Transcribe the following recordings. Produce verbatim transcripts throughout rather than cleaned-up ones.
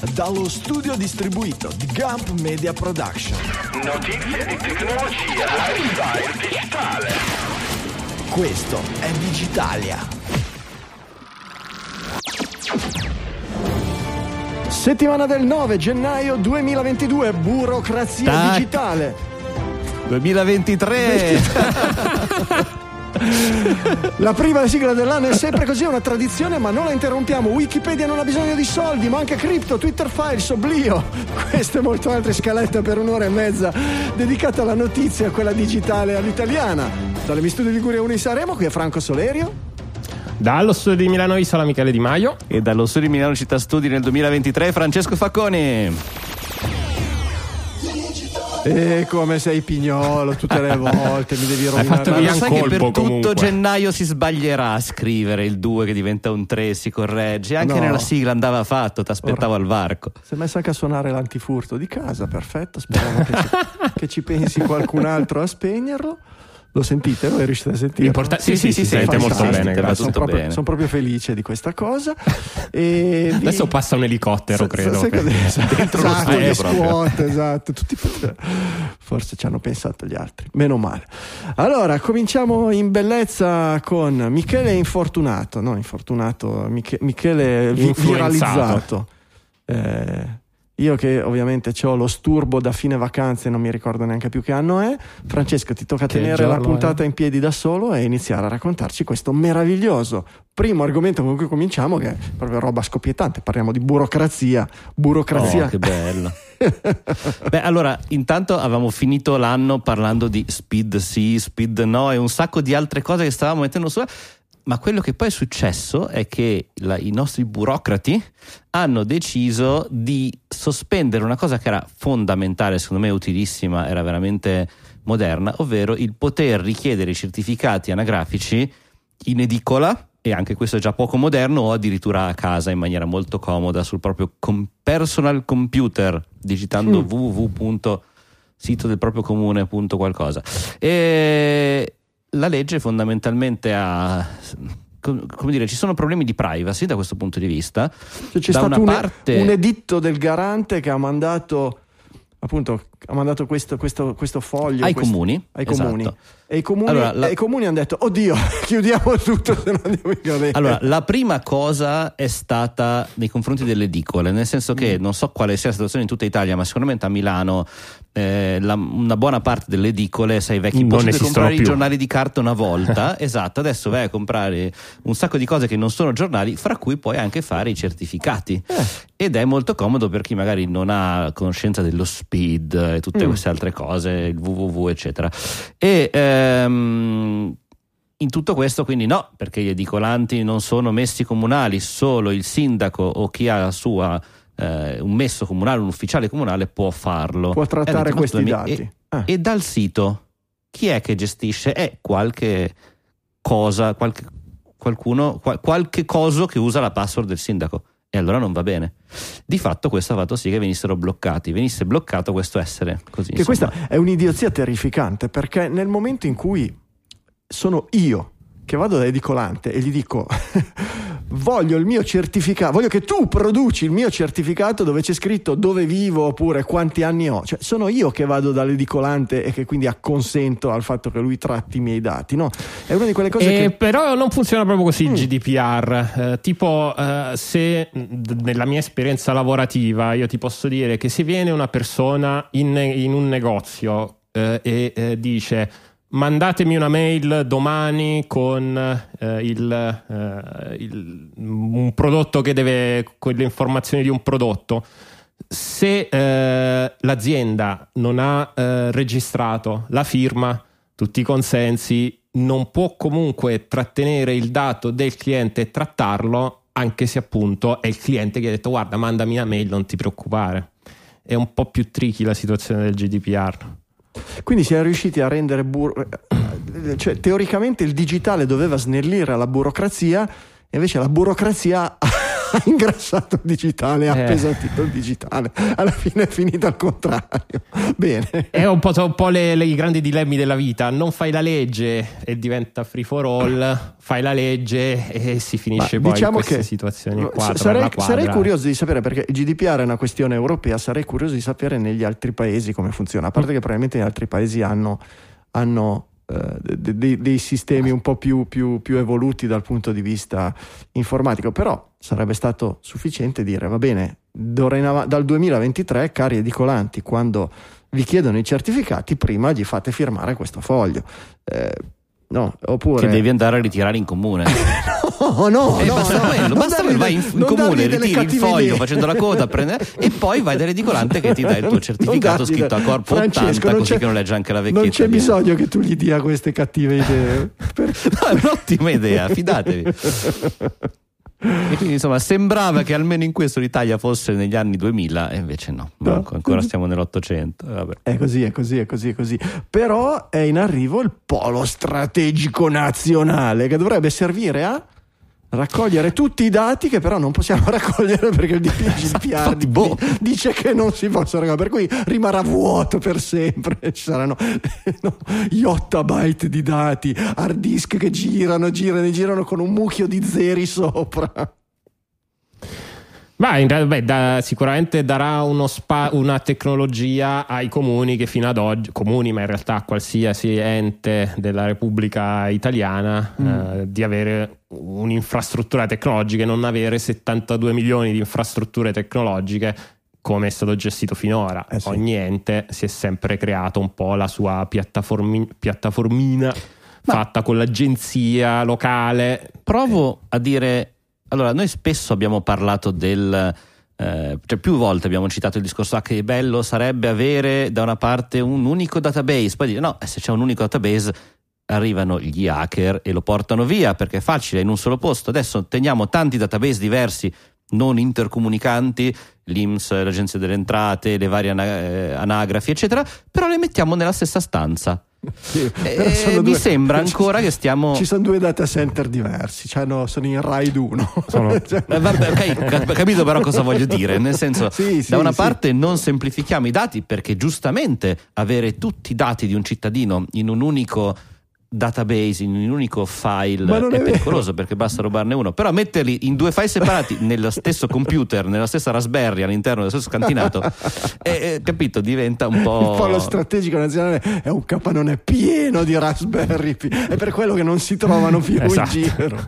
dallo studio distribuito di Gump Media Production. Notizie di tecnologia, lifestyle digitale. Questo è Digitalia. Settimana del nove gennaio duemilaventidue, burocrazia Tac. digitale. duemilaventitré La prima sigla dell'anno è sempre così, è una tradizione, ma non la interrompiamo. Wikipedia non ha bisogno di soldi, ma anche Crypto, Twitter Files, Oblio. Queste e molte altre scalette per un'ora e mezza dedicata alla notizia, quella digitale all'italiana. Dalle Mi Studio Liguria uno in Sanremo, qui è Franco Solerio. Dallo studio di Milano Isola Michele Di Maio. e dallo studio di Milano Città Studi nel duemilaventitré Francesco Facconi. E come sei pignolo tutte le volte, mi devi rovinare. fatto Ma via lo un sai che colpo, per tutto comunque. gennaio si sbaglierà a scrivere il due che diventa un tre, si corregge. Anche No. nella sigla andava fatto, ti aspettavo al varco. Si è messo anche a suonare l'antifurto di casa, perfetto. Speriamo che ci, che ci pensi qualcun altro a spegnerlo. Lo sentite? Voi riuscite a sentire? L'importa- sì, sì, si sente molto Fantastico. bene, va grazie. Sono tutto proprio, bene. sono proprio felice di questa cosa. E vi- Adesso passa un elicottero, Sa- credo. sai che- cosa- esatto, Dentro lo esatto, studio le proprio. scuote, esatto, tutti, forse ci hanno pensato gli altri, meno male. Allora, cominciamo in bellezza con Michele Infortunato, no, Infortunato, Mich- Michele vi- Influenzato. viralizzato. Eh, io che ovviamente ho lo sturbo da fine vacanze, non mi ricordo neanche più che anno è. Francesco, ti tocca Che tenere la giorno puntata è? in piedi da solo e iniziare a raccontarci questo meraviglioso primo argomento con cui cominciamo, che è proprio roba scoppiettante. Parliamo di burocrazia, burocrazia. Oh, che bello. Beh, allora, intanto avevamo finito l'anno parlando di speed sì, speed no e un sacco di altre cose che stavamo mettendo su. Ma quello che poi è successo è che la, i nostri burocrati hanno deciso di sospendere una cosa che era fondamentale, secondo me utilissima, era veramente moderna, ovvero il poter richiedere i certificati anagrafici in edicola, e anche questo è già poco moderno, o addirittura a casa in maniera molto comoda sul proprio com- personal computer, digitando Mm. www punto sito del proprio comune punto qualcosa. E la legge fondamentalmente ha, come dire, ci sono problemi di privacy da questo punto di vista. Cioè, c'è Da stato una un, parte- un editto del garante che ha mandato appunto ha mandato questo, questo, questo foglio Ai questo- comuni, ai comuni. esatto. E i comuni, Allora, la- e i comuni hanno detto oddio, chiudiamo tutto se non andiamo in galera. Allora, la prima cosa è stata nei confronti delle edicole, nel senso che non so quale sia la situazione in tutta Italia, ma sicuramente a Milano eh, la- una buona parte delle edicole, sai, vecchi, Non potete esistono comprare più. i giornali di carta una volta, esatto, adesso vai a comprare un sacco di cose che non sono giornali, fra cui puoi anche fare i certificati. Eh. Ed è molto comodo per chi magari non ha conoscenza dello speed e tutte Mm. queste altre cose, il www eccetera. E ehm, in tutto questo quindi no, perché gli edicolanti non sono messi comunali, solo il sindaco o chi ha la sua eh, un messo comunale, un ufficiale comunale può farlo. Può trattare E ho detto, ma questi scusami, dati. E, Ah. e dal sito chi è che gestisce? È qualche cosa, qualche, qualcuno, qual- qualche coso che usa la password del sindaco. E allora non va bene. Di fatto questo ha fatto sì che venissero bloccati, venisse bloccato questo essere così. Che insomma. questa è un'idiozia terrificante, perché nel momento in cui sono io che vado da edicolante e gli dico voglio il mio certificato, voglio che tu produci il mio certificato dove c'è scritto dove vivo oppure quanti anni ho, cioè sono io che vado dall'edicolante e che quindi acconsento al fatto che lui tratti i miei dati, no? È una di quelle cose Eh, che Però non funziona proprio così il Mm. G D P R. Eh, tipo, eh, se d- nella mia esperienza lavorativa io ti posso dire che se viene una persona in, in un negozio eh, e eh, dice mandatemi una mail domani con eh, il, eh, il- un prodotto che deve, con le informazioni di un prodotto, se eh, l'azienda non ha eh, registrato la firma, tutti i consensi, non può comunque trattenere il dato del cliente e trattarlo, anche se appunto è il cliente che ha detto guarda mandami una mail, non ti preoccupare. È un po' più tricky la situazione del G D P R. quindi si è riusciti a rendere bur- cioè teoricamente il digitale doveva snellire la burocrazia e invece la burocrazia ha ingrassato il digitale, ha Eh. appesantito il digitale, alla fine è finita al contrario. Bene. È un po', un po' le, le- i grandi dilemmi della vita: non fai la legge e diventa free for all, fai la legge e si finisce Ma poi diciamo in queste che situazioni qua. sa- tra sarei, la quadra. sarei curioso di sapere, perché il G D P R è una questione europea, sarei curioso di sapere negli altri paesi come funziona, a parte che probabilmente gli altri paesi hanno, hanno eh, de- de- dei sistemi un po' più, più, più evoluti dal punto di vista informatico, però sarebbe stato sufficiente dire va bene, d'ora in av- dal duemilaventitré, cari edicolanti, quando vi chiedono i certificati, prima gli fate firmare questo foglio. Eh, no, oppure Che devi andare a ritirare in comune. no, no, Eh, no, basta no, quello, non basta dargli quello, vai in, de- in non comune, dargli delle ritiri il cattive foglio idee. facendo la coda, prende, e poi vai dall'edicolante che ti dà il tuo certificato Non dargli scritto a de- corpo Francesco, ottanta, non così c'è- che non legge anche la vecchietta. Non c'è di- bisogno che tu gli dia queste cattive idee. Per- No, è un'ottima idea, fidatevi. E quindi insomma sembrava che almeno in questo l'Italia fosse negli anni duemila, e invece no, No. ancora stiamo nell'Ottocento. Vabbè. È così, è così, è così, è così. Però è in arrivo il polo strategico nazionale, che dovrebbe servire a raccogliere tutti i dati che però non possiamo raccogliere perché il D P G D P R Infatti, boh. dice che non si possono raccogliere, per cui rimarrà vuoto per sempre. Ci saranno no, gli ottabyte di dati, hard disk che girano, girano e girano con un mucchio di zeri sopra. Ma in realtà, beh, da- sicuramente darà uno spa- una tecnologia ai comuni che fino ad oggi, comuni ma in realtà a qualsiasi ente della Repubblica Italiana, Mm. eh, di avere un'infrastruttura tecnologica e non avere settantadue milioni di infrastrutture tecnologiche come è stato gestito finora. Eh sì. Ogni ente si è sempre creato un po' la sua piattaformi- piattaformina Ma- fatta con l'agenzia locale. Provo a dire, allora noi spesso abbiamo parlato del, eh, cioè più volte abbiamo citato il discorso ah, che bello sarebbe avere da una parte un unico database, poi dire no, se c'è un unico database arrivano gli hacker e lo portano via perché è facile, in un solo posto. Adesso teniamo tanti database diversi non intercomunicanti, l'I N P S, l'Agenzia delle Entrate, le varie ana- eh, anagrafi eccetera, però le mettiamo nella stessa stanza. Sì, Eh, però sono mi due- sembra ancora che stiamo Ci sono due data center diversi, cioè no, sono in RAID uno. Sono- Cioè, Eh, vabbè, ok, cap- capito però cosa voglio dire, nel senso Sì, sì, da una sì. parte non semplifichiamo i dati perché giustamente avere tutti i dati di un cittadino in un unico database, in un unico file Ma non è, è vero. pericoloso perché basta rubarne uno, però metterli in due file separati nello stesso computer, nella stessa Raspberry all'interno dello stesso scantinato eh, eh, capito, diventa un po'... Il polo strategico nazionale è un capannone pieno di Raspberry Pi, è per quello che non si trovano più Esatto. in giro.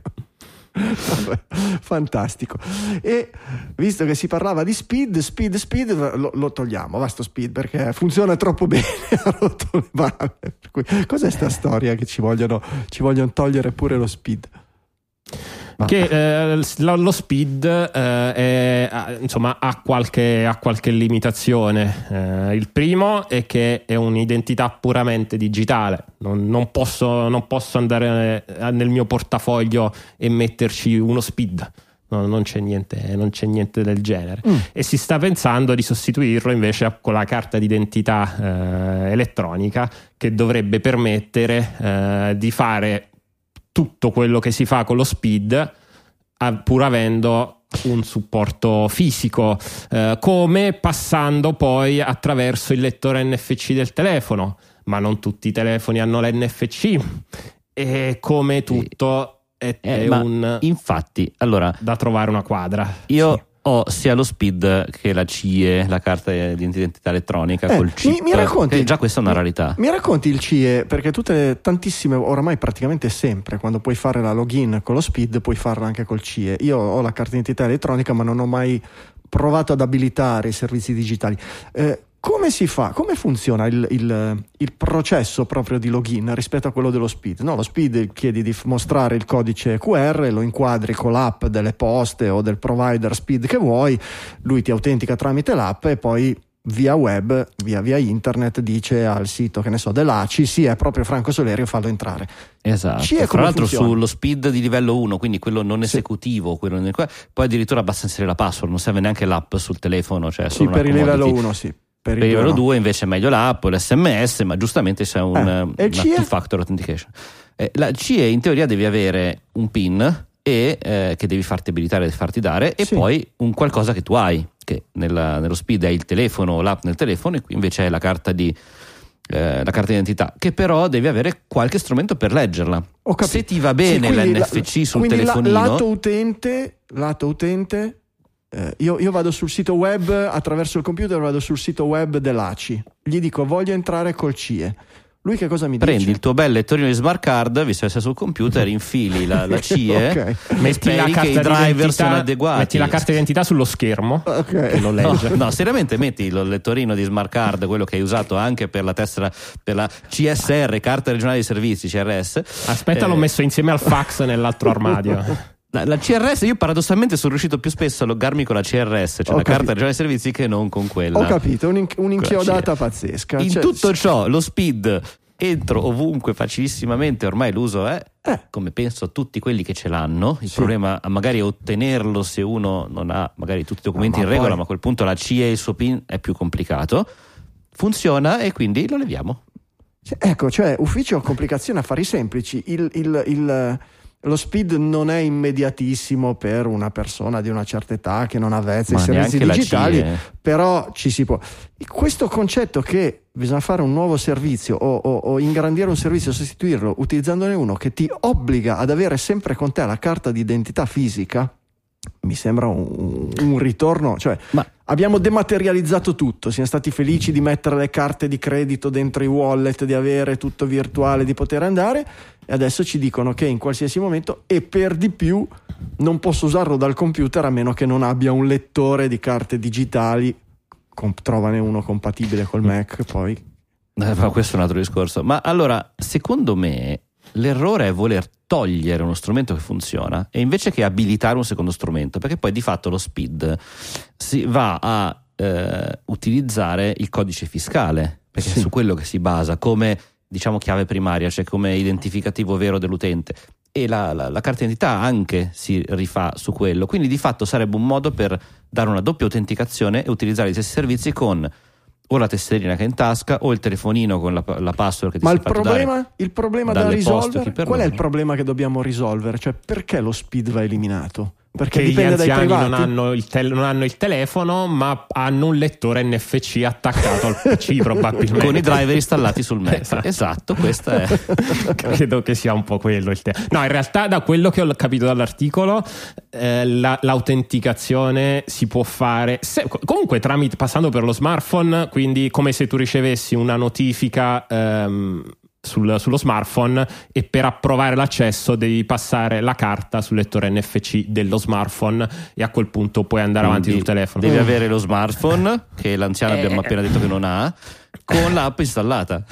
Vabbè, fantastico. E visto che si parlava di speed, speed, speed, lo, lo togliamo, va sto speed perché funziona troppo bene, ha rotto le balle. Per cui, cos'è sta storia che ci vogliono, ci vogliono togliere pure lo speed? Ma- Che eh, lo, lo speed eh, è, ha- insomma ha qualche, ha qualche limitazione. Eh, il primo è che è un'identità puramente digitale. Non, non posso, non posso andare eh, nel mio portafoglio e metterci uno speed. No, non c'è niente, non c'è niente del genere. Mm. E si sta pensando di sostituirlo invece con la carta d'identità eh, elettronica, che dovrebbe permettere eh, di fare tutto quello che si fa con lo speed, a- pur avendo un supporto fisico, eh, come passando poi attraverso il lettore N F C del telefono, ma non tutti i telefoni hanno l'N F C, e come tutto è, Eh, è ma un infatti, allora da trovare una quadra. io Sì. ho sia lo speed che la C I E, la carta di identità elettronica Eh, col chip, mi, mi racconti, che già questa è una mi- rarità. Mi racconti il C I E, perché tutte le, tantissime, oramai praticamente sempre, quando puoi fare la login con lo speed, puoi farlo anche col C I E. Io ho la carta d'identità elettronica, ma non ho mai provato ad abilitare i servizi digitali. Eh, come si fa? Come funziona il, il, il processo proprio di login rispetto a quello dello speed? No, lo speed chiedi di f- mostrare il codice Q R, lo inquadri con l'app delle poste o del provider speed che vuoi, lui ti autentica tramite l'app e poi via web, via, via internet dice al sito, che ne so, dell'A C I, sì, è proprio Franco Solerio, fallo entrare. Esatto. C I E Tra come l'altro funziona? sullo speed di livello uno, quindi quello non Sì. esecutivo, quello nel quale poi addirittura basta inserire la password, non serve neanche l'app sul telefono, cioè Sì, solo una per il livello commodity. uno sì. Per Per il livello no. due invece è meglio l'app o l'S M S, ma giustamente c'è un, Eh, e il una C I E? two factor authentication. Eh, la C I E in teoria devi avere un PIN e eh, che devi farti abilitare e farti dare, e sì. poi un qualcosa che tu hai, che nella, nello Speed è il telefono, l'app nel telefono, e qui invece è la carta di eh, la carta d'identità, che però devi avere qualche strumento per leggerla. Ho capito. Se ti va bene sì, l'N F C la, sul quindi telefonino, la, lato utente, lato utente eh, io, io vado sul sito web, attraverso il computer vado sul sito web dell'A C I, gli dico voglio entrare col C I E. Lui che cosa mi prendi dice? il tuo bel lettorino di smart card, visto che sei sul computer, infili la, la C I E, okay. metti la che carta i driver sono adeguati. Metti la carta d'identità sullo schermo, okay. che lo legge. No, no, seriamente metti il lettorino di smart card, quello che hai usato anche per la tessera, per la C S R, carta regionale di servizi, C R S. Aspetta, eh, l'ho messo insieme al fax nell'altro armadio. La, la C R S, io paradossalmente sono riuscito più spesso a loggarmi con la C R S, cioè Ho la capito. carta regionale di servizi, che non con quella. Ho capito, un un'inchiodata C R. pazzesca. In cioè, tutto ciò, lo Speed entro ovunque facilissimamente, ormai l'uso è, eh. come penso tutti quelli che ce l'hanno. Il sì. problema magari è ottenerlo se uno non ha magari tutti i documenti no, ma in regola, poi... ma a quel punto la C E e il suo PIN è più complicato. Funziona e quindi lo leviamo. Cioè, ecco, cioè ufficio complicazioni, affari semplici. Il, il, il, lo Speed non è immediatissimo per una persona di una certa età che non avvezza ai servizi digitali, C I E. però ci si può. Questo concetto che bisogna fare un nuovo servizio o, o, o ingrandire un servizio, sostituirlo utilizzandone uno che ti obbliga ad avere sempre con te la carta d'identità fisica, mi sembra un, un ritorno, cioè Ma abbiamo dematerializzato tutto, siamo stati felici di mettere le carte di credito dentro i wallet, di avere tutto virtuale, di poter andare, e adesso ci dicono che in qualsiasi momento, e per di più non posso usarlo dal computer a meno che non abbia un lettore di carte digitali. Com- trovane uno compatibile col Mac, poi Eh, ma questo è un altro discorso. Ma allora, secondo me, l'errore è voler togliere uno strumento che funziona e invece che abilitare un secondo strumento, perché poi di fatto lo Speed si va a eh, utilizzare il codice fiscale, perché sì. è su quello che si basa come, diciamo, chiave primaria, cioè come identificativo vero dell'utente, e la, la, la carta d'identità anche si rifà su quello, quindi di fatto sarebbe un modo per dare una doppia autenticazione e utilizzare gli stessi servizi con o la tesserina che è in tasca o il telefonino con la, la password che ti ma sei il fatto problema, dare il problema da dalle poste, risolvere, chi per qual è il noi. problema che dobbiamo risolvere? Cioè, perché lo Speed va eliminato? Perché Che gli dipende dai anziani privati. non hanno, il tel- non hanno il telefono, ma hanno un lettore N F C attaccato al P C probabilmente, con i driver installati sul Mac. Esatto, esatto, questo è credo che sia un po' quello il tema. No, in realtà da quello che ho capito dall'articolo, eh, la, l'autenticazione si può fare se, comunque tramite, passando per lo smartphone, quindi come se tu ricevessi una notifica ehm, Sul, sullo smartphone, e per approvare l'accesso devi passare la carta sul lettore N F C dello smartphone, e a quel punto puoi andare Quindi avanti sul telefono. devi avere lo smartphone che l'anziano Eh. abbiamo appena detto che non ha, con l'app installata.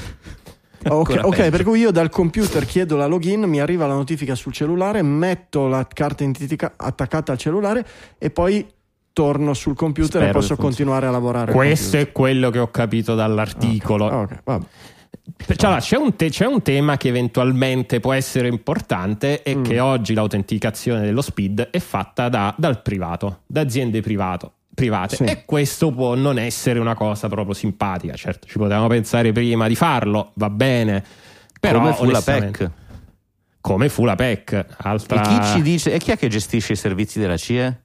Ok, Ancora ok, peggio. per cui io dal computer chiedo la login, mi arriva la notifica sul cellulare, metto la carta identità attaccata al cellulare e poi torno sul computer. Spero e posso che continuare a lavorare. al Questo computer. è quello che ho capito dall'articolo. Ok, ok, vabbè. Cioè, c'è, un te- c'è un tema che eventualmente può essere importante, è Mm. che oggi l'autenticazione dello Speed è fatta da, dal privato, da aziende privato, private, Sì. e questo può non essere una cosa proprio simpatica. Certo, ci potevamo pensare prima di farlo, va bene, però come fu la P E onestamente- C. come fu la P E C, altra... E chi ci dice, e chi è che gestisce i servizi della C I E?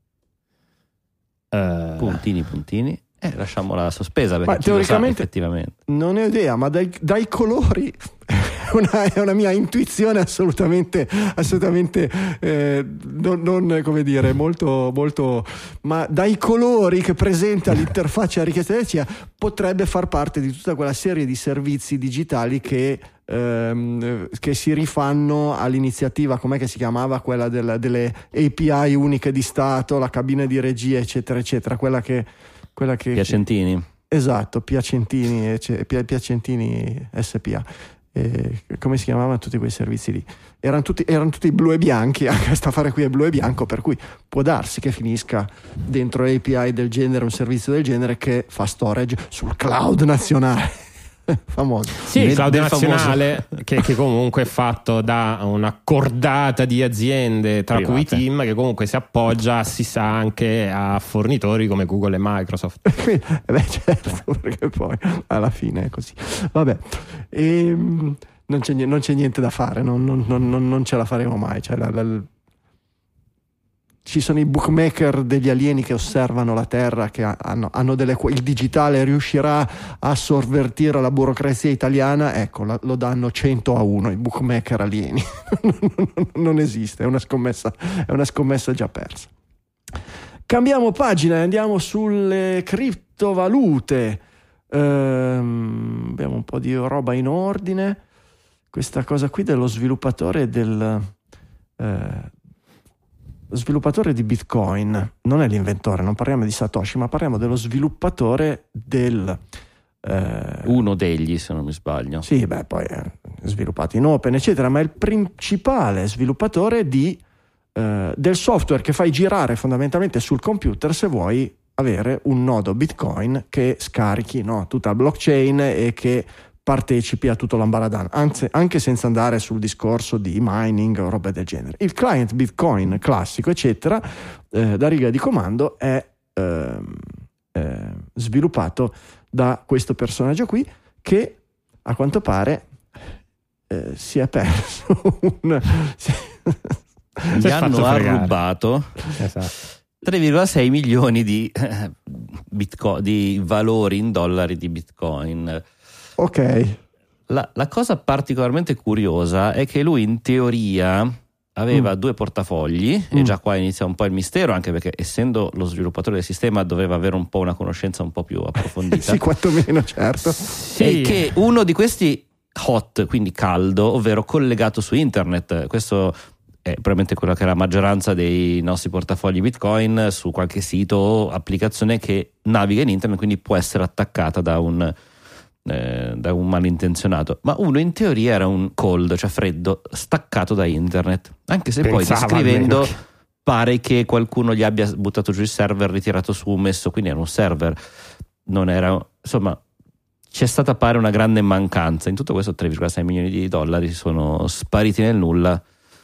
eh, Puntini puntini. Eh, lasciamola sospesa, perché Ma chi lo sa teoricamente- effettivamente. Non ne ho idea, ma dai, dai colori è una, è una mia intuizione assolutamente, assolutamente eh, non, non, come dire, molto, molto, ma dai colori che presenta l'interfaccia richiesta della C I A potrebbe far parte di tutta quella serie di servizi digitali che, ehm, che si rifanno all'iniziativa, com'è che si chiamava, quella del, delle A P I uniche di Stato, la cabina di regia, eccetera, eccetera, quella che quella che Piacentini. esatto, Piacentini, ecce- Pia- Piacentini S P A. Eh, come si chiamavano tutti quei servizi lì? Erano tutti, erano tutti blu e bianchi, anche sta affare qui è blu e bianco, per cui può darsi che finisca dentro A P I del genere, un servizio del genere che fa storage sul cloud nazionale. Famoso. Sì, il Nel- cloud nel nazionale che, che comunque è fatto da una cordata di aziende, tra Private. cui Team, che comunque si appoggia, si sa, anche a fornitori come Google e Microsoft. Eh beh, certo, perché poi alla fine è così. Vabbè, ehm, non, c'è, non c'è niente da fare, non, non, non, non ce la faremo mai. Cioè, la, la, ci sono i bookmaker degli alieni che osservano la Terra, che hanno, hanno delle, il digitale riuscirà a sovvertire la burocrazia italiana, ecco, la, lo danno cento a uno i bookmaker alieni. Non esiste, è una scommessa, è una scommessa già persa. Cambiamo pagina e andiamo sulle criptovalute. Ehm, abbiamo un po' di roba in ordine. Questa cosa qui dello sviluppatore del eh, sviluppatore di Bitcoin, non è l'inventore, non parliamo di Satoshi, ma parliamo dello sviluppatore del eh, uno degli, se non mi sbaglio. Sì, beh, poi è sviluppato in open, eccetera, ma è il principale sviluppatore di eh, del software che fai girare fondamentalmente sul computer se vuoi avere un nodo Bitcoin che scarichi, no, tutta la blockchain e che partecipi a tutto l'ambaradan, anzi, anche senza andare sul discorso di mining o robe del genere. Il client Bitcoin classico, eccetera, eh, da riga di comando è eh, eh, sviluppato da questo personaggio qui, che a quanto pare eh, si è perso un... Gli hanno arrubato esatto. tre virgola sei milioni di, eh, Bitcoin, di valori in dollari di Bitcoin. Ok. La, la cosa particolarmente curiosa è che lui in teoria aveva mm. due portafogli mm. e già qua inizia un po' il mistero, anche perché essendo lo sviluppatore del sistema doveva avere un po' una conoscenza un po' più approfondita. Sì, quantomeno, certo. Sì. E che uno di questi hot, quindi caldo, ovvero collegato su internet, questo è probabilmente quello che è la maggioranza dei nostri portafogli Bitcoin, su qualche sito o applicazione che naviga in internet, quindi può essere attaccata da un Eh, da un malintenzionato, ma uno in teoria era un cold, cioè freddo, staccato da internet, anche se Pensava poi descrivendo almeno. pare che qualcuno gli abbia buttato giù il server, ritirato su, messo, quindi era un server, non era, insomma c'è stata pare una grande mancanza in tutto questo. Tre virgola sei milioni di dollari sono spariti nel nulla.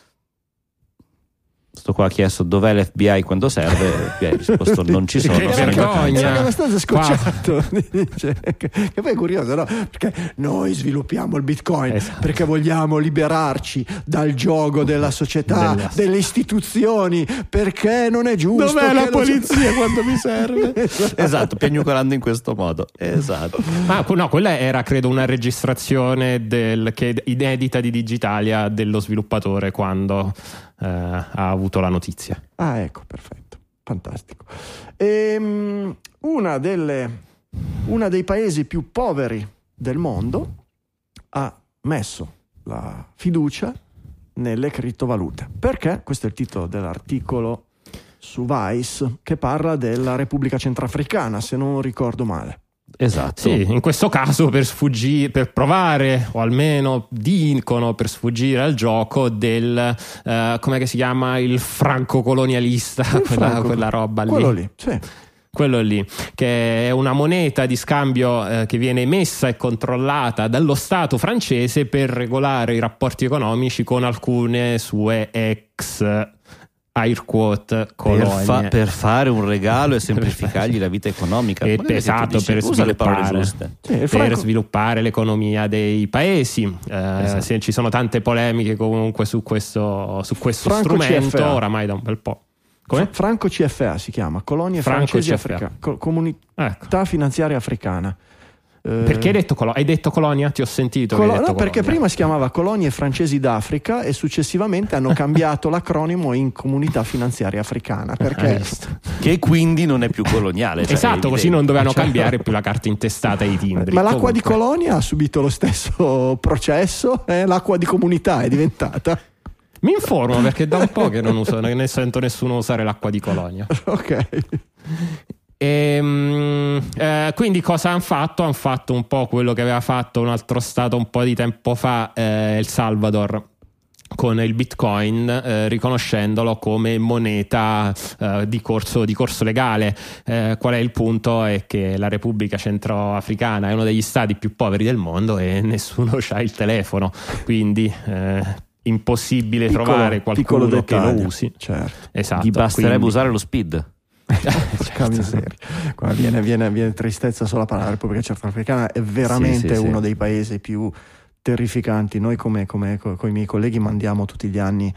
Sto qua ha chiesto dov'è l'F B I quando serve, l'F B I ha risposto non ci sono. Che vergogna! Era abbastanza scocciato. Dice, che, che poi è curioso, no? Perché noi sviluppiamo il Bitcoin esatto. perché vogliamo liberarci dal giogo della società, delle, delle istituzioni, perché non è giusto. Dov'è la lo... polizia quando mi serve? Esatto, esatto, piagnucolando in questo modo. Esatto. Ah, no, quella era credo una registrazione del, che inedita di Digitalia dello sviluppatore quando Uh, ha avuto la notizia. Ah, ecco, perfetto, fantastico. Ehm, una delle una dei paesi più poveri del mondo ha messo la fiducia nelle criptovalute. Perché? Questo è il titolo dell'articolo su Vice che parla della Repubblica Centrafricana, se non ricordo male. Esatto. Sì, in questo caso per sfuggire, per provare, o almeno dicono per sfuggire al gioco del uh, come che si chiama, il franco colonialista, il quella, franco, quella roba lì. Quello lì, sì. Quello lì, che è una moneta di scambio eh, che viene emessa e controllata dallo Stato francese per regolare i rapporti economici con alcune sue ex air quote colonie, per, fa- per fare un regalo e semplificargli la vita economica e esatto, dici, per, sviluppare, sì, per franco... sviluppare l'economia dei paesi. Eh, esatto. Se ci sono tante polemiche comunque su questo, su questo strumento C F A. Oramai da un bel po'. Come? Franco C F A si chiama, Colonie Franco Francesi C F A. Africa, Co- Comunità ecco. Finanziaria Africana. Perché hai detto, colo- hai detto colonia? Ti ho sentito. Colo- che hai detto no, perché colonia. prima si chiamava Colonie Francesi d'Africa e successivamente hanno cambiato l'acronimo in Comunità Finanziaria Africana. Perché? Che quindi non è più coloniale. Cioè esatto, così non dovevano cioè... cambiare più la carta intestata e i timbri. Ma l'acqua comunque. di Colonia ha subito lo stesso processo, eh? L'acqua di Comunità è diventata. Mi informo perché da un po' che non uso, ne sento nessuno usare l'acqua di Colonia. Ok. E, eh, quindi cosa hanno fatto? Hanno fatto un po' quello che aveva fatto un altro stato un po' di tempo fa, eh, El Salvador, con il Bitcoin, eh, riconoscendolo come moneta eh, di corso, di corso legale. Eh, qual è il punto? È che la Repubblica Centroafricana è uno degli stati più poveri del mondo e nessuno ha il telefono, quindi eh, impossibile piccolo, trovare qualcuno che lo usi. Certo. Esatto, gli basterebbe quindi... usare lo speed. Certo. Qua viene, viene, viene tristezza solo a parlare. La Repubblica Centrafricana è veramente sì, sì, uno sì. dei paesi più terrificanti. Noi come, come con i miei colleghi mandiamo tutti gli anni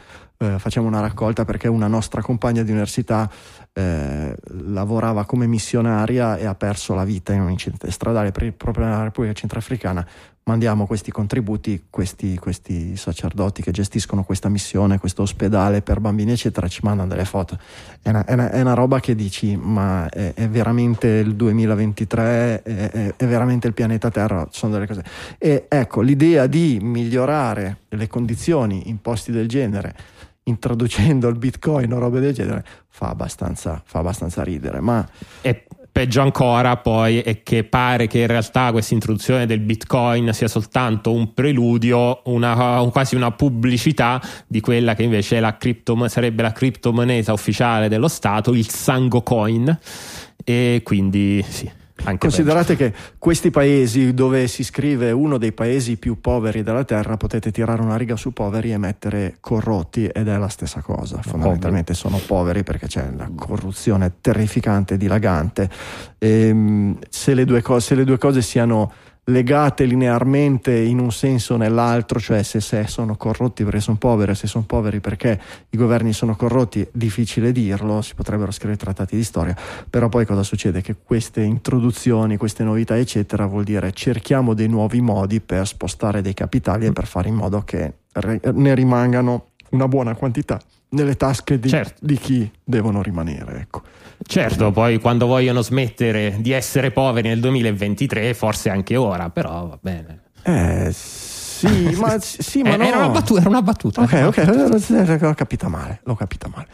eh, facciamo una raccolta perché una nostra compagna di università eh, lavorava come missionaria e ha perso la vita in un incidente stradale per, proprio nella Repubblica Centrafricana. Mandiamo questi contributi, questi, questi sacerdoti che gestiscono questa missione, questo ospedale per bambini eccetera, ci mandano delle foto. È una, è una, è una roba che dici, ma è, è veramente il duemilaventitré, è, è, è veramente il pianeta Terra, sono delle cose. E ecco, l'idea di migliorare le condizioni in posti del genere introducendo il bitcoin o robe del genere fa abbastanza, fa abbastanza ridere, ma e peggio ancora poi è che pare che in realtà questa introduzione del bitcoin sia soltanto un preludio, una, quasi una pubblicità di quella che invece è la cripto, sarebbe la criptomoneta ufficiale dello Stato, il Sangocoin, e quindi sì. Anche considerate peggio. Che questi paesi dove si scrive uno dei paesi più poveri della terra, potete tirare una riga su poveri e mettere corrotti ed è la stessa cosa, fondamentalmente sono poveri perché c'è una corruzione terrificante, dilagante. E, se, le due cose, se le due cose siano legate linearmente in un senso o nell'altro, cioè se, se sono corrotti perché sono poveri, se sono poveri perché i governi sono corrotti, difficile dirlo, si potrebbero scrivere trattati di storia, però poi cosa succede? Che queste introduzioni, queste novità eccetera, vuol dire cerchiamo dei nuovi modi per spostare dei capitali e per fare in modo che ne rimangano una buona quantità nelle tasche di, certo. di chi devono rimanere, ecco. Certo, poi quando vogliono smettere di essere poveri nel duemilaventitré, forse anche ora, però va bene. Eh sì, ma, sì, ma no. Era una battuta, era una battuta. Ok, ok, l'ho capita male, l'ho capita male.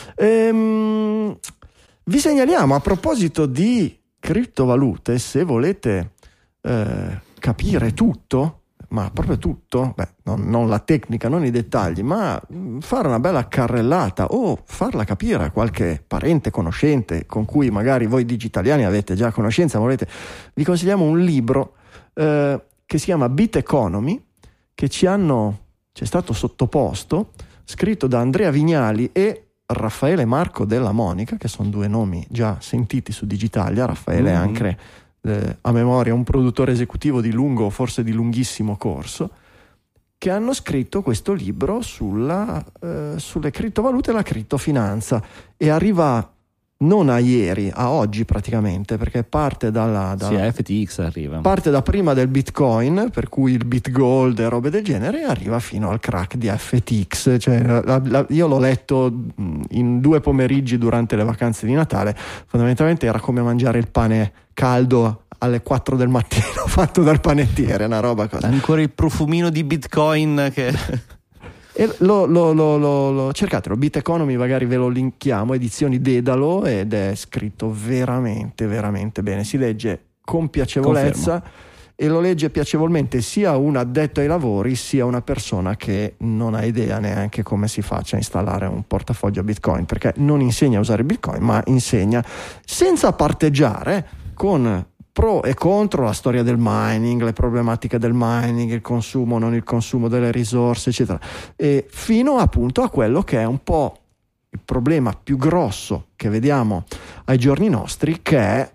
Ehm, vi segnaliamo, a proposito di criptovalute, se volete eh, capire tutto, ma proprio tutto, beh, non, non la tecnica, non i dettagli, ma fare una bella carrellata o farla capire a qualche parente, conoscente con cui magari voi digitaliani avete già conoscenza, volete, vi consigliamo un libro eh, che si chiama Bit Economy, che ci hanno, ci è stato sottoposto, scritto da Andrea Vignali e Raffaele Marco Della Monica, che sono due nomi già sentiti su Digitalia. Raffaele è mm-hmm. anche Eh, a memoria un produttore esecutivo di lungo, forse di lunghissimo corso, che hanno scritto questo libro sulla, eh, sulle criptovalute e la criptofinanza, e arriva non a ieri, a oggi praticamente, perché parte dalla, dalla sì, F T X arriva, parte da prima del Bitcoin, per cui il Bitgold e robe del genere, e arriva fino al crack di F T X, cioè, la, la, io l'ho letto in due pomeriggi durante le vacanze di Natale, fondamentalmente era come mangiare il pane caldo alle quattro del mattino fatto dal panettiere, una roba cosa. Ancora il profumino di Bitcoin che e lo, lo, lo, lo, lo cercatelo, Bit Economy, magari ve lo linkiamo, edizioni Dedalo, ed è scritto veramente veramente bene, si legge con piacevolezza. Confermo. E lo legge piacevolmente sia un addetto ai lavori sia una persona che non ha idea neanche come si faccia a installare un portafoglio Bitcoin, perché non insegna a usare Bitcoin, ma insegna senza parteggiare, con pro e contro, la storia del mining, le problematiche del mining, il consumo, non il consumo delle risorse eccetera, e fino appunto a quello che è un po' il problema più grosso che vediamo ai giorni nostri, che è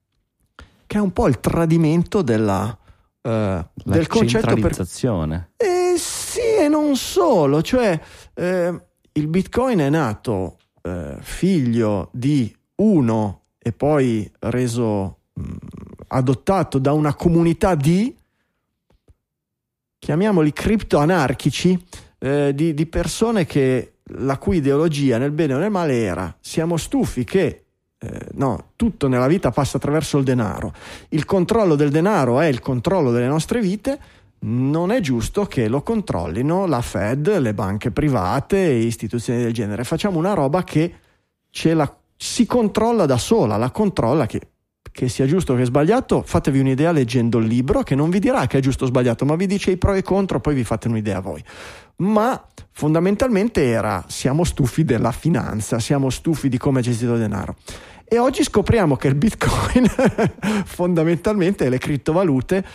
che è un po' il tradimento della eh, del concetto centralizzazione. Per... Eh, sì e non solo, cioè eh, il Bitcoin è nato eh, figlio di uno e poi reso mh, adottato da una comunità di, chiamiamoli criptoanarchici, eh, di, di persone che la cui ideologia nel bene o nel male era: siamo stufi che Eh, no, tutto nella vita passa attraverso il denaro, il controllo del denaro è il controllo delle nostre vite, non è giusto che lo controllino la Fed, le banche private e istituzioni del genere, facciamo una roba che ce la si controlla da sola, la controlla, che, che sia giusto o che sbagliato, fatevi un'idea leggendo il libro, che non vi dirà che è giusto o sbagliato, ma vi dice i pro e i contro, poi vi fate un'idea voi. Ma fondamentalmente era: siamo stufi della finanza, siamo stufi di come è gestito il denaro. E oggi scopriamo che il Bitcoin fondamentalmente e le criptovalute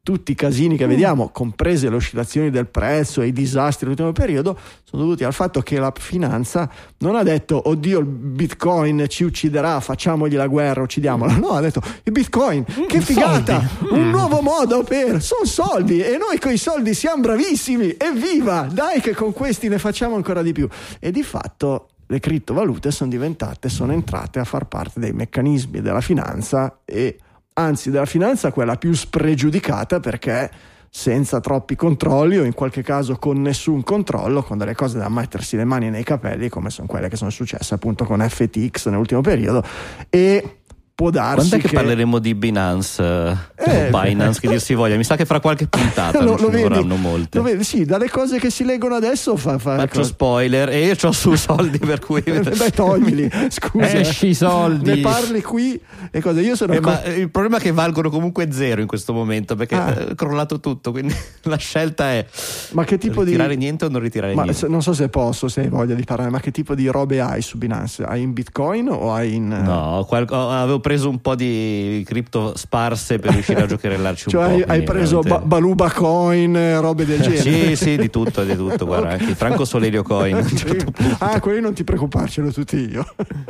tutti i casini che vediamo, comprese le oscillazioni del prezzo e i disastri dell'ultimo periodo, sono dovuti al fatto che la finanza non ha detto oddio il bitcoin ci ucciderà, facciamogli la guerra, uccidiamolo. No, ha detto il bitcoin, che figata, soldi. Un nuovo modo per, sono soldi e noi con i soldi siamo bravissimi, evviva, dai che con questi ne facciamo ancora di più. E di fatto le criptovalute sono diventate, sono entrate a far parte dei meccanismi della finanza, e anzi della finanza quella più spregiudicata, perché senza troppi controlli o in qualche caso con nessun controllo, con delle cose da mettersi le mani nei capelli, come sono quelle che sono successe appunto con F T X nell'ultimo periodo. E può darsi quando è che, che parleremo di Binance eh, Binance che dir si voglia, mi sa che fra qualche puntata lo, non ce lo ne vedi, vorranno molte. lo vedi, sì, dalle cose che si leggono adesso fa, fa faccio cose. Spoiler e io ho su soldi per cui dai toglili, scusa, esci i soldi, ne parli qui e cosa io sono eh, co- ma il problema è che valgono comunque zero in questo momento, perché ah. è crollato tutto, quindi la scelta è ma che tipo ritirare di niente o non ritirare ma niente. se, non so se posso, se hai voglia di parlare, ma che tipo di robe hai su Binance? Hai in Bitcoin o hai in no, qual- avevo preso un po' di cripto sparse per riuscire a giocherellarci cioè un po'. hai, hai preso ba- Baluba Coin, robe del genere? Sì, sì, di tutto, di tutto, guarda, anche il Franco Solerio Coin a un certo punto. Ah, quelli non ti preoccupare, ce l'ho tutti io.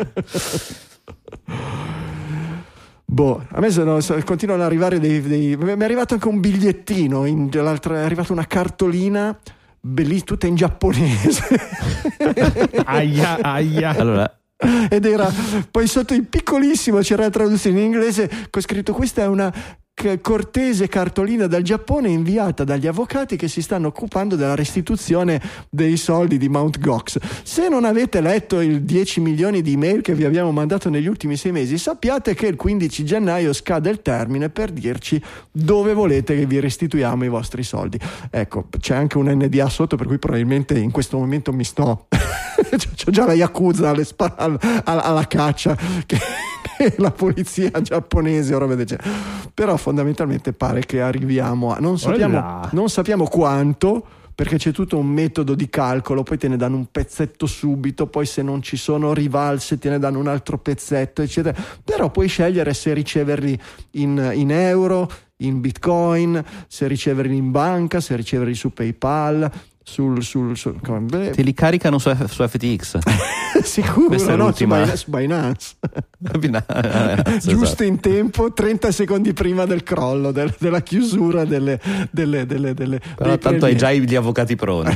Boh, a me sono, continuano ad arrivare dei, dei mi è arrivato anche un bigliettino in, l'altra, è arrivata una cartolina bellissima, tutta in giapponese. aia aia Allora ed era poi sotto in piccolissimo c'era la traduzione in inglese con scritto: questa è una cortese cartolina dal Giappone inviata dagli avvocati che si stanno occupando della restituzione dei soldi di Mount Gox. Se non avete letto i dieci milioni di email che vi abbiamo mandato negli ultimi sei mesi, sappiate che il quindici gennaio scade il termine per dirci dove volete che vi restituiamo i vostri soldi. Ecco, c'è anche un N D A sotto, per cui probabilmente in questo momento mi sto c'ho già la Yakuza alle spa- alla, alla caccia che la polizia giapponese o roba del genere. Però fondamentalmente pare che arriviamo a non sappiamo, non sappiamo quanto, perché c'è tutto un metodo di calcolo, poi te ne danno un pezzetto subito, poi se non ci sono rivalse te ne danno un altro pezzetto eccetera, però puoi scegliere se riceverli in, in euro, in bitcoin, se riceverli in banca, se riceverli su PayPal, sul, sul, sul come, te li caricano su, F, su F T X. Sicuro, questa è no, l'ultima su Binance, Binance. Giusto esatto. in tempo, trenta secondi prima del crollo, del, della chiusura delle, delle, delle, delle però tanto hai già gli avvocati pronti.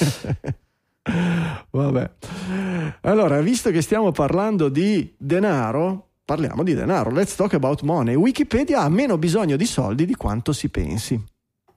Vabbè, allora, visto che stiamo parlando di denaro, parliamo di denaro. Let's talk about money. Wikipedia ha meno bisogno di soldi di quanto si pensi.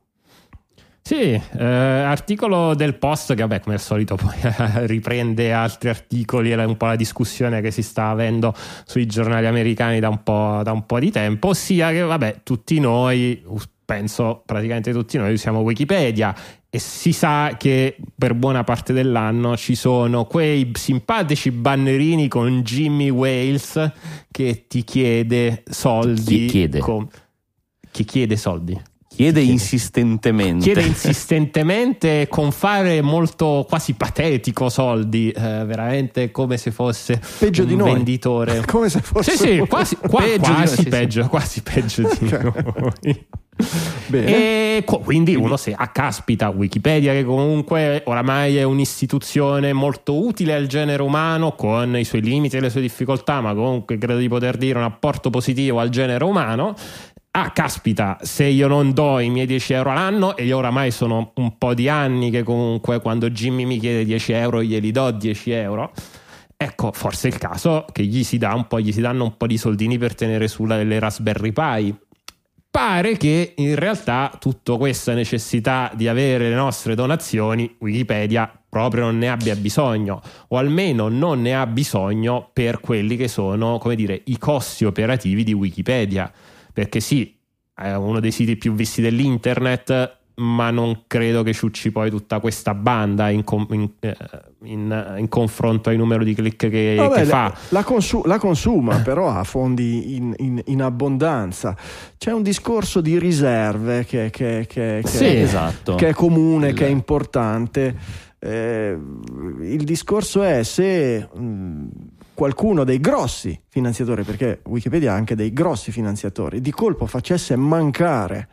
Sì, eh, articolo del Post che vabbè come al solito poi riprende altri articoli e un po' la discussione che si sta avendo sui giornali americani da un po', da un po' di tempo, ossia che vabbè tutti noi, penso praticamente tutti noi usiamo Wikipedia e si sa che per buona parte dell'anno ci sono quei simpatici bannerini con Jimmy Wales che ti chiede soldi. Chi chiede? Com- chi chiede soldi? Chiede insistentemente. Chiede insistentemente con fare molto quasi patetico soldi, eh, veramente come se fosse peggio un di noi. venditore. Come se fosse sì, sì, quasi, qua, peggio quasi, di noi, peggio, sì, sì. quasi peggio di noi. Bene. E co- quindi uno si ah, caspita, Wikipedia che comunque oramai è un'istituzione molto utile al genere umano con i suoi limiti e le sue difficoltà, ma comunque credo di poter dire un apporto positivo al genere umano. Ah, caspita, se io non do i miei dieci euro all'anno, e io oramai sono un po' di anni che comunque quando Jimmy mi chiede dieci euro glieli do dieci euro, ecco, forse è il caso che gli si dà un po', gli si danno un po' di soldini per tenere sulle Raspberry Pi. Pare che in realtà tutta questa necessità di avere le nostre donazioni Wikipedia proprio non ne abbia bisogno, o almeno non ne ha bisogno per quelli che sono, come dire, i costi operativi di Wikipedia. Perché sì, è uno dei siti più visti dell'internet, ma non credo che ciucci poi tutta questa banda in, in, in, in confronto ai numero di click che, Vabbè, che fa. La, consu- la consuma, però ha fondi in, in, in abbondanza. C'è un discorso di riserve che, che, che, che, sì, è, esatto. che è comune, che è importante. Eh, il discorso è se mh, qualcuno dei grossi finanziatori, perché Wikipedia ha anche dei grossi finanziatori, di colpo facesse mancare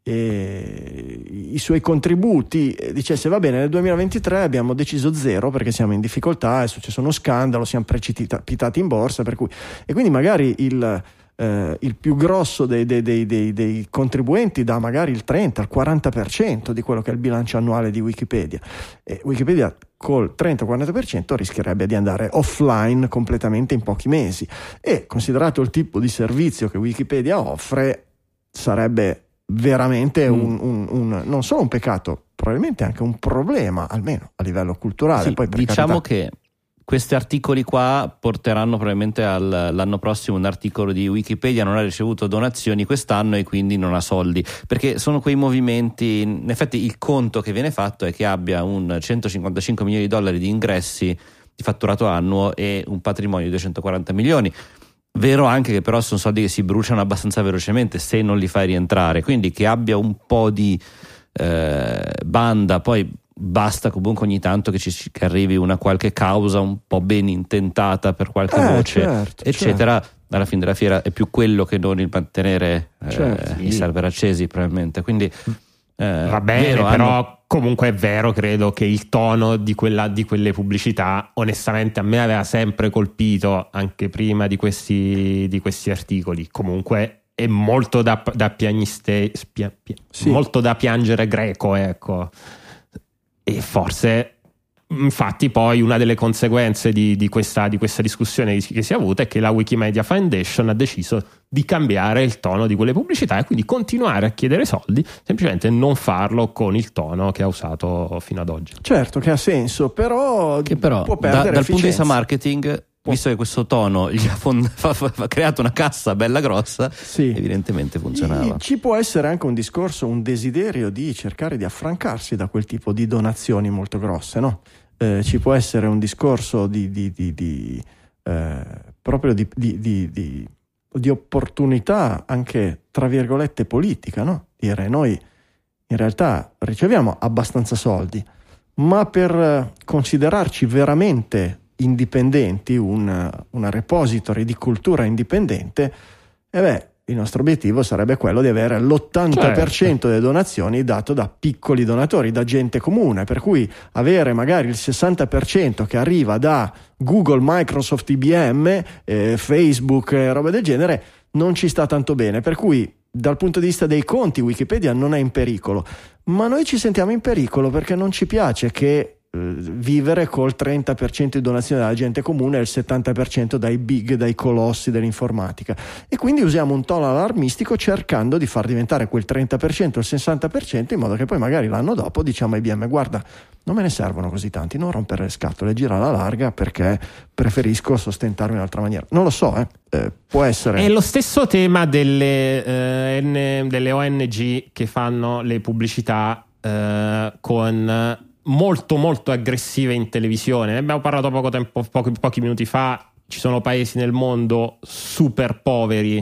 e i suoi contributi, dicesse va bene, nel duemilaventitré abbiamo deciso zero perché siamo in difficoltà, è successo uno scandalo, siamo precipitati in borsa, per cui, e quindi magari il Eh, il più grosso dei, dei, dei, dei, dei contribuenti dà magari il trenta, il quaranta per cento di quello che è il bilancio annuale di Wikipedia, e Wikipedia col trenta quaranta per cento rischierebbe di andare offline completamente in pochi mesi, e considerato il tipo di servizio che Wikipedia offre sarebbe veramente mm. un, un, un non solo un peccato, probabilmente anche un problema, almeno a livello culturale. Sì, poi per diciamo carità, che questi articoli qua porteranno probabilmente al, l'anno prossimo un articolo di Wikipedia non ha ricevuto donazioni quest'anno e quindi non ha soldi, perché sono quei movimenti. In effetti il conto che viene fatto è che abbia un centocinquantacinque milioni di dollari di ingressi di fatturato annuo e un patrimonio di duecentoquaranta milioni. Vero anche che però sono soldi che si bruciano abbastanza velocemente se non li fai rientrare, quindi che abbia un po' di eh, banda, poi basta comunque ogni tanto che ci che arrivi una qualche causa un po' ben intentata per qualche eh, voce, certo, eccetera. certo. Alla fine della fiera è più quello che non il mantenere Certo, eh, i server accesi, probabilmente. Quindi eh, va bene, vero, però hanno... comunque è vero, credo che il tono di, quella, di quelle pubblicità onestamente a me aveva sempre colpito anche prima di questi, di questi articoli. Comunque è molto da, da piagniste, spia, pia, sì. molto da piangere greco, ecco. E forse, infatti, poi una delle conseguenze di, di, questa, di questa discussione che si è avuta è che la Wikimedia Foundation ha deciso di cambiare il tono di quelle pubblicità e quindi continuare a chiedere soldi, semplicemente non farlo con il tono che ha usato fino ad oggi. Certo che ha senso, però, che però può perdere da, dal punto di efficienza. vista marketing, visto che questo tono gli ha, fond- ha creato una cassa bella grossa, sì, evidentemente funzionava. Ci può essere anche un discorso, un desiderio di cercare di affrancarsi da quel tipo di donazioni molto grosse, no? Eh, ci può essere un discorso di, di, di, di eh, proprio di, di, di, di, di opportunità anche tra virgolette politica, no? Dire noi in realtà riceviamo abbastanza soldi, ma per considerarci veramente indipendenti, un, una repository di cultura indipendente, e beh, il nostro obiettivo sarebbe quello di avere l'ottanta per cento certo. delle donazioni dato da piccoli donatori, da gente comune, per cui avere magari il sessanta per cento che arriva da Google, Microsoft, I B M, eh, Facebook e roba del genere non ci sta tanto bene, per cui dal punto di vista dei conti Wikipedia non è in pericolo, ma noi ci sentiamo in pericolo perché non ci piace che vivere col trenta per cento di donazione dalla gente comune e il settanta per cento dai big, dai colossi dell'informatica, e quindi usiamo un tono allarmistico cercando di far diventare quel trenta per cento il sessanta per cento, in modo che poi magari l'anno dopo diciamo a I B M: guarda, non me ne servono così tanti, non rompere le scatole, gira alla larga perché preferisco sostentarmi in un'altra maniera. Non lo so, eh. Eh, può essere. È lo stesso tema delle, eh, N, delle O N G che fanno le pubblicità eh, con molto molto aggressive in televisione. Ne abbiamo parlato poco tempo, pochi, pochi minuti fa. Ci sono paesi nel mondo super poveri,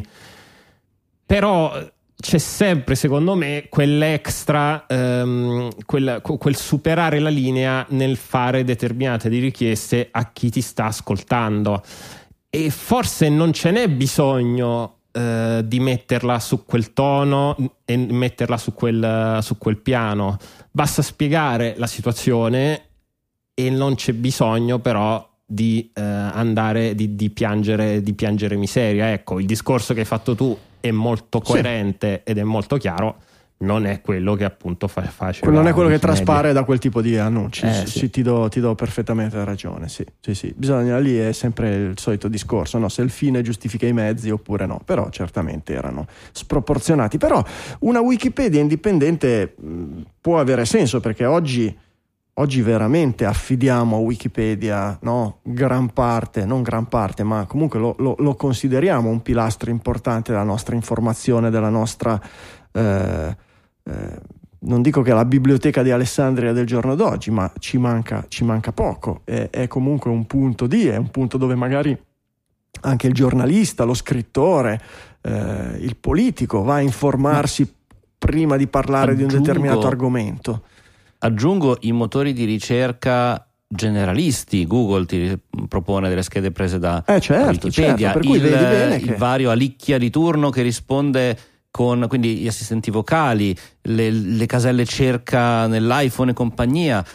però c'è sempre, secondo me, quell'extra, ehm, quel, quel superare la linea nel fare determinate richieste a chi ti sta ascoltando, e forse non ce n'è bisogno eh, di metterla su quel tono e metterla su quel, su quel piano. Basta spiegare la situazione e non c'è bisogno però di eh, andare di, di piangere di piangere miseria. Ecco, il discorso che hai fatto tu è molto coerente, sì, ed è molto chiaro. Non è quello che appunto fa, faceva. Non è quello che Wikimedia. traspare da quel tipo di annunci. Eh, sì, sì. Sì, ti do, ti do perfettamente ragione. Sì, sì, sì. Bisogna, lì è sempre il solito discorso, no? Se il fine giustifica i mezzi oppure no. Però certamente erano sproporzionati. Però una Wikipedia indipendente mh, può avere senso, perché oggi, oggi veramente affidiamo a Wikipedia, no? Gran parte, non gran parte, ma comunque lo, lo, lo consideriamo un pilastro importante della nostra informazione, della nostra. Eh, Eh, non dico che è la biblioteca di Alessandria del giorno d'oggi, ma ci manca, ci manca poco. È, è comunque un punto di, è un punto dove magari anche il giornalista, lo scrittore, eh, il politico va a informarsi ma prima di parlare aggiungo, di un determinato argomento. Aggiungo i motori di ricerca generalisti. Google ti propone delle schede prese da eh certo, Wikipedia, certo, per cui il, vedi bene che... il vario Alicchia di turno che risponde con quindi gli assistenti vocali, le, le caselle cerca nell'iPhone e compagnia,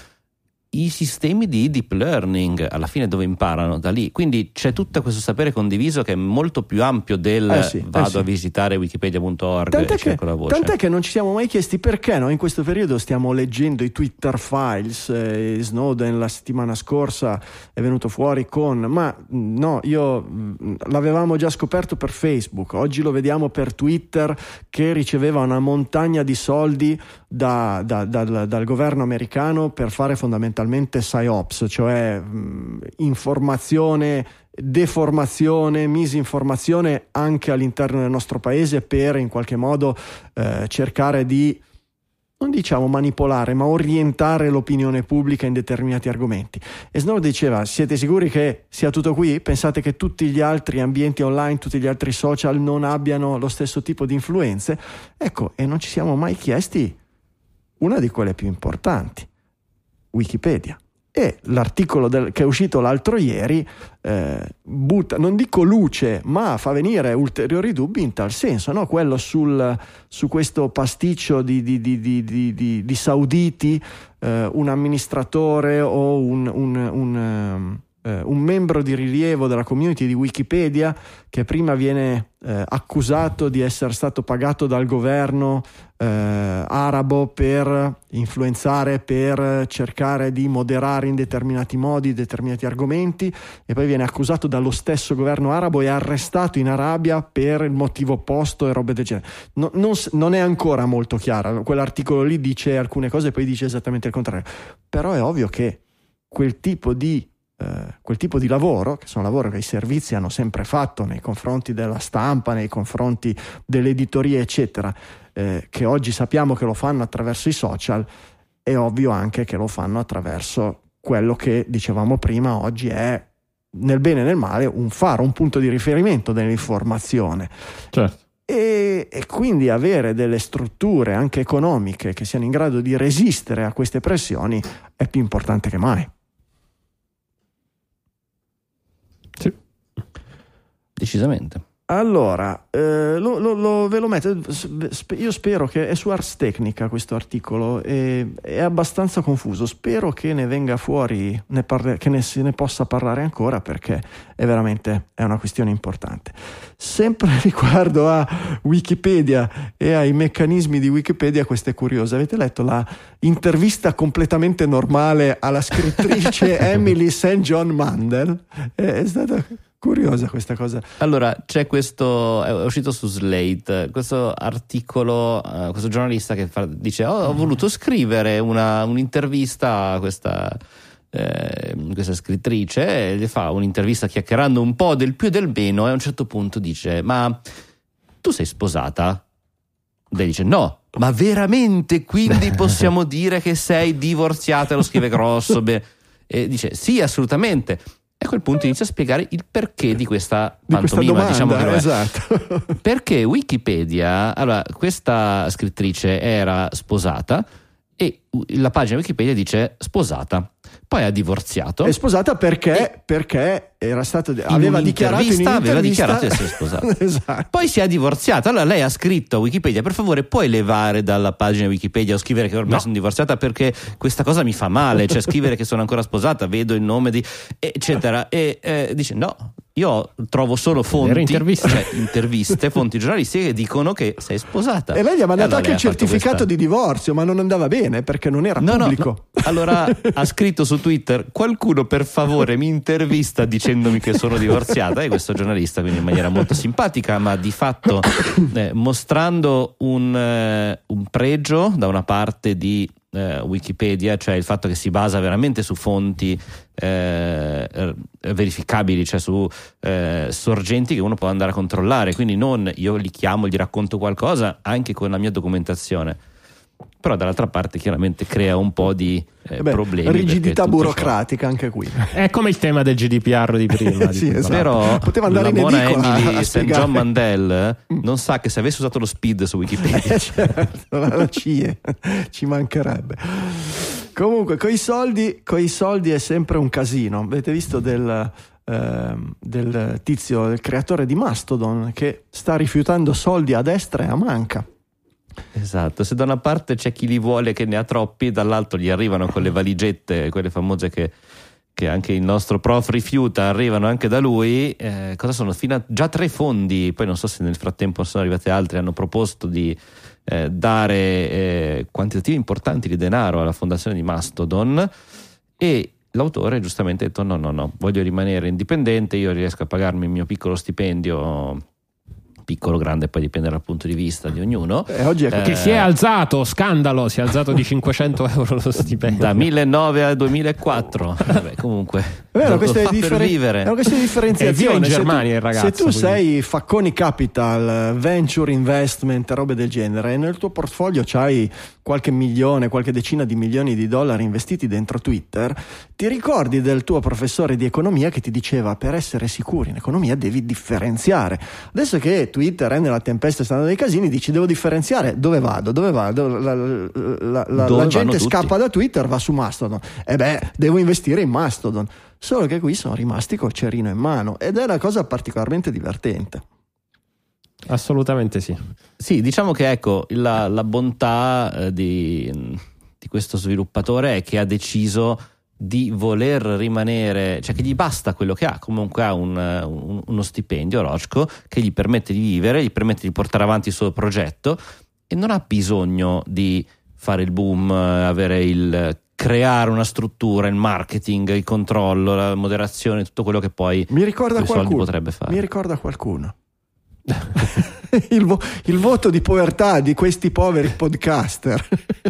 i sistemi di deep learning, alla fine dove imparano da lì, quindi c'è tutto questo sapere condiviso che è molto più ampio del eh sì, vado eh sì. a visitare wikipedia punto org tant'è e che, cerco la voce. Tant'è che non ci siamo mai chiesti perché no? In questo periodo stiamo leggendo i Twitter files, eh, Snowden la settimana scorsa è venuto fuori con ma no, io mh, l'avevamo già scoperto per Facebook, oggi lo vediamo per Twitter che riceveva una montagna di soldi da, da, dal, dal governo americano per fare fondamentalmente psyops, cioè mh, informazione, deformazione, misinformazione anche all'interno del nostro paese per in qualche modo eh, cercare di, non diciamo manipolare, ma orientare l'opinione pubblica in determinati argomenti. E Snowden diceva: siete sicuri che sia tutto qui? Pensate che tutti gli altri ambienti online, tutti gli altri social non abbiano lo stesso tipo di influenze? Ecco, e non ci siamo mai chiesti una di quelle più importanti, Wikipedia. E l'articolo del, che è uscito l'altro ieri eh, butta, non dico luce, ma fa venire ulteriori dubbi in tal senso, no? Quello sul, su questo pasticcio di, di, di, di, di, di, di sauditi, eh, un amministratore o un, un, un, um, eh, un membro di rilievo della community di Wikipedia che prima viene eh, accusato di essere stato pagato dal governo eh, arabo per influenzare, per cercare di moderare in determinati modi determinati argomenti, e poi viene accusato dallo stesso governo arabo e arrestato in Arabia per il motivo opposto e robe del genere. No, non, non è ancora molto chiara, quell'articolo lì dice alcune cose e poi dice esattamente il contrario, però è ovvio che quel tipo di Uh, quel tipo di lavoro, che sono lavoro che i servizi hanno sempre fatto nei confronti della stampa, nei confronti dell'editoria eccetera, eh, che oggi sappiamo che lo fanno attraverso i social, è ovvio anche che lo fanno attraverso quello che dicevamo prima, oggi è nel bene e nel male un faro, un punto di riferimento dell'informazione. Certo. E, e quindi avere delle strutture anche economiche che siano in grado di resistere a queste pressioni è più importante che mai. Sì. Decisamente. Allora, eh, lo, lo, lo, ve lo metto. Io spero che è su Ars Technica questo articolo, e, è abbastanza confuso. Spero che ne venga fuori, ne parle, che ne, se ne possa parlare ancora, perché è veramente è una questione importante. Sempre riguardo a Wikipedia e ai meccanismi di Wikipedia, questa è curiosa. Avete letto la intervista completamente normale alla scrittrice Emily Saint John Mandel? È, è stata curiosa questa cosa. Allora, c'è questo, è uscito su Slate, questo articolo, uh, questo giornalista che fa, dice oh, ho voluto scrivere una, un'intervista a questa, eh, questa scrittrice, e le fa un'intervista chiacchierando un po' del più e del meno, e a un certo punto dice: ma tu sei sposata? Lei dice no. Ma veramente? Quindi possiamo dire che sei divorziata? Lo scrive grosso, beh. E dice sì, assolutamente. E a quel punto inizia a spiegare il perché di questa di pantomima, questa domanda, diciamo che esatto. Perché Wikipedia, allora, questa scrittrice era sposata e la pagina Wikipedia dice sposata, poi ha divorziato. È sposata perché, perché era stato, aveva dichiarato in un'intervista aveva dichiarato di essere sposata. Esatto. Poi si è divorziata. Allora lei ha scritto a Wikipedia: per favore puoi levare dalla pagina Wikipedia o scrivere che ormai no. sono divorziata, perché questa cosa mi fa male, cioè scrivere che sono ancora sposata, vedo il nome di eccetera, e eh, dice no, io trovo solo fonti, interviste. Cioè, interviste, fonti giornalistiche che dicono che sei sposata. E lei gli ha mandato allora anche il certificato questa... di divorzio, ma non andava bene perché non era no, pubblico. No, no. Allora ha scritto su Twitter: qualcuno per favore mi intervista dicendomi che sono divorziata, e questo giornalista, quindi in maniera molto simpatica, ma di fatto eh, mostrando un, eh, un pregio da una parte di eh, Wikipedia, cioè il fatto che si basa veramente su fonti eh, verificabili, cioè su eh, sorgenti che uno può andare a controllare, quindi non io li chiamo, gli racconto qualcosa anche con la mia documentazione. Però dall'altra parte chiaramente crea un po' di eh, Beh, problemi, rigidità burocratica ciò... anche qui. È come il tema del G D P R di prima. Sì, di esatto. Però poteva andare la in buona edicola Emily Saint John Mandel non sa che se avesse usato lo speed su Wikipedia eh, certo, la C I E ci mancherebbe. Comunque coi soldi coi soldi è sempre un casino. Avete visto del eh, del tizio, del creatore di Mastodon, che sta rifiutando soldi a destra e a manca. Esatto, se da una parte c'è chi li vuole che ne ha troppi, dall'altro gli arrivano con le valigette, quelle famose che, che anche il nostro prof rifiuta, arrivano anche da lui. Eh, cosa sono? Fino a già tre fondi, poi non so se nel frattempo sono arrivati altri, hanno proposto di Eh, dare eh, quantitativi importanti di denaro alla fondazione di Mastodon, e l'autore giustamente ha detto no no no, voglio rimanere indipendente, io riesco a pagarmi il mio piccolo stipendio, piccolo, grande, poi dipende dal punto di vista di ognuno. E oggi è... eh, che si è alzato, scandalo, si è alzato di cinquecento euro lo stipendio da millenovecento al duemilaquattro. Vabbè, comunque è una lo, questione lo di, fa differen- per vivere. è una questione di differenziazione. È in Se Germania tu, il ragazzo, se tu quindi. sei Facconi Capital, Venture Investment, robe del genere, e nel tuo portfolio c'hai qualche milione, qualche decina di milioni di dollari investiti dentro Twitter, ti ricordi del tuo professore di economia che ti diceva: per essere sicuri in economia devi differenziare. Adesso che Twitter è nella tempesta, stanno dei casini, dici devo differenziare, dove vado? Dove vado? La, la, la, la, dove la gente tutti? scappa da Twitter, va su Mastodon. E beh, devo investire in Mastodon. Solo che qui sono rimasti col cerino in mano, ed è una cosa particolarmente divertente. Assolutamente sì. Sì, diciamo che ecco la, la bontà eh, di, di questo sviluppatore è che ha deciso di voler rimanere, cioè che gli basta quello che ha, comunque ha un, un, uno stipendio Rochko che gli permette di vivere, gli permette di portare avanti il suo progetto, e non ha bisogno di fare il boom, avere il creare una struttura, il marketing, il controllo, la moderazione, tutto quello che poi mi ricorda con i soldi qualcuno, potrebbe fare. Mi ricorda qualcuno. il, vo- il voto di povertà di questi poveri podcaster.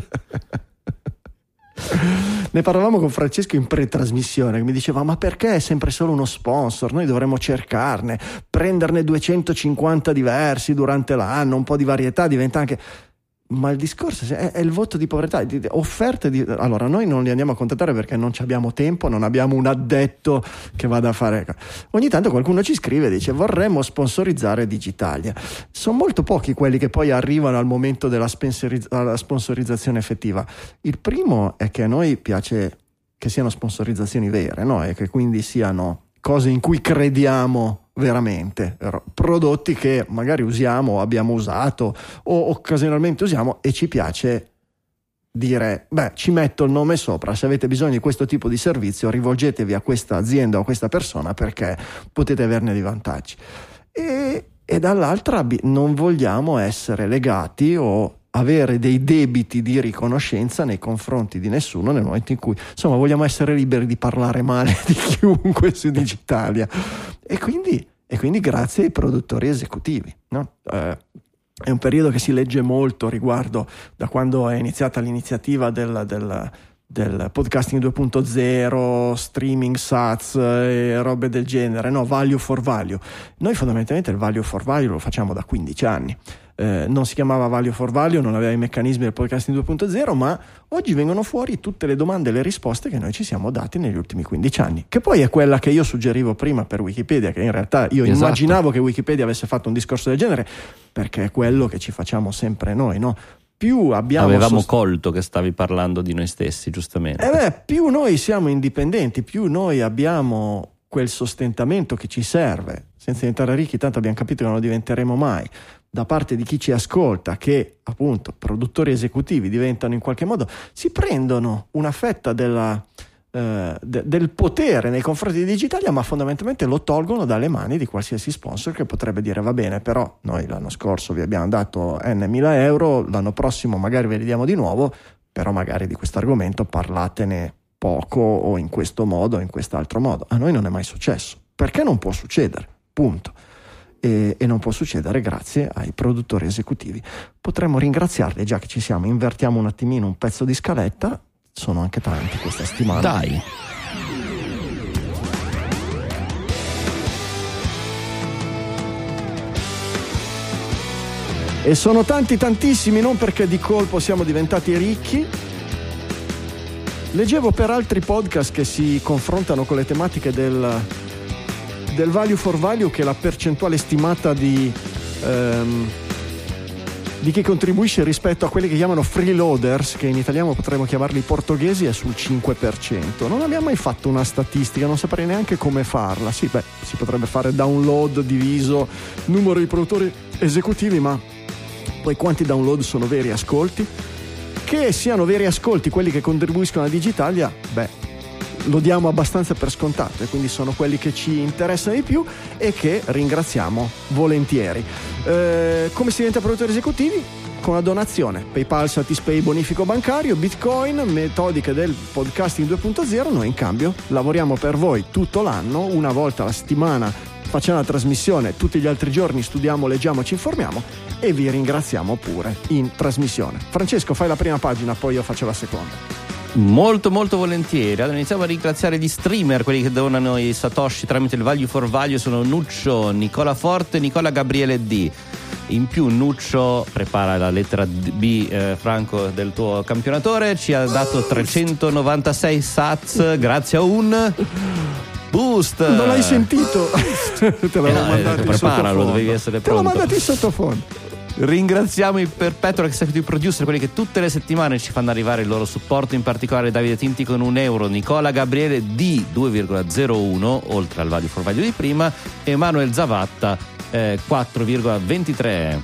Ne parlavamo con Francesco in pre-trasmissione, che mi diceva: ma perché è sempre solo uno sponsor? Noi dovremmo cercarne, prenderne duecentocinquanta diversi durante l'anno, un po' di varietà diventa anche... Ma il discorso è, è il voto di povertà, di, di, offerte di... Allora, noi non li andiamo a contattare perché non abbiamo tempo, non abbiamo un addetto che vada a fare... Ogni tanto qualcuno ci scrive e dice: vorremmo sponsorizzare Digitalia. Sono molto pochi quelli che poi arrivano al momento della sponsorizz- alla sponsorizzazione effettiva. Il primo è che a noi piace che siano sponsorizzazioni vere, no? E che quindi siano cose in cui crediamo veramente, prodotti che magari usiamo o abbiamo usato o occasionalmente usiamo, e ci piace dire: beh, ci metto il nome sopra, se avete bisogno di questo tipo di servizio rivolgetevi a questa azienda o a questa persona perché potete averne dei vantaggi. E, e dall'altra non vogliamo essere legati o avere dei debiti di riconoscenza nei confronti di nessuno nel momento in cui, insomma, vogliamo essere liberi di parlare male di chiunque su Digitalia. E quindi, e quindi grazie ai produttori esecutivi, no? Eh, è un periodo che si legge molto riguardo, da quando è iniziata l'iniziativa del, del, del podcasting due punto zero, streaming S A T S e robe del genere, no? Value for value. Noi fondamentalmente il value for value lo facciamo da quindici anni. Eh, non si chiamava Value for Value, non aveva i meccanismi del podcasting due punto zero, ma oggi vengono fuori tutte le domande e le risposte che noi ci siamo dati negli ultimi quindici anni, che poi è quella che io suggerivo prima per Wikipedia, che in realtà io esatto. immaginavo che Wikipedia avesse fatto un discorso del genere, perché è quello che ci facciamo sempre noi, no? Più abbiamo avevamo sost- colto che stavi parlando di noi stessi, giustamente. Eh beh, più noi siamo indipendenti, più noi abbiamo quel sostentamento che ci serve, senza diventare ricchi, tanto abbiamo capito che non lo diventeremo mai, da parte di chi ci ascolta, che appunto produttori esecutivi diventano in qualche modo, si prendono una fetta della, eh, de, del potere nei confronti di Digitalia, ma fondamentalmente lo tolgono dalle mani di qualsiasi sponsor che potrebbe dire: va bene, però noi l'anno scorso vi abbiamo dato n mila euro, l'anno prossimo magari ve li diamo di nuovo, però magari di questo argomento parlatene poco o in questo modo o in quest'altro modo. A noi non è mai successo, perché non può succedere, punto. E, e non può succedere grazie ai produttori esecutivi. Potremmo ringraziarli, già che ci siamo. Invertiamo un attimino un pezzo di scaletta, sono anche tanti questa settimana. Dai. E sono tanti tantissimi, non perché di colpo siamo diventati ricchi. Leggevo per altri podcast che si confrontano con le tematiche del del value for value, che la percentuale stimata di ehm, di chi contribuisce rispetto a quelli che chiamano freeloaders, che in italiano potremmo chiamarli portoghesi, è sul cinque per cento. Non abbiamo mai fatto una statistica, non saprei neanche come farla. Sì, beh, si potrebbe fare download diviso numero di produttori esecutivi, ma poi quanti download sono veri ascolti? Che siano veri ascolti quelli che contribuiscono a Digitalia, beh, lo diamo abbastanza per scontato, e quindi sono quelli che ci interessano di più e che ringraziamo volentieri. Eh, come si diventa produttori esecutivi? Con una donazione: PayPal, Satispay, bonifico bancario, Bitcoin, metodiche del podcasting due punto zero. Noi in cambio lavoriamo per voi tutto l'anno, una volta alla settimana facciamo la trasmissione, tutti gli altri giorni studiamo, leggiamo, ci informiamo e vi ringraziamo pure in trasmissione. Francesco, fai la prima pagina, poi io faccio la seconda. Molto molto volentieri. Allora iniziamo a ringraziare gli streamer, quelli che donano i satoshi tramite il Value for Value. Sono Nuccio, Nicola Forte, Nicola Gabriele D. In più Nuccio prepara la lettera B, eh, Franco, del tuo campionatore, ci ha dato trecentonovantasei sats grazie a un boost. Non l'hai sentito? Te l'avevo eh no, mandato in preparalo, sottofondo. dovevi essere Te l'ho pronto. mandato in sottofondo. Ringraziamo i Perpetual Executive Producer, quelli che tutte le settimane ci fanno arrivare il loro supporto, in particolare Davide Tinti con un euro, Nicola Gabriele D due virgola zero uno, oltre al Value for Value di prima, e Emanuele Zavatta eh, quattro virgola ventitré.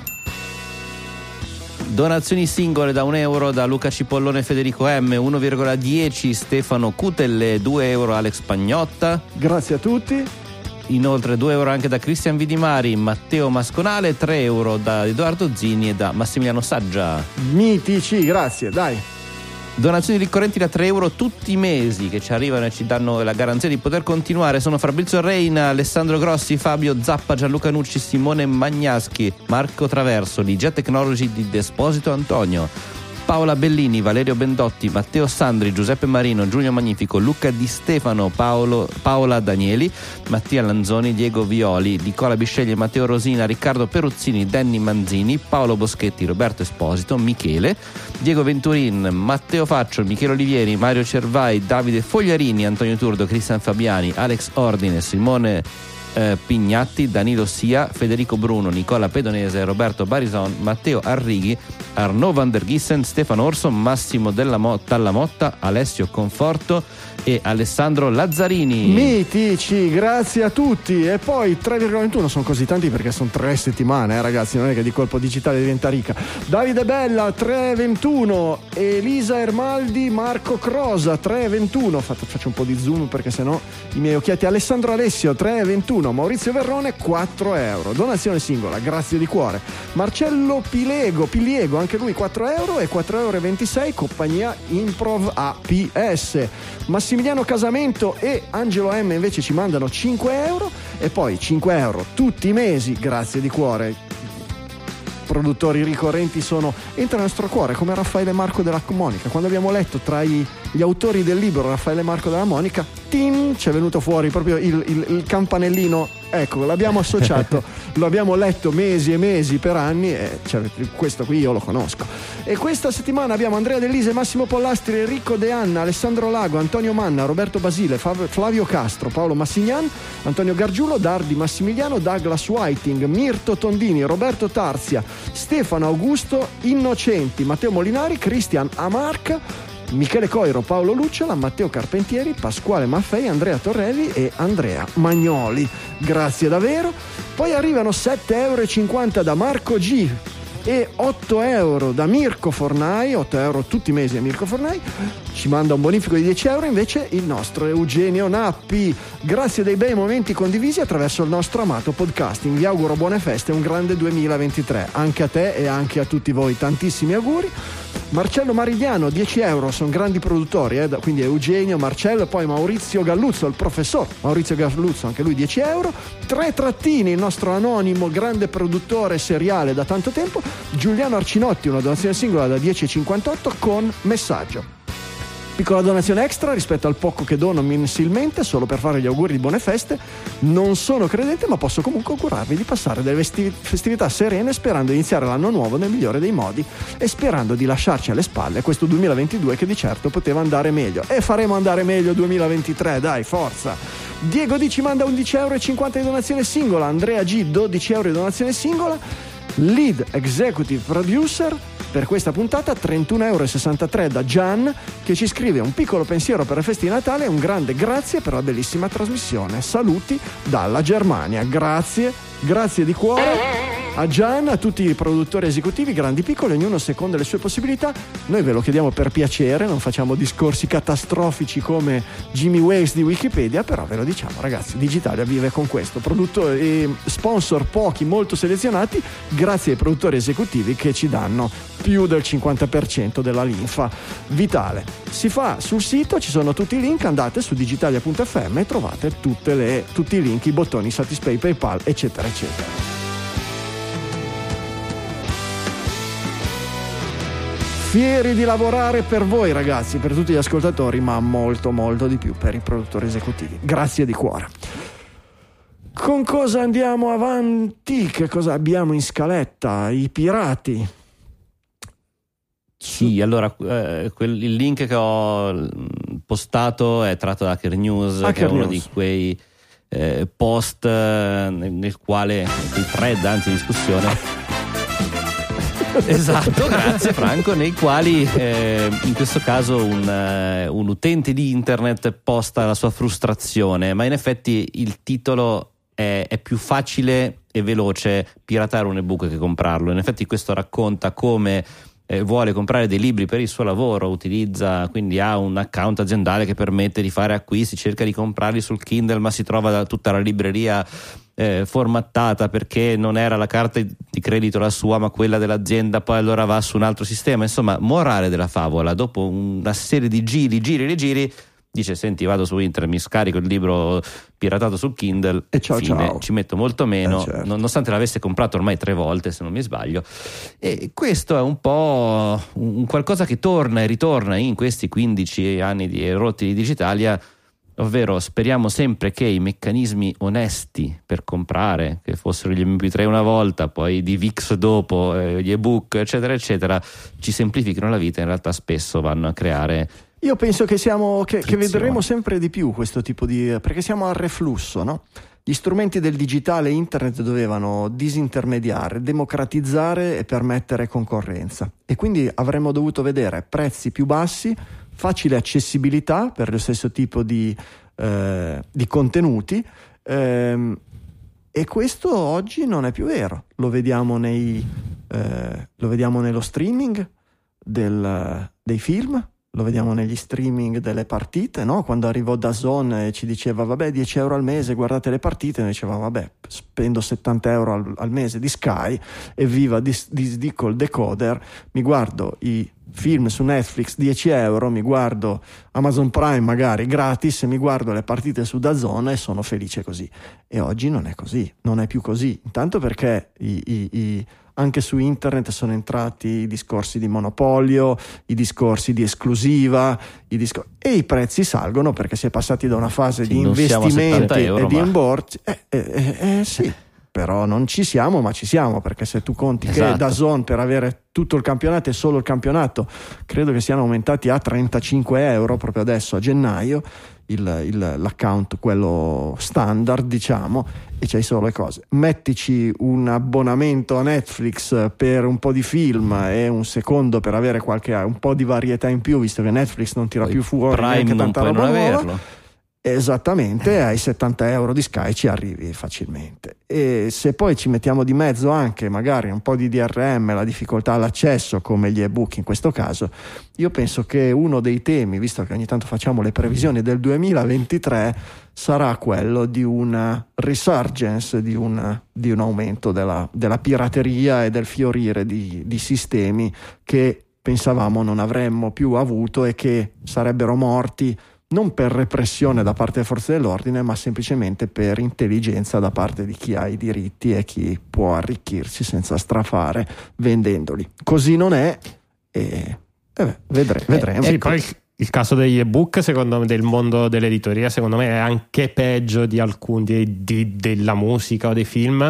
Donazioni singole da un euro da Luca Cipollone e Federico M, uno virgola dieci Stefano Cutelle, due euro Alex Pagnotta. Grazie a tutti. Inoltre due euro anche da Cristian Vidimari, Matteo Masconale, tre euro da Edoardo Zini e da Massimiliano Saggia. Mitici, grazie, dai. Donazioni ricorrenti da tre euro tutti i mesi che ci arrivano e ci danno la garanzia di poter continuare. Sono Fabrizio Reina, Alessandro Grossi, Fabio Zappa, Gianluca Nucci, Simone Magnaschi, Marco Traverso, Ligia Technology di Desposito Antonio, Paola Bellini, Valerio Bendotti, Matteo Sandri, Giuseppe Marino, Giulio Magnifico, Luca Di Stefano, Paolo, Paola Danieli, Mattia Lanzoni, Diego Violi, Nicola Bisceglie, Matteo Rosina, Riccardo Peruzzini, Danny Manzini, Paolo Boschetti, Roberto Esposito, Michele, Diego Venturin, Matteo Faccio, Michele Olivieri, Mario Cervai, Davide Fogliarini, Antonio Turdo, Cristian Fabiani, Alex Ordine, Simone Eh, Pignatti, Danilo Sia, Federico Bruno, Nicola Pedonese, Roberto Barison, Matteo Arrighi, Arnaud Van der Gissen, Stefano Orso, Massimo Della Motta, Dalla Motta, Alessio Conforto e Alessandro Lazzarini. Mitici, grazie a tutti. E poi tre virgola ventuno sono così tanti perché sono tre settimane, eh, ragazzi, non è che di colpo digitale diventa ricca. Davide Bella tre virgola ventuno, Elisa Ermaldi, Marco Crosa tre virgola ventuno, faccio un po' di zoom perché sennò i miei occhietti. Alessandro Alessio tre virgola ventuno, Maurizio Verrone quattro euro, donazione singola, grazie di cuore. Marcello Pilego, Piliego, anche lui quattro euro e quattro virgola ventisei euro, compagnia Improv A P S. Massimiliano Casamento e Angelo M invece ci mandano cinque euro e poi cinque euro tutti i mesi, grazie di cuore. Produttori ricorrenti sono entra nel nostro cuore, come Raffaele Marco della Monica. Quando abbiamo letto tra i, gli autori del libro Raffaele Marco della Monica, tin, ci è venuto fuori proprio il, il, il campanellino. Ecco, l'abbiamo associato, lo abbiamo letto mesi e mesi per anni e cioè, questo qui io lo conosco. E questa settimana abbiamo Andrea Dell'Ise, Massimo Pollastri, Enrico De Anna, Alessandro Lago, Antonio Manna, Roberto Basile, Flavio Castro, Paolo Massignan, Antonio Gargiulo, Dardi Massimiliano, Douglas Whiting, Mirto Tondini, Roberto Tarzia, Stefano Augusto Innocenti, Matteo Molinari, Cristian Amarca, Michele Coiro, Paolo Lucciola, Matteo Carpentieri, Pasquale Maffei, Andrea Torrelli e Andrea Magnoli. Grazie davvero. Poi arrivano sette virgola cinquanta euro da Marco G e otto euro da Mirko Fornai, otto euro tutti i mesi a Mirko Fornai. Ci manda un bonifico di dieci euro invece il nostro Eugenio Nappi. Grazie dei bei momenti condivisi attraverso il nostro amato podcasting. Vi auguro buone feste e un grande duemilaventitré. Anche a te e anche a tutti voi tantissimi auguri. Marcello Marigliano dieci euro, sono grandi produttori, eh? Quindi Eugenio, Marcello, poi Maurizio Galluzzo, il professor Maurizio Galluzzo, anche lui dieci euro. Tre trattini, il nostro anonimo grande produttore seriale da tanto tempo, Giuliano Arcinotti, una donazione singola da dieci virgola cinquantotto con messaggio. Piccola donazione extra rispetto al poco che dono mensilmente, solo per fare gli auguri di buone feste. Non sono credente, ma posso comunque augurarvi di passare delle festività serene, sperando di iniziare l'anno nuovo nel migliore dei modi e sperando di lasciarci alle spalle questo duemilaventidue che di certo poteva andare meglio. E faremo andare meglio duemilaventitré, dai, forza! Diego D ci manda undici virgola cinquanta euro di donazione singola, Andrea G dodici euro di donazione singola. lead executive producer per questa puntata, trentuno e sessantatré euro da Gian, che ci scrive: un piccolo pensiero per le feste di Natale e un grande grazie per la bellissima trasmissione. Saluti dalla Germania. Grazie, grazie di cuore a Gian, a tutti i produttori esecutivi, grandi e piccoli, ognuno secondo le sue possibilità. Noi ve lo chiediamo per piacere, non facciamo discorsi catastrofici come Jimmy Wales di Wikipedia, però ve lo diciamo, ragazzi, Digitalia vive con questo. Produttori e sponsor pochi, molto selezionati, grazie ai produttori esecutivi che ci danno più del cinquanta per cento della linfa vitale. Si fa sul sito, ci sono tutti i link, andate su digitalia punto effe emme e trovate tutte le, tutti i link, i bottoni Satispay, PayPal, eccetera eccetera. Fieri di lavorare per voi, ragazzi, per tutti gli ascoltatori, ma molto molto di più per i produttori esecutivi. Grazie di cuore. Con cosa andiamo avanti? Che cosa abbiamo in scaletta? I pirati. Sì, allora eh, quel, il link che ho postato è tratto da Hacker News, Hacker che è uno News. di quei eh, post eh, nel, nel quale, quei thread anzi di discussione. Esatto, grazie Franco, nei quali eh, in questo caso un, uh, un utente di internet posta la sua frustrazione, ma in effetti il titolo è, è più facile e veloce piratare un ebook che comprarlo. In effetti questo racconta come eh, vuole comprare dei libri per il suo lavoro, utilizza, quindi ha un account aziendale che permette di fare acquisti, cerca di comprarli sul Kindle, ma si trova da tutta la libreria Eh, formattata perché non era la carta di credito la sua ma quella dell'azienda, poi allora va su un altro sistema. Insomma, morale della favola, dopo una serie di giri giri e giri dice: senti, vado su internet, mi scarico il libro piratato sul Kindle e ciao, fine, ciao. Ci metto molto meno, eh, certo. nonostante l'avesse comprato ormai tre volte se non mi sbaglio. E questo è un po' un qualcosa che torna e ritorna in questi quindici anni di rotti di Digitalia, ovvero speriamo sempre che i meccanismi onesti per comprare, che fossero gli emme pi tre una volta, poi i D V X dopo, eh, gli ebook eccetera eccetera, ci semplifichino la vita. In realtà spesso vanno a creare, io penso che siamo che, che vedremo sempre di più questo tipo di, perché siamo al reflusso, no? Gli strumenti del digitale, internet, dovevano disintermediare, democratizzare e permettere concorrenza, e quindi avremmo dovuto vedere prezzi più bassi, facile accessibilità per lo stesso tipo di, eh, di contenuti, ehm, e questo oggi non è più vero. Lo vediamo nei eh, lo vediamo nello streaming del, dei film, lo vediamo negli streaming delle partite, no? Quando arrivò DAZN e ci diceva vabbè dieci euro al mese, guardate le partite, noi dicevamo vabbè spendo settanta euro al, al mese di Sky e viva di, di, di col decoder, mi guardo i film su Netflix dieci euro, mi guardo Amazon Prime magari gratis e mi guardo le partite su DAZN e sono felice così. E oggi non è così, non è più così, intanto perché i, i, i anche su internet sono entrati i discorsi di monopolio, i discorsi di esclusiva, i discor- e i prezzi salgono perché si è passati da una fase sì, di investimenti euro, e di rimborsi. Eh, eh, eh, eh, sì, però non ci siamo, ma ci siamo, perché se tu conti esatto. che DAZN per avere tutto il campionato e solo il campionato credo che siano aumentati a trentacinque euro proprio adesso a gennaio, il, il, l'account quello standard diciamo, e c'hai solo le cose. Mettici un abbonamento a Netflix per un po' di film e un secondo per avere qualche un po' di varietà in più, visto che Netflix non tira poi più fuori Prime neanche non tanta puoi roba non nuova. averlo. Esattamente, ai settanta euro di Sky ci arrivi facilmente. E se poi ci mettiamo di mezzo anche magari un po' di D R M, la difficoltà all'accesso come gli ebook in questo caso, io penso che uno dei temi, visto che ogni tanto facciamo le previsioni del duemilaventitré, sarà quello di una resurgence, di un, di un aumento della, della pirateria e del fiorire di, di sistemi che pensavamo non avremmo più avuto e che sarebbero morti non per repressione da parte delle forze dell'ordine, ma semplicemente per intelligenza da parte di chi ha i diritti e chi può arricchirsi senza strafare vendendoli. Così non è, e eh beh, vedre, vedremo. Eh, sì, poi il, il caso degli ebook, secondo me, del mondo dell'editoria, secondo me è anche peggio di alcuni di, di, della musica o dei film.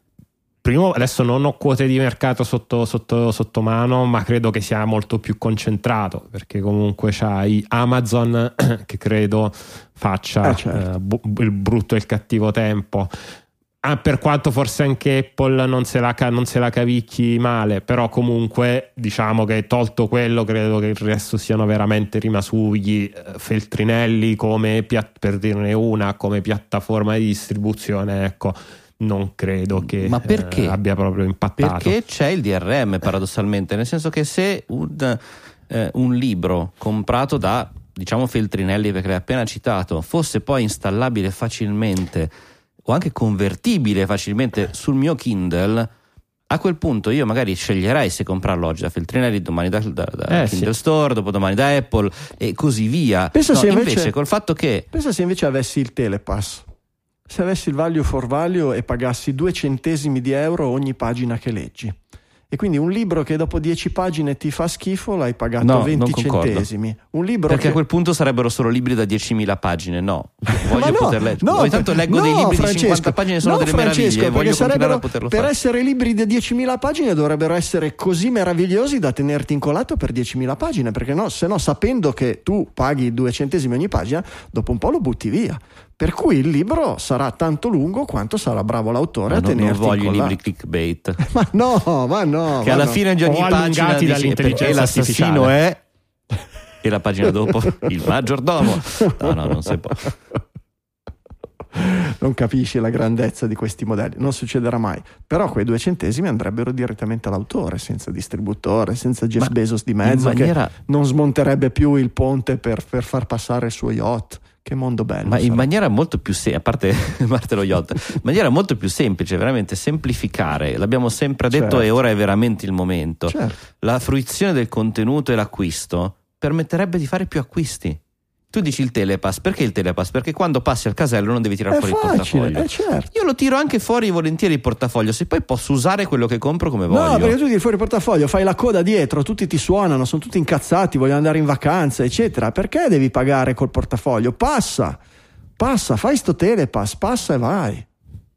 Primo, adesso non ho quote di mercato sotto, sotto, sotto mano, ma credo che sia molto più concentrato, perché comunque c'hai Amazon che credo faccia eh certo. eh, bu- il brutto e il cattivo tempo. Ah, per quanto forse anche Apple non se, la, non se la cavicchi male, però comunque diciamo che tolto quello credo che il resto siano veramente rimasugli. Feltrinelli come piatt- per dirne una come piattaforma di distribuzione, ecco, non credo che Ma perché? Eh, abbia proprio impattato. Perché c'è il D R M paradossalmente, nel senso che se un, eh, un libro comprato da, diciamo, Feltrinelli, perché l'hai appena citato, fosse poi installabile facilmente o anche convertibile facilmente sul mio Kindle, a quel punto io magari sceglierei se comprarlo oggi da Feltrinelli, domani da, da, da eh, Kindle sì. Store, dopodomani da Apple e così via. Pensa No, se invece, invece col fatto che pensa se invece avessi il Telepass, se avessi il value for value e pagassi due centesimi di euro ogni pagina che leggi, e quindi un libro che dopo dieci pagine ti fa schifo l'hai pagato No, venti non concordo. centesimi, un libro perché che... a quel punto sarebbero solo libri da diecimila pagine. No, voglio Ma no, poter leggere. no, Ogni tanto leggo no, dei libri Francesco, di cinquanta pagine, sono no, delle Francesco, meraviglie, perché voglio continuare sarebbero- a poterlo per fare. essere libri da diecimila pagine dovrebbero essere così meravigliosi da tenerti incollato per diecimila pagine, perché no, se no, sapendo che tu paghi due centesimi ogni pagina, dopo un po' lo butti via. Per cui il libro sarà tanto lungo quanto sarà bravo l'autore Ma a non, non tenerti voglio i incollato. libri clickbait Ma no, ma no. che ma alla no. fine di ogni O pagina allungati dici, dall'intelligenza perché l'assassino artificiale. è e la pagina dopo il maggiordomo. No, no, non si può. Non capisci la grandezza di questi modelli, non succederà mai. Però quei due centesimi andrebbero direttamente all'autore, senza distributore, senza Jeff Ma Bezos di mezzo, in maniera- che non smonterebbe più il ponte per, per far passare il suo yacht. Che mondo bello. Ma in sarebbe. maniera molto più semplice, a parte, a parte lo yacht, in maniera molto più semplice, veramente semplificare, l'abbiamo sempre detto, Certo. e ora è veramente il momento. Certo. La fruizione del contenuto e l'acquisto permetterebbe di fare più acquisti. Tu dici il Telepass, perché il Telepass? Perché quando passi al casello non devi tirare È fuori il facile, portafoglio. è certo. Io lo tiro anche fuori volentieri il portafoglio, se poi posso usare quello che compro come voglio. No, perché tu tiri fuori il portafoglio, fai la coda dietro, tutti ti suonano, sono tutti incazzati, vogliono andare in vacanza, eccetera. Perché devi pagare col portafoglio? Passa, passa, fai sto Telepass, passa e vai.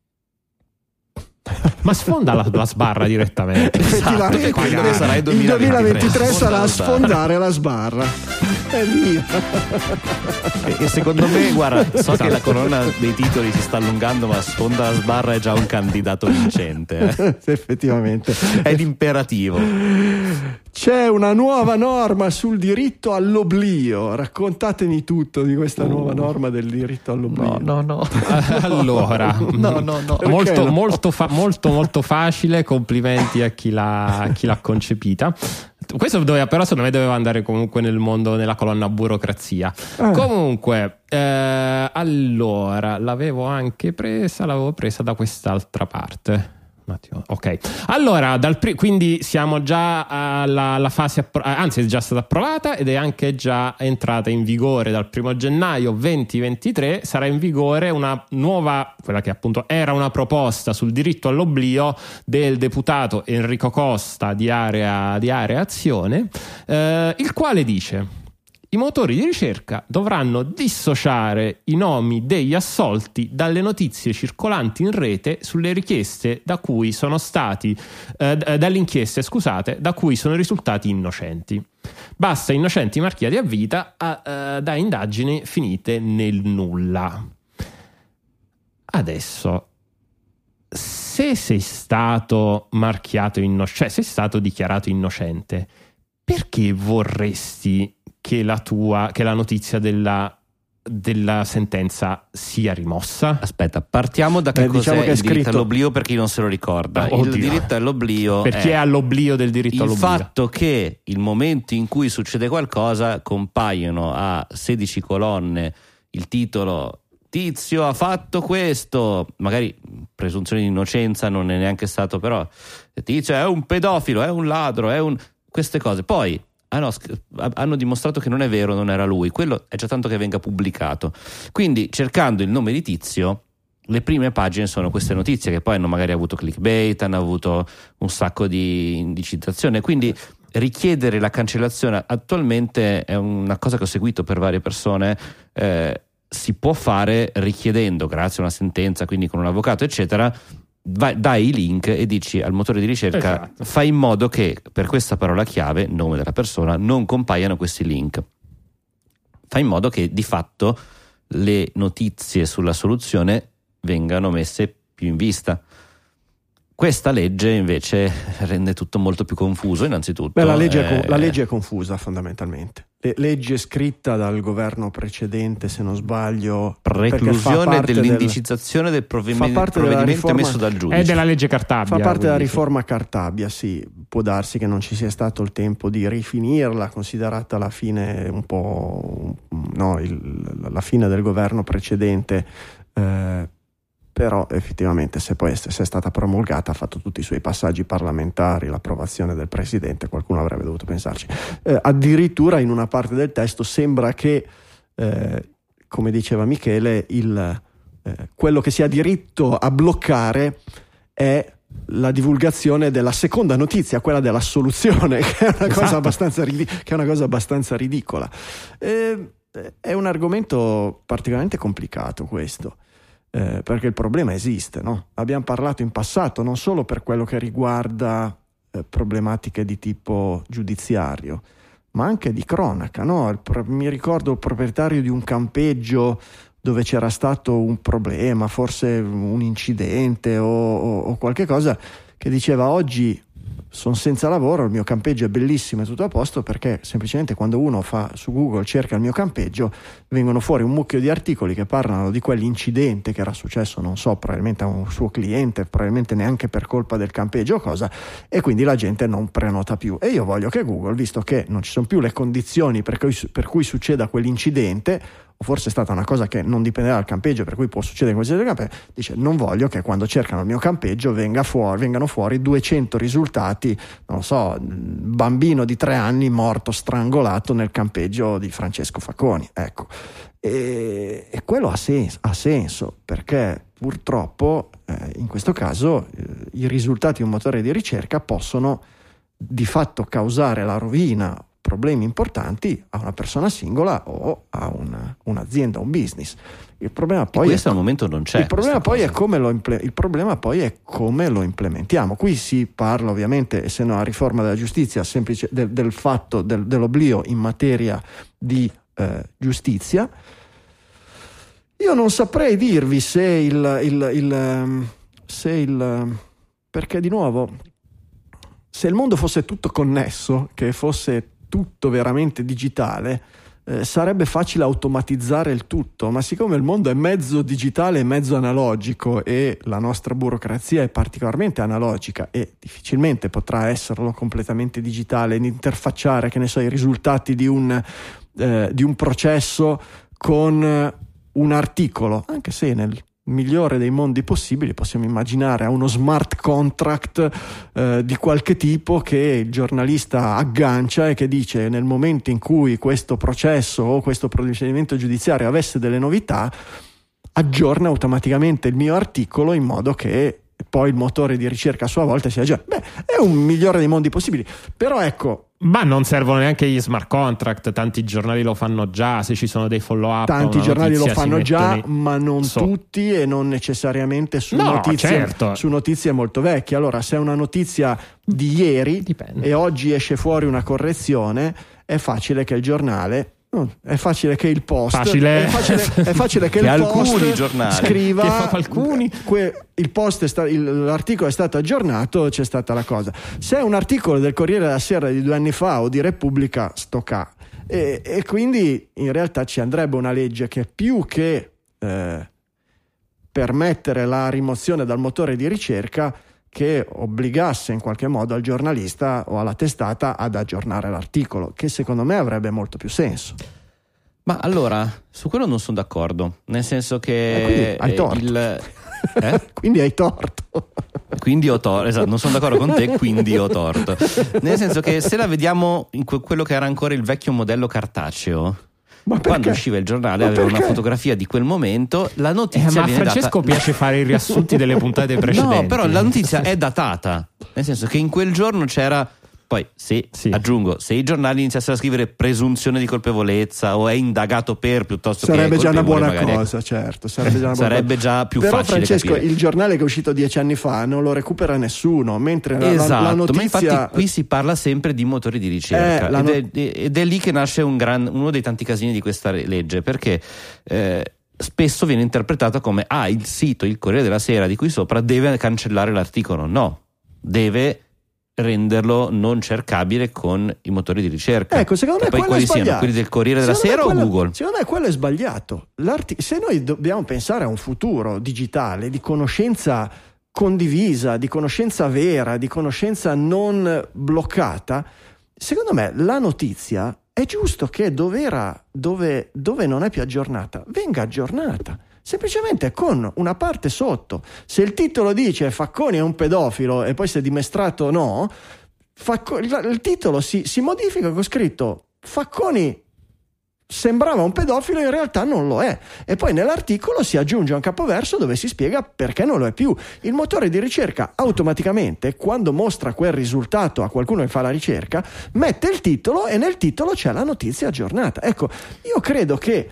Ma sfonda la, la sbarra direttamente. Effettivamente, che quello quindi sarà il il duemilaventitré duemilaventitré, sarà sfonda la sfondare la sbarra. E via. E, e secondo me, guarda, so che la colonna dei titoli si sta allungando, ma Sfonda la sbarra è già un candidato vincente. eh. Effettivamente. È l'imperativo. C'è una nuova norma sul diritto all'oblio. Raccontatemi tutto di questa nuova norma del diritto all'oblio. No, no, no. Allora, No, no, no. molto, Perché no? molto, fa- molto, molto facile. Complimenti a chi l'ha, a chi l'ha concepita. Questo doveva, però, secondo me, doveva andare comunque nel mondo, nella colonna burocrazia. Ah. Comunque, eh, allora, l'avevo anche presa, l'avevo presa da quest'altra parte. Un attimo, ok. Allora, dal pri- quindi siamo già alla, alla fase, appro- anzi, è già stata approvata ed è anche già entrata in vigore dal primo gennaio duemilaventitré. Sarà in vigore una nuova, quella che appunto era una proposta sul diritto all'oblio del deputato Enrico Costa di Area, di Area Azione, eh, il quale dice: i motori di ricerca dovranno dissociare i nomi degli assolti dalle notizie circolanti in rete sulle richieste da cui sono stati eh, dalle inchieste, scusate, da cui sono risultati innocenti. Basta innocenti marchiati a vita a, eh, da indagini finite nel nulla. Adesso, se sei stato marchiato innocente, cioè sei stato dichiarato innocente, perché vorresti che la tua che la notizia della della sentenza sia rimossa? Aspetta, partiamo da che Beh, cos'è diciamo che è il diritto scritto- all'oblio, per chi non se lo ricorda. Ah, oddio. Il diritto all'oblio Per chi è è all'oblio del diritto il all'oblio. fatto che il momento in cui succede qualcosa compaiono a sedici colonne il titolo Tizio ha fatto questo, magari presunzione di innocenza non è neanche stato, però Tizio è un pedofilo, è un ladro, è un... queste cose. Poi ah no, hanno dimostrato che non è vero, non era lui. Quello è già tanto che venga pubblicato. Quindi, cercando il nome di Tizio, le prime pagine sono queste notizie che poi hanno magari avuto clickbait, hanno avuto un sacco di indicizzazione. Quindi richiedere la cancellazione attualmente è una cosa che ho seguito per varie persone. Eh, si può fare richiedendo, grazie a una sentenza, quindi con un avvocato, eccetera. Vai, dai i link e dici al motore di ricerca: esatto, fai in modo che per questa parola chiave, nome della persona, non compaiano questi link. Fai in modo che di fatto le notizie sulla soluzione vengano messe più in vista. Questa legge invece rende tutto molto più confuso, innanzitutto. Beh, la legge, eh... è, la legge è confusa fondamentalmente. Le, legge scritta dal governo precedente, se non sbaglio, preclusione dell'indicizzazione del, del provvedimento, provvedimento riforma, emesso dal giudice. È della legge Cartabia. Fa parte della riforma Cartabia, sì. Può darsi che non ci sia stato il tempo di rifinirla, considerata la fine un po' no, il, la fine del governo precedente. Eh, però effettivamente se poi se è stata promulgata ha fatto tutti i suoi passaggi parlamentari, l'approvazione del presidente, qualcuno avrebbe dovuto pensarci. Eh, addirittura in una parte del testo sembra che, eh, come diceva Michele, il, eh, quello che si ha diritto a bloccare è la divulgazione della seconda notizia, quella dell'assoluzione, che è una, esatto. cosa, abbastanza ridic- che è una cosa abbastanza ridicola. Eh, è un argomento particolarmente complicato questo. Eh, perché il problema esiste, no? Abbiamo parlato in passato non solo per quello che riguarda eh, problematiche di tipo giudiziario, ma anche di cronaca, no? Il pro- mi ricordo il proprietario di un campeggio dove c'era stato un problema, forse un incidente o, o, o qualche cosa, che diceva: oggi sono senza lavoro, il mio campeggio è bellissimo, è tutto a posto, perché semplicemente quando uno fa su Google, cerca il mio campeggio, vengono fuori un mucchio di articoli che parlano di quell'incidente che era successo, non so, probabilmente a un suo cliente, probabilmente neanche per colpa del campeggio o cosa, e quindi la gente non prenota più. E io voglio che Google, visto che non ci sono più le condizioni per cui, per cui succeda quell'incidente, o forse è stata una cosa che non dipendeva dal campeggio, per cui può succedere così del campeggio, dice: non voglio che quando cercano il mio campeggio venga fuori, vengano fuori duecento risultati, non lo so, bambino di tre anni morto strangolato nel campeggio di Francesco Facconi, ecco. E, e quello ha senso, ha senso perché purtroppo eh, in questo caso eh, i risultati di un motore di ricerca possono di fatto causare la rovina, problemi importanti a una persona singola o a una, un'azienda, un business. Il problema poi questo è, al momento non c'è. Il problema poi cosa. è come lo imple- il problema poi è come lo implementiamo. Qui si parla ovviamente, essendo una riforma della giustizia, semplice del, del fatto del, dell'oblio in materia di eh, giustizia. Io non saprei dirvi se il, il, il se il perché di nuovo, se il mondo fosse tutto connesso, che fosse tutto veramente digitale, eh, sarebbe facile automatizzare il tutto, ma siccome il mondo è mezzo digitale e mezzo analogico e la nostra burocrazia è particolarmente analogica e difficilmente potrà esserlo completamente digitale, interfacciare, che ne so, i risultati di un, eh, di un processo con un articolo, anche se nel migliore dei mondi possibili possiamo immaginare a uno smart contract eh, di qualche tipo che il giornalista aggancia e che dice: nel momento in cui questo processo o questo procedimento giudiziario avesse delle novità, aggiorna automaticamente il mio articolo in modo che poi il motore di ricerca a sua volta si aggiorna. Beh, è un migliore dei mondi possibili, però ecco. Ma non servono neanche gli smart contract, tanti giornali lo fanno già, se ci sono dei follow up. Tanti giornali lo fanno già, in... ma non so. tutti e non necessariamente su, no, notizie, certo. su notizie molto vecchie. Allora, se è una notizia di ieri Dipende. E oggi esce fuori una correzione, è facile che il giornale... No, è facile che il post facile. È, facile, è facile che, che il post alcuni giornali scriva che fa alcuni que, il post è sta, il, l'articolo è stato aggiornato, c'è stata la cosa. Se è un articolo del Corriere della Sera di due anni fa o di Repubblica, sto ca e, e quindi in realtà ci andrebbe una legge che più che eh, permettere la rimozione dal motore di ricerca, che obbligasse in qualche modo al giornalista o alla testata ad aggiornare l'articolo, che secondo me avrebbe molto più senso. Ma allora, su quello non sono d'accordo, nel senso che eh, quindi hai torto. Il... Eh? quindi hai torto. Quindi ho torto, esatto, non sono d'accordo con te, quindi ho torto. Nel senso che se la vediamo in que- quello che era ancora il vecchio modello cartaceo, ma quando usciva il giornale ma aveva perché? una fotografia di quel momento, la notizia eh, ma a viene Francesco data... piace fare i riassunti delle puntate precedenti. No, però la notizia è datata, nel senso che in quel giorno c'era... Poi se sì. aggiungo, se i giornali iniziassero a scrivere presunzione di colpevolezza o è indagato per piuttosto sarebbe che già una buona magari, cosa, certo, sarebbe già, una buona sarebbe già più però facile Francesco, capire. Il giornale che è uscito dieci anni fa non lo recupera nessuno, mentre la, esatto, la notizia... ma infatti qui si parla sempre di motori di ricerca eh, ed, no... è, ed è lì che nasce un gran, uno dei tanti casini di questa legge, perché eh, spesso viene interpretato come ah, il sito, il Corriere della Sera di qui sopra deve cancellare l'articolo. No, deve renderlo non cercabile con i motori di ricerca. Ecco, secondo me poi quello è quali siano, sbagliato. quelli del Corriere della Secondo Sera me o quello- Google? Secondo me quello è sbagliato. L'arti- se noi dobbiamo pensare a un futuro digitale di conoscenza condivisa, di conoscenza vera, di conoscenza non bloccata, secondo me la notizia è giusto che dove, era, dove, dove non è più aggiornata venga aggiornata, semplicemente con una parte sotto. Se il titolo dice Facconi è un pedofilo e poi si è dimostrato no, Facco- il, il titolo si, si modifica con scritto Facconi sembrava un pedofilo, in realtà non lo è, e poi nell'articolo si aggiunge un capoverso dove si spiega perché non lo è più. Il motore di ricerca automaticamente, quando mostra quel risultato a qualcuno che fa la ricerca, mette il titolo e nel titolo c'è la notizia aggiornata. Ecco, io credo che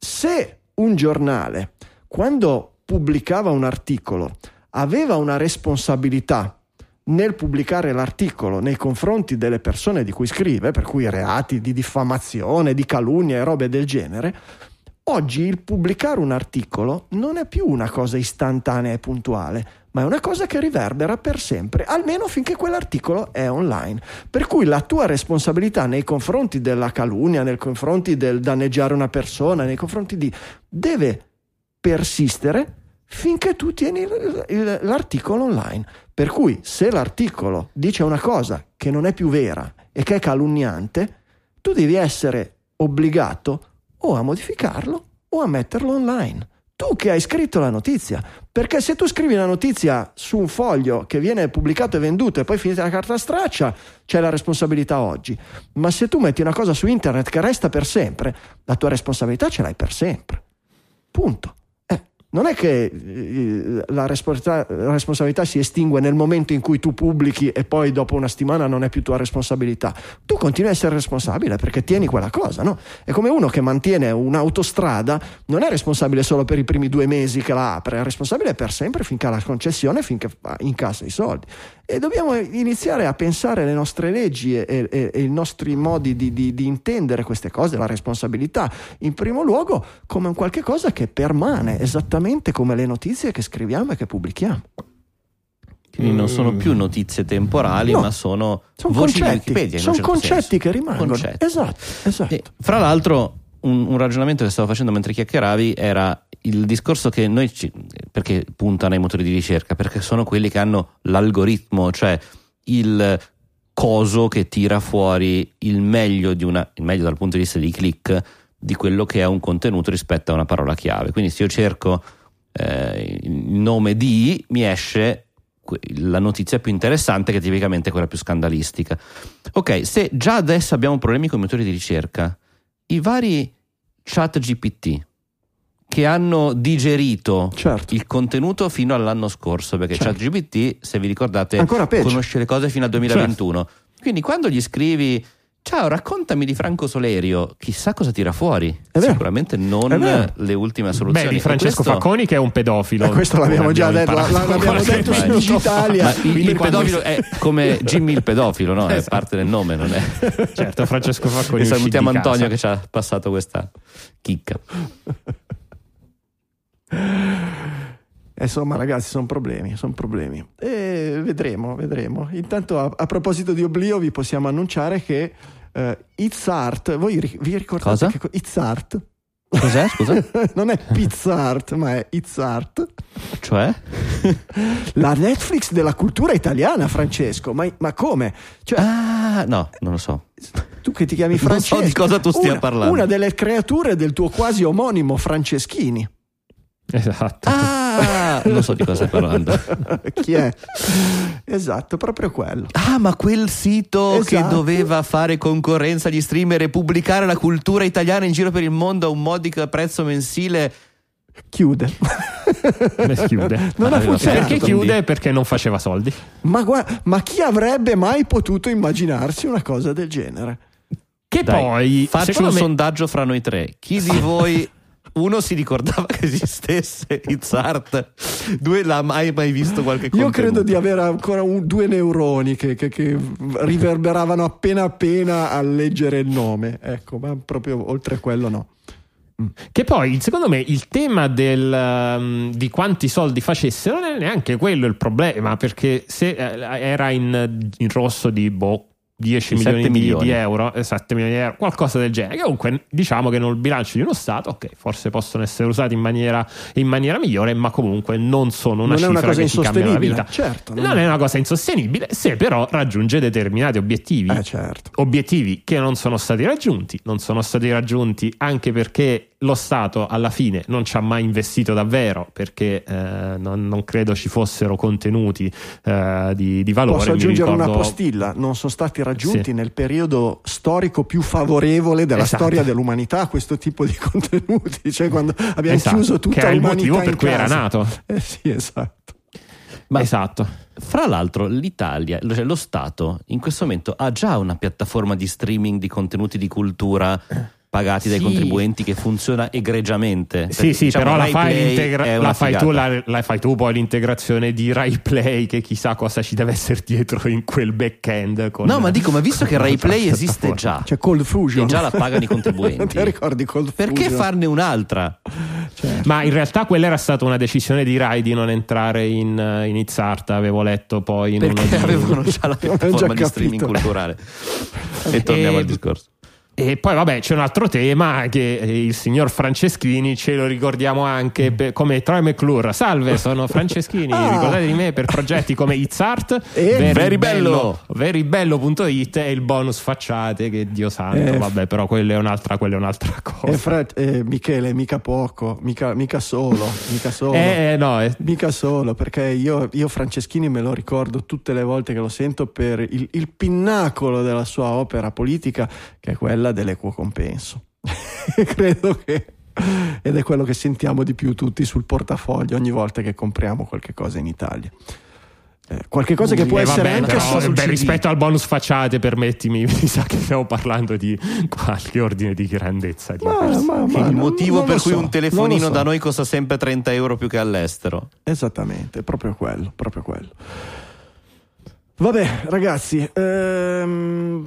se un giornale, quando pubblicava un articolo, aveva una responsabilità nel pubblicare l'articolo nei confronti delle persone di cui scrive, per cui reati di diffamazione, di calunnia e robe del genere, oggi il pubblicare un articolo non è più una cosa istantanea e puntuale, ma è una cosa che riverbera per sempre, almeno finché quell'articolo è online. Per cui la tua responsabilità nei confronti della calunnia, nei confronti del danneggiare una persona, nei confronti di... deve persistere finché tu tieni il- il- l'articolo online. Per cui se l'articolo dice una cosa che non è più vera e che è calunniante, tu devi essere obbligato o a modificarlo o a metterlo online. Tu che hai scritto la notizia, perché se tu scrivi la notizia su un foglio che viene pubblicato e venduto e poi finita la carta straccia, c'è la responsabilità oggi. Ma se tu metti una cosa su internet che resta per sempre, la tua responsabilità ce l'hai per sempre. Punto. Non è che eh, la responsabilità, la responsabilità si estingue nel momento in cui tu pubblichi e poi dopo una settimana non è più tua responsabilità. Tu continui a essere responsabile perché tieni quella cosa, no? È come uno che mantiene un'autostrada, non è responsabile solo per i primi due mesi che la apre, è responsabile per sempre finché ha la concessione, finché incassa i soldi. E dobbiamo iniziare a pensare le nostre leggi e, e, e i nostri modi di, di, di intendere queste cose, la responsabilità in primo luogo, come un qualche cosa che permane, esattamente come le notizie che scriviamo e che pubblichiamo. Quindi non sono più notizie temporali, No, ma sono, sono voci di concetti, Wikipedia. in sono un certo concetti senso. che rimangono. Concetti. Esatto, esatto. E, fra l'altro, un, un ragionamento che stavo facendo mentre chiacchieravi era il discorso che noi ci, perché puntano ai motori di ricerca? Perché sono quelli che hanno l'algoritmo, cioè il coso che tira fuori il meglio di una, il meglio dal punto di vista dei click di quello che è un contenuto rispetto a una parola chiave. Quindi se io cerco eh, il nome di, mi esce la notizia più interessante, che è tipicamente quella più scandalistica. Ok, se già adesso abbiamo problemi con i motori di ricerca, i vari chat G P T che hanno digerito Certo. il contenuto fino all'anno scorso, perché Certo. chat G P T, se vi ricordate, Ancora peggio. conosce le cose fino al duemilaventuno. Quindi quando gli scrivi ciao, raccontami di Franco Solerio, chissà cosa tira fuori. vero. Sicuramente non È vero. le ultime soluzioni. Beh, di Francesco E questo- Facconi che è un pedofilo. Eh, questo l'abbiamo Come già abbiamo detto, imparato la- l'abbiamo qualche detto su minuto fa. Digitalia. Ma il, Quindi il quando- pedofilo è come Jimmy il pedofilo, no? È Esatto. parte del nome, non è? Certo, Francesco Facconi. E uscì salutiamo di casa. Antonio che ci ha passato questa chicca. Insomma, ragazzi, sono problemi, sono problemi. E vedremo, vedremo. Intanto, a, a proposito di oblio, vi possiamo annunciare che uh, It's Art, voi ri- vi ricordate Cosa? che co- It's Art? Cos'è, scusa? Non è Pizza Art, ma è It's Art. Cioè? La Netflix della cultura italiana, Francesco. Ma, ma come? Cioè, Ah, no, non lo so. tu che ti chiami non so Francesco, di cosa tu stia una, parlando. Una delle creature del tuo quasi omonimo Franceschini. Esatto. Ah, non so di cosa stai parlando. Chi è? Esatto, proprio quello. Ah, ma quel sito che Esatto. doveva fare concorrenza agli streamer e pubblicare la cultura italiana in giro per il mondo a un modico prezzo mensile. Chiude. Beh, chiude. Non Ah, ha aveva funzionato. Perché chiude? Perché non faceva soldi. Ma, guarda, ma chi avrebbe mai potuto immaginarsi una cosa del genere? Che Dai, poi, faccio secondo un me, sondaggio fra noi tre. Chi di voi, uno, si ricordava che esistesse It's Art, due, l'ha mai mai visto qualche Io contenuto? credo di avere ancora un- due neuroni che, che- che riverberavano appena appena a leggere il nome. Ecco, ma proprio oltre quello no. Mm. Che poi, secondo me, il tema del, um, di quanti soldi facesse non è neanche quello il problema, perché se eh, era in, in rosso di boh, dieci milioni, milioni di euro, sette milioni di euro, qualcosa del genere. Comunque, diciamo che nel bilancio di uno Stato, ok, forse possono essere usati in maniera, in maniera migliore, ma comunque non sono una non cifra è una cosa che ti cambia la vita. Certo, non, non è una cosa insostenibile, se però raggiunge determinati obiettivi. Eh, certo. Obiettivi che non sono stati raggiunti, non sono stati raggiunti anche perché lo Stato alla fine non ci ha mai investito davvero, perché eh, non, non credo ci fossero contenuti eh, di, di valore. Posso aggiungere ricordo... una postilla: non sono stati raggiunti sì. nel periodo storico più favorevole della esatto. storia dell'umanità questo tipo di contenuti, cioè quando abbiamo esatto. chiuso tutta che è il l'umanità motivo per in cui casa. era nato. Eh sì, esatto. Ma esatto. Fra l'altro l'Italia, cioè lo Stato in questo momento ha già una piattaforma di streaming di contenuti di cultura pagati dai sì. contribuenti che funziona egregiamente. Sì, Perché, sì, diciamo, però la Rai fai, Play integra- è una la, fai tu, figata. la, la fai tu poi l'integrazione di Rai Play, che chissà cosa ci deve essere dietro in quel back-end. Con No, ma dico, ma visto che Rai Play esiste già, C'è Cold Fusion, e già la pagano i contribuenti, ti ricordi Cold perché Fusion? farne un'altra? Certo. Ma in realtà quella era stata una decisione di Rai di non entrare in, in Izzarta, avevo letto poi in Perché uno di... avevano già la piattaforma già di capito. streaming culturale. E torniamo E- al discorso. E poi vabbè, c'è un altro tema che il signor Franceschini ce lo ricordiamo anche per, come Troy McClure. Salve, sono Franceschini, Ah. ricordate di me per progetti come Izzart E Very Bello. veribello punto it e il bonus facciate, che Dio santo, Eh. vabbè, però quella è un'altra, quella è un'altra cosa. E Fred, eh, Michele, mica poco, mica, mica solo, mica solo. Eh, no, eh. Mica solo, perché io, io Franceschini me lo ricordo tutte le volte che lo sento per il, il pinnacolo della sua opera politica, che è quella dell'equo compenso. Credo che ed è quello che sentiamo di più tutti sul portafoglio ogni volta che compriamo qualche cosa in Italia. Eh, qualche cosa che può Eh, essere vabbè, anche però, solo sul beh, C D. rispetto al bonus facciate, permettimi, mi sa che stiamo parlando di qualche ordine di grandezza Ma- diverso. ma- ma Il non- motivo non per lo cui so, un non telefonino lo so. da noi costa sempre trenta euro più che all'estero. Esattamente, proprio quello, proprio quello. Vabbè ragazzi, ehm,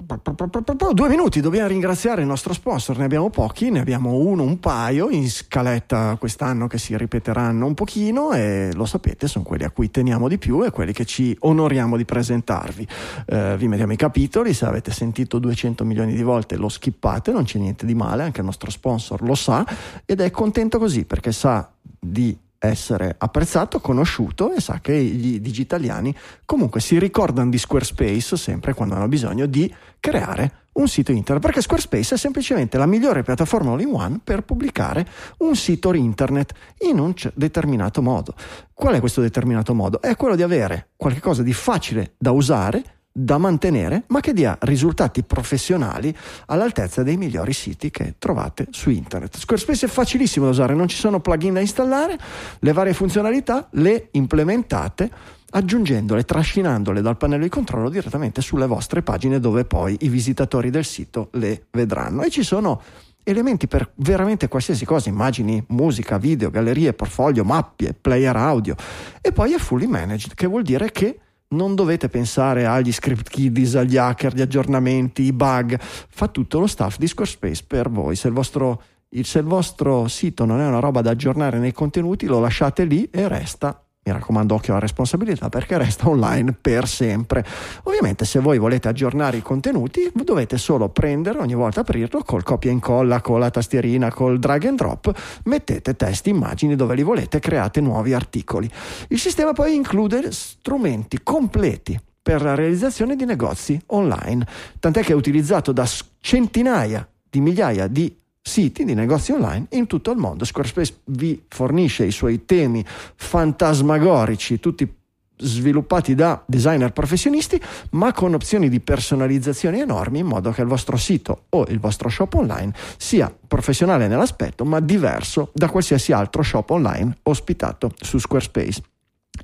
due minuti, dobbiamo ringraziare il nostro sponsor, ne abbiamo pochi, ne abbiamo uno, un paio in scaletta quest'anno che si ripeteranno un pochino e lo sapete, sono quelli a cui teniamo di più e quelli che ci onoriamo di presentarvi. Eh, vi mettiamo i capitoli, se avete sentito duecento milioni di volte lo skippate, non c'è niente di male, anche il nostro sponsor lo sa ed è contento così perché sa di essere apprezzato, conosciuto e sa che gli digitaliani comunque si ricordano di Squarespace sempre quando hanno bisogno di creare un sito internet, perché Squarespace è semplicemente la migliore piattaforma all-in-one per pubblicare un sito internet in un c- determinato modo. Qual è questo determinato modo? È quello di avere qualcosa di facile da usare, da mantenere, ma che dia risultati professionali all'altezza dei migliori siti che trovate su internet. Squarespace è facilissimo da usare, non ci sono plugin da installare, le varie funzionalità le implementate aggiungendole, trascinandole dal pannello di controllo direttamente sulle vostre pagine dove poi i visitatori del sito le vedranno. E ci sono elementi per veramente qualsiasi cosa, immagini, musica, video, gallerie, portfolio, mappe, player audio, e poi è fully managed, che vuol dire che non dovete pensare agli script kiddies, agli hacker, gli aggiornamenti, i bug, fa tutto lo staff di Squarespace per voi. Se il vostro, il, se il vostro sito non è una roba da aggiornare nei contenuti, lo lasciate lì e resta, mi raccomando, occhio alla responsabilità, perché resta online per sempre. Ovviamente se voi volete aggiornare i contenuti dovete solo prendere, ogni volta aprirlo col copia e incolla, con la tastierina, col drag and drop, mettete testi, immagini dove li volete, create nuovi articoli. Il sistema poi include strumenti completi per la realizzazione di negozi online, tant'è che è utilizzato da centinaia di migliaia di siti di negozi online in tutto il mondo. Squarespace vi fornisce i suoi temi fantasmagorici, tutti sviluppati da designer professionisti, ma con opzioni di personalizzazione enormi, in modo che il vostro sito o il vostro shop online sia professionale nell'aspetto, ma diverso da qualsiasi altro shop online ospitato su Squarespace.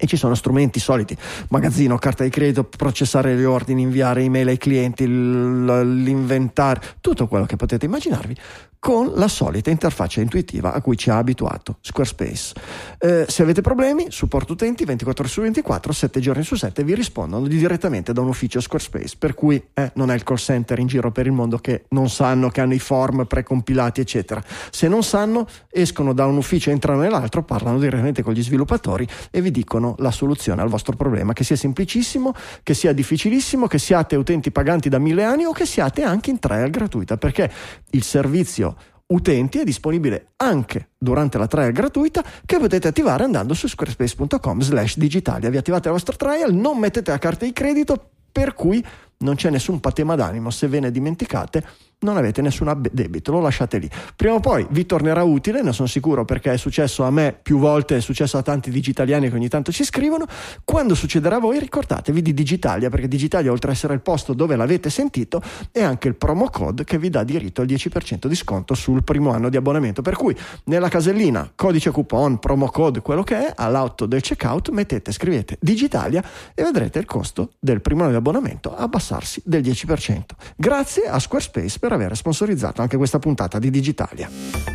E ci sono strumenti soliti, magazzino, carta di credito, processare gli ordini, inviare email ai clienti, l'inventario, tutto quello che potete immaginarvi, con la solita interfaccia intuitiva a cui ci ha abituato Squarespace. Eh, se avete problemi, supporto utenti ventiquattro ore su ventiquattro, sette giorni su sette, vi rispondono direttamente da un ufficio Squarespace, per cui eh, non è il call center in giro per il mondo che non sanno, che hanno i form precompilati eccetera. Se non sanno, escono da un ufficio, entrano nell'altro, parlano direttamente con gli sviluppatori e vi dicono la soluzione al vostro problema, che sia semplicissimo, che sia difficilissimo, che siate utenti paganti da mille anni o che siate anche in trial gratuita, perché il servizio utenti è disponibile anche durante la trial gratuita, che potete attivare andando su squarespace punto com slash digitalia. Vi attivate la vostra trial, non mettete la carta di credito, per cui non c'è nessun patema d'animo. Se ve ne dimenticate, non avete nessun debito, lo lasciate lì. Prima o poi vi tornerà utile, ne sono sicuro, perché è successo a me più volte, è successo a tanti digitaliani che ogni tanto ci scrivono. Quando succederà a voi, ricordatevi di Digitalia, perché Digitalia, oltre ad essere il posto dove l'avete sentito, è anche il promo code che vi dà diritto al dieci per cento di sconto sul primo anno di abbonamento. Per cui nella casellina codice coupon, promo code, quello che è, all'auto del checkout mettete, scrivete Digitalia e vedrete il costo del primo anno di abbonamento abbassarsi del dieci per cento. Grazie a Squarespace per aver sponsorizzato anche questa puntata di Digitalia.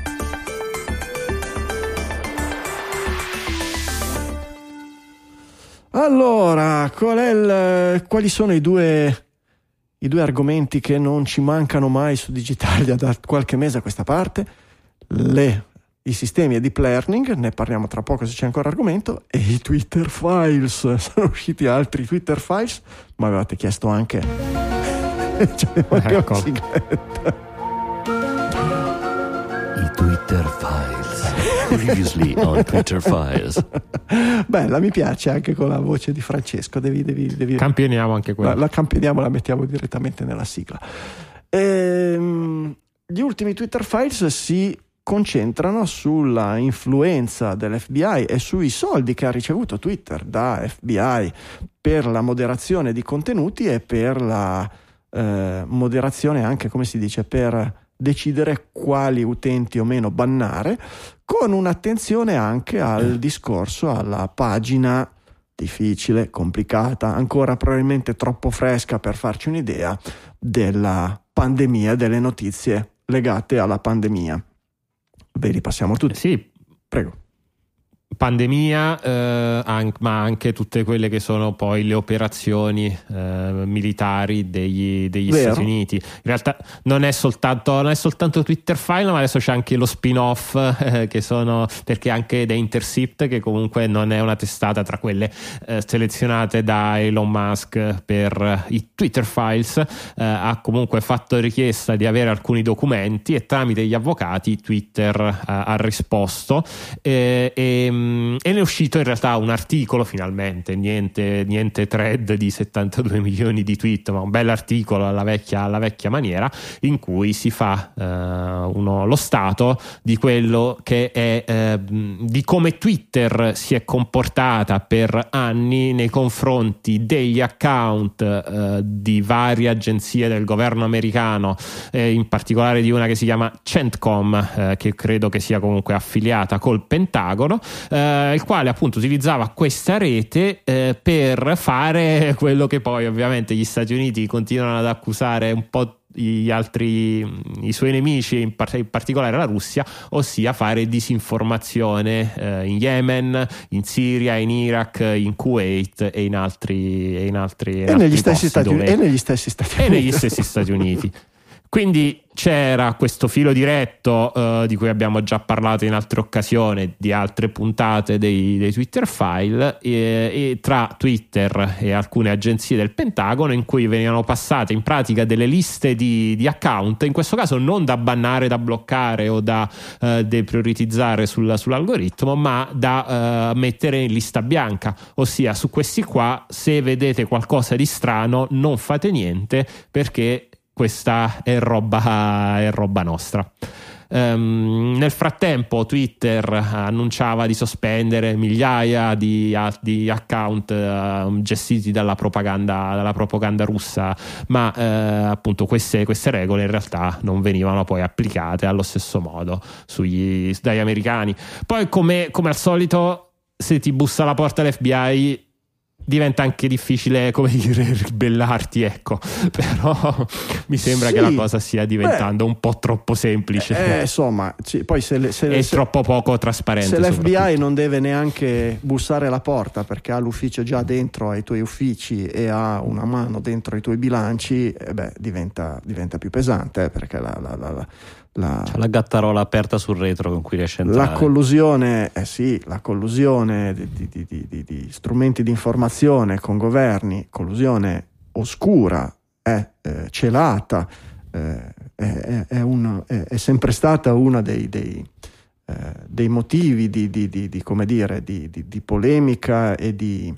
Allora, qual è il, quali sono i due, i due argomenti che non ci mancano mai su Digitalia da qualche mese a questa parte? Le, i sistemi e deep learning, ne parliamo tra poco se c'è ancora argomento, e i Twitter Files. Sono usciti altri Twitter Files, ma avevate chiesto anche... Ecco. I Twitter Files. Previously on Twitter Files. Bella, mi piace anche con la voce di Francesco. Devi, devi, devi... Campioniamo anche quella. La, la campioniamo, la mettiamo direttamente nella sigla. Ehm, gli ultimi Twitter Files si concentrano sulla influenza dell'F B I e sui soldi che ha ricevuto Twitter da F B I per la moderazione di contenuti e per la Eh, moderazione anche, come si dice, per decidere quali utenti o meno bannare, con un'attenzione anche al discorso, alla pagina difficile, complicata, ancora probabilmente troppo fresca per farci un'idea della pandemia, delle notizie legate alla pandemia. Ve li passiamo tutti? Sì. Prego. Pandemia, eh, an- ma anche tutte quelle che sono poi le operazioni eh, militari degli, degli Stati Uniti. In realtà non è soltanto non è soltanto Twitter File, ma adesso c'è anche lo spin-off eh, che sono, perché anche The Intercept, che comunque non è una testata tra quelle eh, selezionate da Elon Musk per i Twitter Files, eh, ha comunque fatto richiesta di avere alcuni documenti e tramite gli avvocati Twitter eh, ha risposto eh, e e ne è uscito in realtà un articolo finalmente, niente, niente thread di settantadue milioni di tweet, ma un bel articolo alla vecchia, alla vecchia maniera, in cui si fa eh, uno, lo stato di quello che è eh, di come Twitter si è comportata per anni nei confronti degli account eh, di varie agenzie del governo americano, eh, in particolare di una che si chiama CENTCOM, eh, che credo che sia comunque affiliata col Pentagono, eh, il quale appunto utilizzava questa rete eh, per fare quello che poi ovviamente gli Stati Uniti continuano ad accusare un po' gli altri, i suoi nemici, in, par- in particolare la Russia, ossia fare disinformazione eh, in Yemen, in Siria, in Iraq, in Kuwait e in altri e in altri, e, in negli altri stessi Stati dove... e negli stessi Stati e Uniti negli stessi Stati Uniti. Quindi c'era questo filo diretto eh, di cui abbiamo già parlato in altre occasioni, di altre puntate dei, dei Twitter File, e, e tra Twitter e alcune agenzie del Pentagono, in cui venivano passate in pratica delle liste di, di account, in questo caso non da bannare, da bloccare o da eh, deprioritizzare sul, sull'algoritmo, ma da eh, mettere in lista bianca, ossia su questi qua, se vedete qualcosa di strano non fate niente, perché questa è roba, è roba nostra. Um, nel frattempo Twitter annunciava di sospendere migliaia di, di account uh, gestiti dalla propaganda, dalla propaganda russa, ma uh, appunto queste, queste regole in realtà non venivano poi applicate allo stesso modo sugli, dagli americani. Poi come, come al solito se ti bussa alla porta l'F B I diventa anche difficile, come dire, ribellarti, ecco. Però mi sembra sì, che la cosa stia diventando beh, un po' troppo semplice. Eh, insomma, sì, poi se le, se è se, troppo poco trasparente. Se l'F B I non deve neanche bussare alla porta perché ha l'ufficio già dentro ai tuoi uffici e ha una mano dentro i tuoi bilanci, eh beh, diventa, diventa più pesante, eh, perché la, la, la, la La, C'è la gattarola aperta sul retro con cui riesce a entrare. La collusione, eh sì, la collusione di, di, di, di, di strumenti di informazione con governi, collusione oscura, è eh, celata, eh, è, è, un, è, è sempre stata una dei, dei, eh, dei motivi di, di, di, di, come dire, di, di, di polemica e di,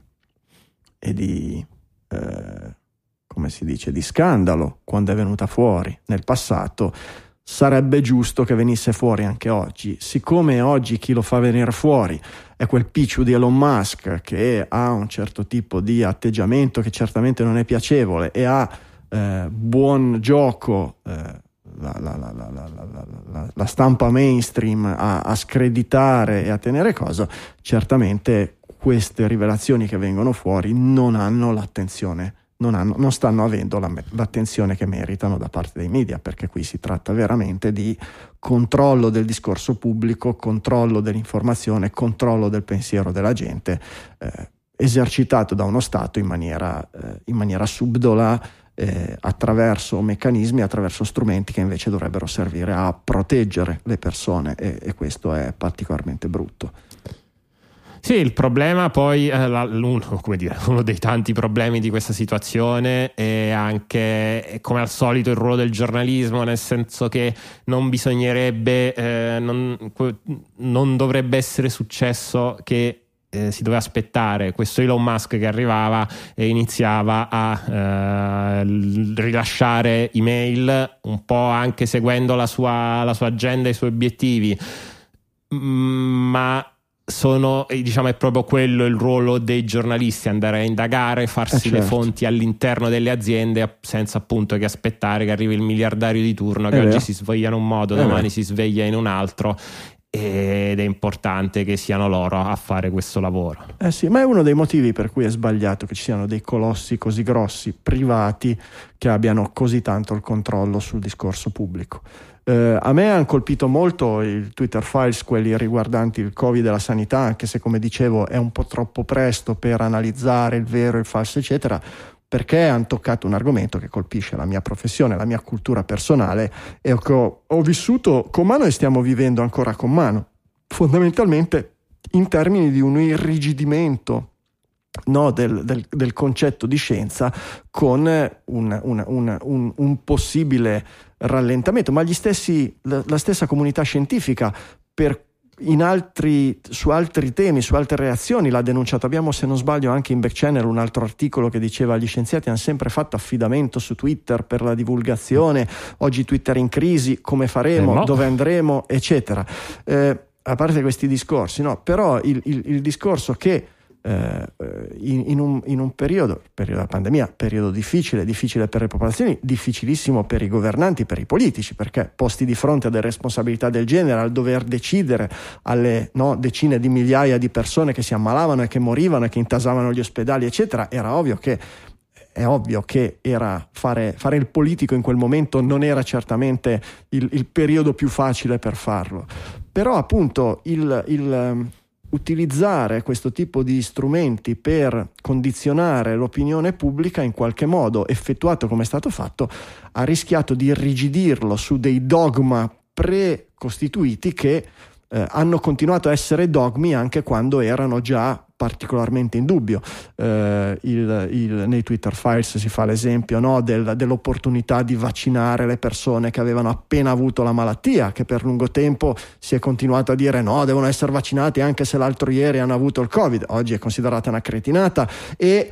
e di eh, come si dice, di scandalo quando è venuta fuori nel passato. Sarebbe giusto che venisse fuori anche oggi. Siccome oggi chi lo fa venire fuori è quel picciu di Elon Musk che ha un certo tipo di atteggiamento che certamente non è piacevole e ha eh, buon gioco eh, la, la, la, la, la, la, la, la stampa mainstream a, a screditare e a tenere cosa, certamente queste rivelazioni che vengono fuori non hanno l'attenzione Non, hanno, non stanno avendo la, l'attenzione che meritano da parte dei media, perché qui si tratta veramente di controllo del discorso pubblico, controllo dell'informazione, controllo del pensiero della gente, eh, esercitato da uno Stato in maniera, eh, in maniera subdola, eh, attraverso meccanismi, attraverso strumenti che invece dovrebbero servire a proteggere le persone, e, e questo è particolarmente brutto. Sì, il problema poi, eh, la, uno, come dire, uno dei tanti problemi di questa situazione è anche, come al solito, il ruolo del giornalismo, nel senso che non bisognerebbe, eh, non, non dovrebbe essere successo che eh, si doveva aspettare questo Elon Musk che arrivava e iniziava a eh, rilasciare email, un po' anche seguendo la sua, la sua agenda e i suoi obiettivi, ma sono, diciamo, è proprio quello il ruolo dei giornalisti, andare a indagare, farsi eh certo. le fonti all'interno delle aziende senza appunto che aspettare che arrivi il miliardario di turno che è oggi vero. si sveglia in un modo, è domani vero. si sveglia in un altro, ed è importante che siano loro a fare questo lavoro. Eh sì, ma è uno dei motivi per cui è sbagliato che ci siano dei colossi così grossi privati che abbiano così tanto il controllo sul discorso pubblico. Uh, a me hanno colpito molto i Twitter files, quelli riguardanti il Covid e la sanità, anche se, come dicevo, è un po' troppo presto per analizzare il vero e il falso eccetera, perché hanno toccato un argomento che colpisce la mia professione, la mia cultura personale, e che ho, ho vissuto con mano e stiamo vivendo ancora con mano, fondamentalmente in termini di un irrigidimento, no, del, del, del concetto di scienza, con un, un, un, un, un possibile rallentamento, ma gli stessi, la, la stessa comunità scientifica per in altri, su altri temi, su altre reazioni l'ha denunciato. Abbiamo, se non sbaglio, anche in Back Channel un altro articolo che diceva: gli scienziati hanno sempre fatto affidamento su Twitter per la divulgazione, oggi Twitter è in crisi, come faremo, eh no. dove andremo, eccetera. Eh, a parte questi discorsi, no, però il, il, il discorso che Uh, in, in, un, in un periodo, periodo della pandemia, periodo difficile, difficile per le popolazioni, difficilissimo per i governanti, per i politici, perché posti di fronte a delle responsabilità del genere, al dover decidere alle no, decine di migliaia di persone che si ammalavano e che morivano e che intasavano gli ospedali, eccetera, era ovvio che è ovvio che era fare, fare il politico in quel momento non era certamente il, il periodo più facile per farlo, però appunto il, il utilizzare questo tipo di strumenti per condizionare l'opinione pubblica, in qualche modo, effettuato come è stato fatto, ha rischiato di irrigidirlo su dei dogma precostituiti che eh, hanno continuato a essere dogmi anche quando erano già particolarmente in dubbio. Eh, il, il, nei Twitter files si fa l'esempio, no, del, dell'opportunità di vaccinare le persone che avevano appena avuto la malattia, che per lungo tempo si è continuato a dire no, devono essere vaccinati anche se l'altro ieri hanno avuto il Covid. Oggi è considerata una cretinata, e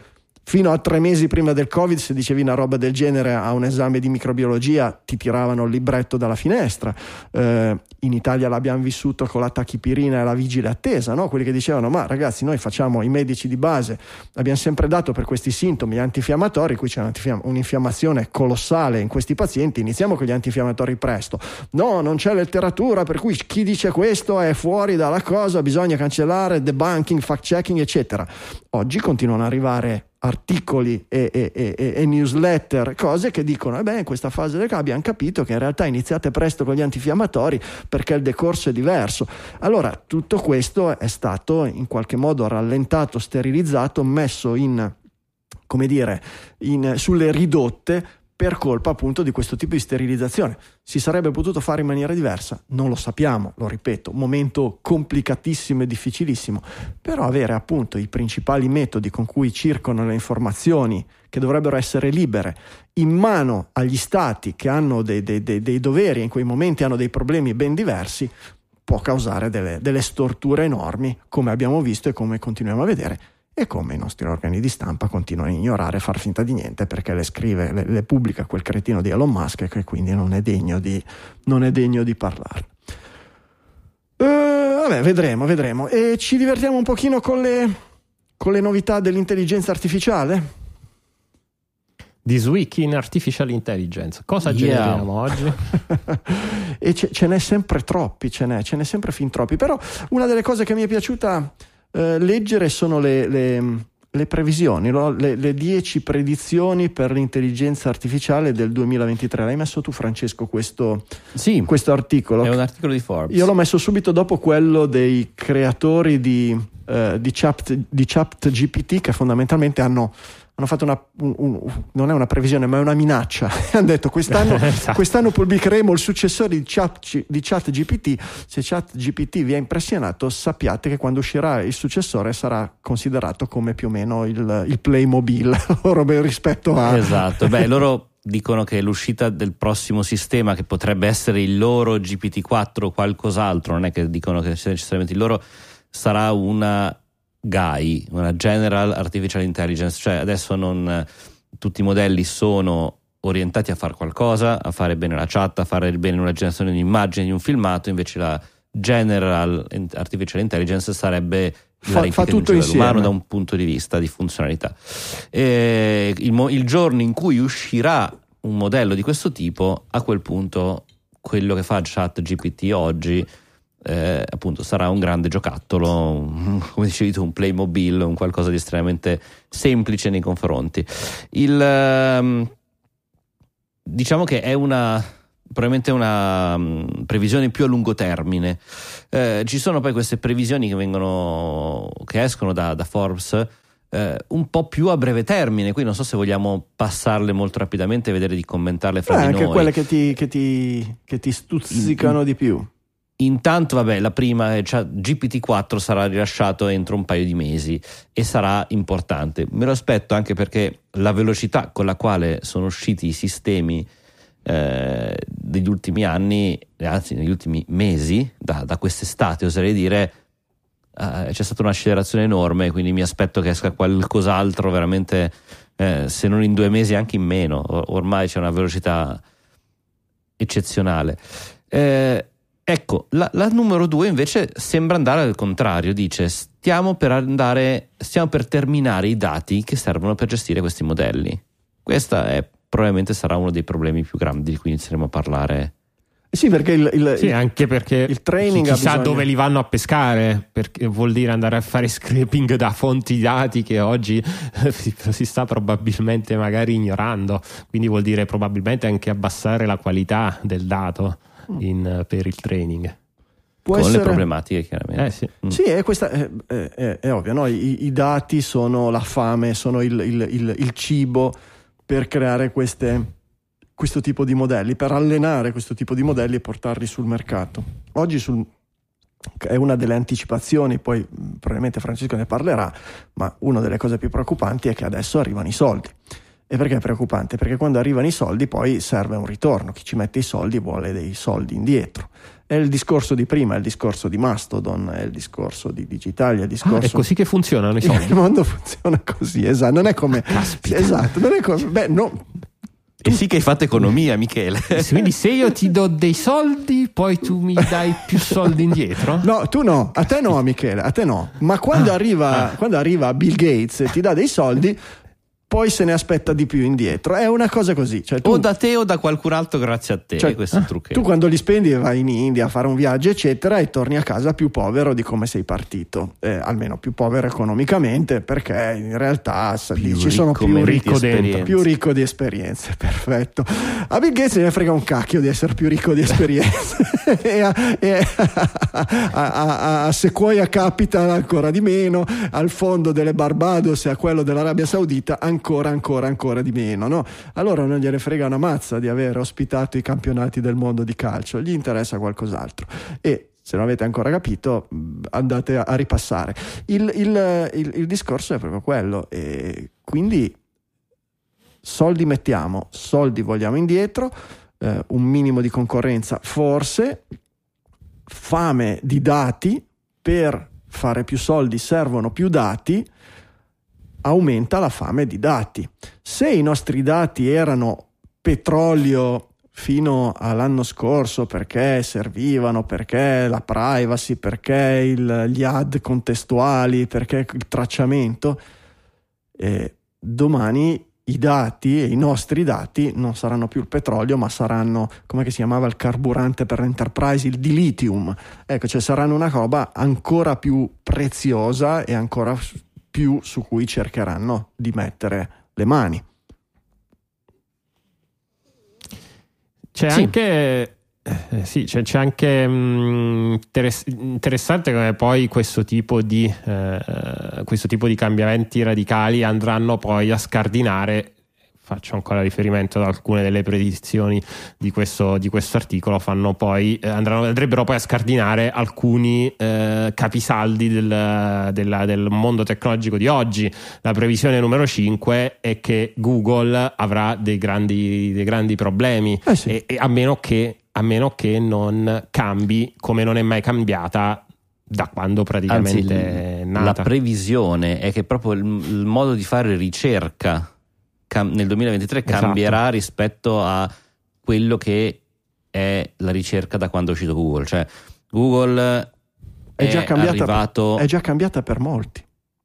Fino a tre mesi prima del Covid, se dicevi una roba del genere a un esame di microbiologia, ti tiravano il libretto dalla finestra. Eh, in Italia l'abbiamo vissuto con la tachipirina e la vigile attesa, no? Quelli che dicevano: ma ragazzi, noi facciamo i medici di base, abbiamo sempre dato per questi sintomi gli antinfiammatori, qui c'è un'infiammazione colossale in questi pazienti, iniziamo con gli antinfiammatori presto. No, non c'è letteratura, per cui chi dice questo è fuori dalla cosa, bisogna cancellare, debunking, fact checking, eccetera. Oggi continuano ad arrivare articoli e, e, e, e newsletter, cose che dicono: eh beh, in questa fase del abbiamo capito che in realtà iniziate presto con gli antinfiammatori perché il decorso è diverso. Allora tutto questo è stato in qualche modo rallentato, sterilizzato, messo in, come dire, in, sulle ridotte per colpa appunto di questo tipo di sterilizzazione. Si sarebbe potuto fare in maniera diversa? Non lo sappiamo, lo ripeto, momento complicatissimo e difficilissimo, però avere appunto i principali metodi con cui circolano le informazioni, che dovrebbero essere libere, in mano agli stati che hanno dei, dei, dei, dei doveri e in quei momenti hanno dei problemi ben diversi, può causare delle, delle storture enormi, come abbiamo visto e come continuiamo a vedere, e come i nostri organi di stampa continuano a ignorare e far finta di niente perché le scrive, le, le pubblica quel cretino di Elon Musk, e che quindi non è degno di, non è degno di parlare. Uh, vabbè, vedremo, vedremo. E ci divertiamo un pochino con le, con le novità dell'intelligenza artificiale? This Week in Artificial Intelligence. Cosa Yeah. generiamo oggi? E ce, ce n'è sempre troppi, ce n'è, ce n'è sempre fin troppi. Però una delle cose che mi è piaciuta eh, leggere sono le, le, le previsioni, no? le, le dieci predizioni per l'intelligenza artificiale del duemilaventitré. L'hai messo tu, Francesco, questo, Sì, questo articolo? è un articolo di Forbes. Io l'ho messo subito dopo quello dei creatori di, eh, di, Chat, di ChatGPT, che fondamentalmente hanno hanno fatto una un, un, non è una previsione ma è una minaccia. Hanno detto: quest'anno, Esatto. quest'anno pubblicheremo il successore di, Chat, di ChatGPT. Se ChatGPT vi ha impressionato, sappiate che quando uscirà il successore sarà considerato come più o meno il, il Playmobil loro ben rispetto a Esatto, beh, loro dicono che l'uscita del prossimo sistema, che potrebbe essere il loro G P T quattro o qualcos'altro, non è che dicono che sia necessariamente il loro, sarà una G A I, una General Artificial Intelligence, cioè adesso non tutti i modelli sono orientati a fare qualcosa, a fare bene la chat, a fare bene una generazione di immagini, di un filmato, invece la General Artificial Intelligence sarebbe fa, la fa tutto intelligenza insieme dell'umano da un punto di vista di funzionalità. E il, mo- il giorno in cui uscirà un modello di questo tipo, a quel punto quello che fa ChatGPT oggi Eh, appunto sarà un grande giocattolo, come dicevi tu, un Playmobil, un qualcosa di estremamente semplice nei confronti. Il ehm, diciamo che è una probabilmente una um, previsione più a lungo termine. Eh, ci sono poi queste previsioni che vengono che escono da, da Forbes eh, un po' più a breve termine, qui non so se vogliamo passarle molto rapidamente e vedere di commentarle fra eh, di anche noi. quelle che ti, che ti, che ti stuzzicano In- di più. Intanto, vabbè, la prima è cioè, G P T quattro sarà rilasciato entro un paio di mesi e sarà importante. Me lo aspetto anche perché la velocità con la quale sono usciti i sistemi eh, degli ultimi anni, anzi negli ultimi mesi, da, da quest'estate oserei dire, eh, c'è stata un'accelerazione enorme, quindi mi aspetto che esca qualcos'altro veramente, eh, se non in due mesi anche in meno. Or- ormai c'è una velocità eccezionale. Eh, Ecco, la, la numero due invece sembra andare al contrario, dice stiamo per andare, stiamo per terminare i dati che servono per gestire questi modelli. Questa è probabilmente sarà uno dei problemi più grandi di cui inizieremo a parlare. Sì, perché il, il, Sì, anche perché il training chissà ha bisogno... dove li vanno a pescare, perché vuol dire andare a fare scraping da fonti dati che oggi si, si sta probabilmente magari ignorando, quindi vuol dire probabilmente anche abbassare la qualità del dato in, per il training. può con essere... le problematiche chiaramente. Eh sì. Mm. Sì, è, questa, è, è, è, è ovvio, no? I, i dati sono la fame, sono il, il, il, il cibo per creare queste, questo tipo di modelli, per allenare questo tipo di modelli e portarli sul mercato. Oggi sul, è una delle anticipazioni, poi probabilmente Francesco ne parlerà, ma una delle cose più preoccupanti è che adesso arrivano i soldi. E perché è preoccupante? Perché quando arrivano i soldi poi serve un ritorno, chi ci mette i soldi vuole dei soldi indietro È il discorso di prima, è il discorso di Mastodon, è il discorso di Digitalia, è il discorso... Ah, è così che funzionano i soldi. Il mondo funziona così, esatto. Non è come... Caspita. Esatto, non è come... Beh, no... E sì che hai fatto economia, Michele. Quindi se io ti do dei soldi, poi tu mi dai più soldi indietro? No, tu no, a te no, Michele, a te no. Ma quando, ah, arriva, ah. quando arriva Bill Gates e ti dà dei soldi, poi se ne aspetta di più indietro. È una cosa così. Cioè, tu, o da te o da qualcun altro grazie a te. Cioè, questo trucchetto. Tu quando li spendi vai in India a fare un viaggio eccetera e torni a casa più povero di come sei partito, eh, almeno più povero economicamente, perché in realtà ci sono più ricco dentro, più ricco di esperienze. Perfetto. A Bill Gates ne frega un cacchio di essere più ricco di esperienze e, a, e a, a, a, a Sequoia Capital ancora di meno, al fondo delle Barbados e a quello dell'Arabia Saudita ancora ancora ancora di meno, no? Allora non gliene frega una mazza di aver ospitato i campionati del mondo di calcio, gli interessa qualcos'altro. E se non avete ancora capito, andate a, a ripassare. Il, il, il, il discorso è proprio quello, e quindi soldi mettiamo, soldi vogliamo indietro, eh, un minimo di concorrenza forse, fame di dati, per fare più soldi servono più dati, aumenta la fame di dati. Se i nostri dati erano petrolio fino all'anno scorso perché servivano, perché la privacy, perché il, gli ad contestuali, perché il tracciamento, eh, domani i dati e i nostri dati non saranno più il petrolio, ma saranno, come si chiamava il carburante per l'Enterprise, il dilithium. Ecco, cioè saranno una roba ancora più preziosa e ancora più su cui cercheranno di mettere le mani. C'è sì. anche eh, sì, c'è, c'è anche mh, interess- interessante come poi questo tipo di eh, questo tipo di cambiamenti radicali andranno poi a scardinare. Faccio ancora riferimento ad alcune delle predizioni di questo, di questo articolo, fanno poi, eh, andranno, andrebbero poi a scardinare alcuni eh, capisaldi del, della, del mondo tecnologico di oggi. La previsione numero cinque è che Google avrà dei grandi, dei grandi problemi, eh sì. e, e a meno che, a meno che non cambi come non è mai cambiata da quando praticamente Anzi, è nata. La previsione è che proprio il, il modo di fare ricerca Cam- nel duemilaventitré cambierà, esatto, rispetto a quello che è la ricerca da quando è uscito Google. Cioè Google è, è già cambiata arrivato per, è già cambiata per molti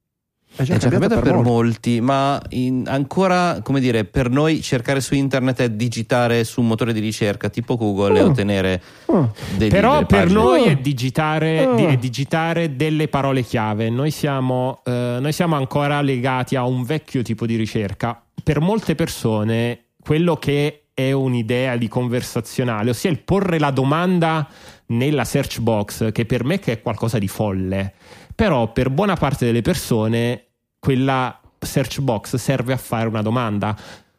è già, è già cambiata, cambiata per, per molti. molti ma in, ancora, come dire, per noi cercare su internet è digitare su un motore di ricerca tipo Google oh. e ottenere oh. degli, però delle per pagine. noi è digitare, oh. di, è digitare delle parole chiave. Noi siamo, eh, noi siamo ancora legati a un vecchio tipo di ricerca. Per molte persone quello che è un'idea di conversazionale, ossia il porre la domanda nella search box, che per me che è qualcosa di folle, però per buona parte delle persone quella search box serve a fare una domanda.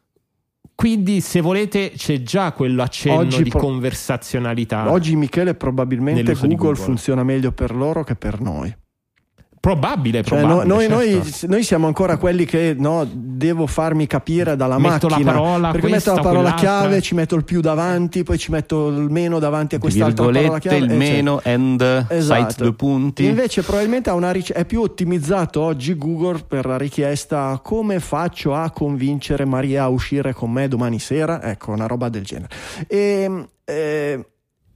Quindi se volete c'è già quello accenno oggi di pro- conversazionalità. Oggi, Michele, probabilmente Google, Google funziona meglio per loro che per noi. Probabile, cioè, probabile, no, noi, certo. noi, noi siamo ancora quelli che no, devo farmi capire dalla metto macchina, la parola, perché questa, metto la parola quell'altra. chiave, ci metto il più davanti, poi ci metto il meno davanti a quest'altra parola chiave, il meno, and, esatto. site due punti. Invece probabilmente ha una ric- è più ottimizzato oggi Google per la richiesta: come faccio a convincere Maria a uscire con me domani sera? Ecco, una roba del genere. E, e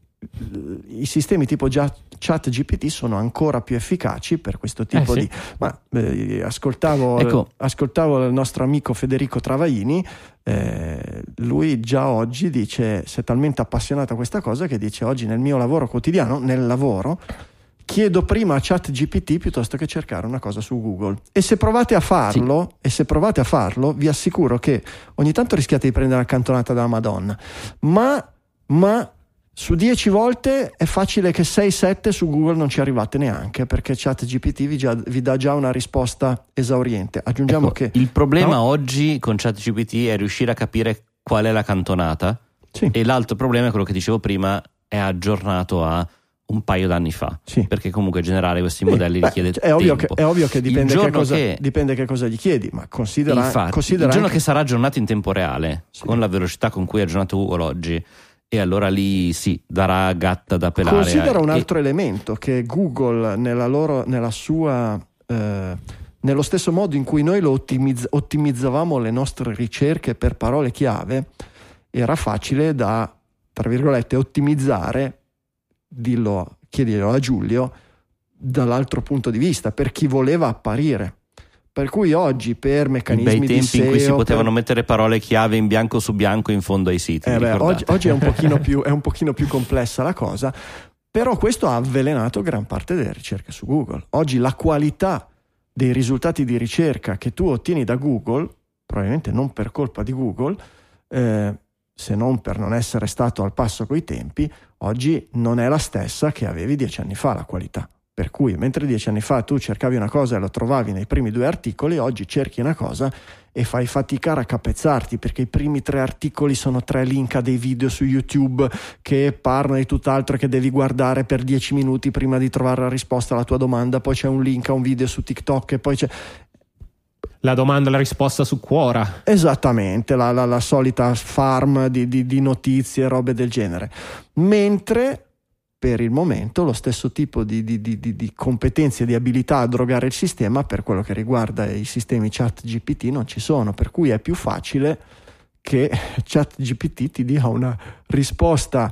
i sistemi tipo già ChatGPT sono ancora più efficaci per questo tipo eh, sì. di ma eh, ascoltavo ecco. ascoltavo il nostro amico Federico Travaini, eh, lui già oggi dice, si è talmente appassionato a questa cosa che dice: oggi nel mio lavoro quotidiano, nel lavoro chiedo prima a ChatGPT piuttosto che cercare una cosa su Google. E se provate a farlo, sì. e se provate a farlo, vi assicuro che ogni tanto rischiate di prendere una cantonata dalla Madonna, ma ma su dieci volte è facile che sei sette su Google non ci arrivate neanche, perché ChatGPT vi, già, vi dà già una risposta esauriente. Aggiungiamo ecco, che il problema no? oggi con ChatGPT è riuscire a capire qual è la cantonata, sì. e l'altro problema è quello che dicevo prima, è aggiornato a un paio d'anni fa, sì. perché comunque generare questi modelli sì. richiede Beh, è ovvio tempo. Che, è ovvio che dipende che cosa, che dipende che cosa gli chiedi, ma considera, infatti, considera il giorno anche... che sarà aggiornato in tempo reale, sì. con la velocità con cui è aggiornato Google oggi, e allora lì sì, darà gatta da pelare. Considera un e... altro elemento, che Google nella loro nella sua eh, nello stesso modo in cui noi lo ottimizz- ottimizzavamo le nostre ricerche per parole chiave, era facile da, tra virgolette, ottimizzare, dillo, chiedilo a Giulio, dall'altro punto di vista, per chi voleva apparire. Per cui oggi, per meccanismi I bei tempi di S E O, in cui si potevano per... mettere parole chiave in bianco su bianco in fondo ai siti, eh beh, oggi, oggi è un pochino più è un pochino più complessa la cosa, però questo ha avvelenato gran parte delle ricerche su Google. Oggi la qualità dei risultati di ricerca che tu ottieni da Google, probabilmente non per colpa di Google, eh, se non per non essere stato al passo coi tempi, oggi non è la stessa che avevi dieci anni fa la qualità. Per cui mentre dieci anni fa tu cercavi una cosa e la trovavi nei primi due articoli, oggi cerchi una cosa e fai fatica a raccapezzarti, perché i primi tre articoli sono tre link a dei video su YouTube che parlano di tutt'altro, che devi guardare per dieci minuti prima di trovare la risposta alla tua domanda, poi c'è un link a un video su TikTok e poi c'è... la domanda, la risposta su Quora. Esattamente, la, la, la solita farm di, di, di notizie e robe del genere. Mentre per il momento lo stesso tipo di, di, di, di competenze e di abilità a drogare il sistema per quello che riguarda i sistemi ChatGPT non ci sono, per cui è più facile che ChatGPT ti dia una risposta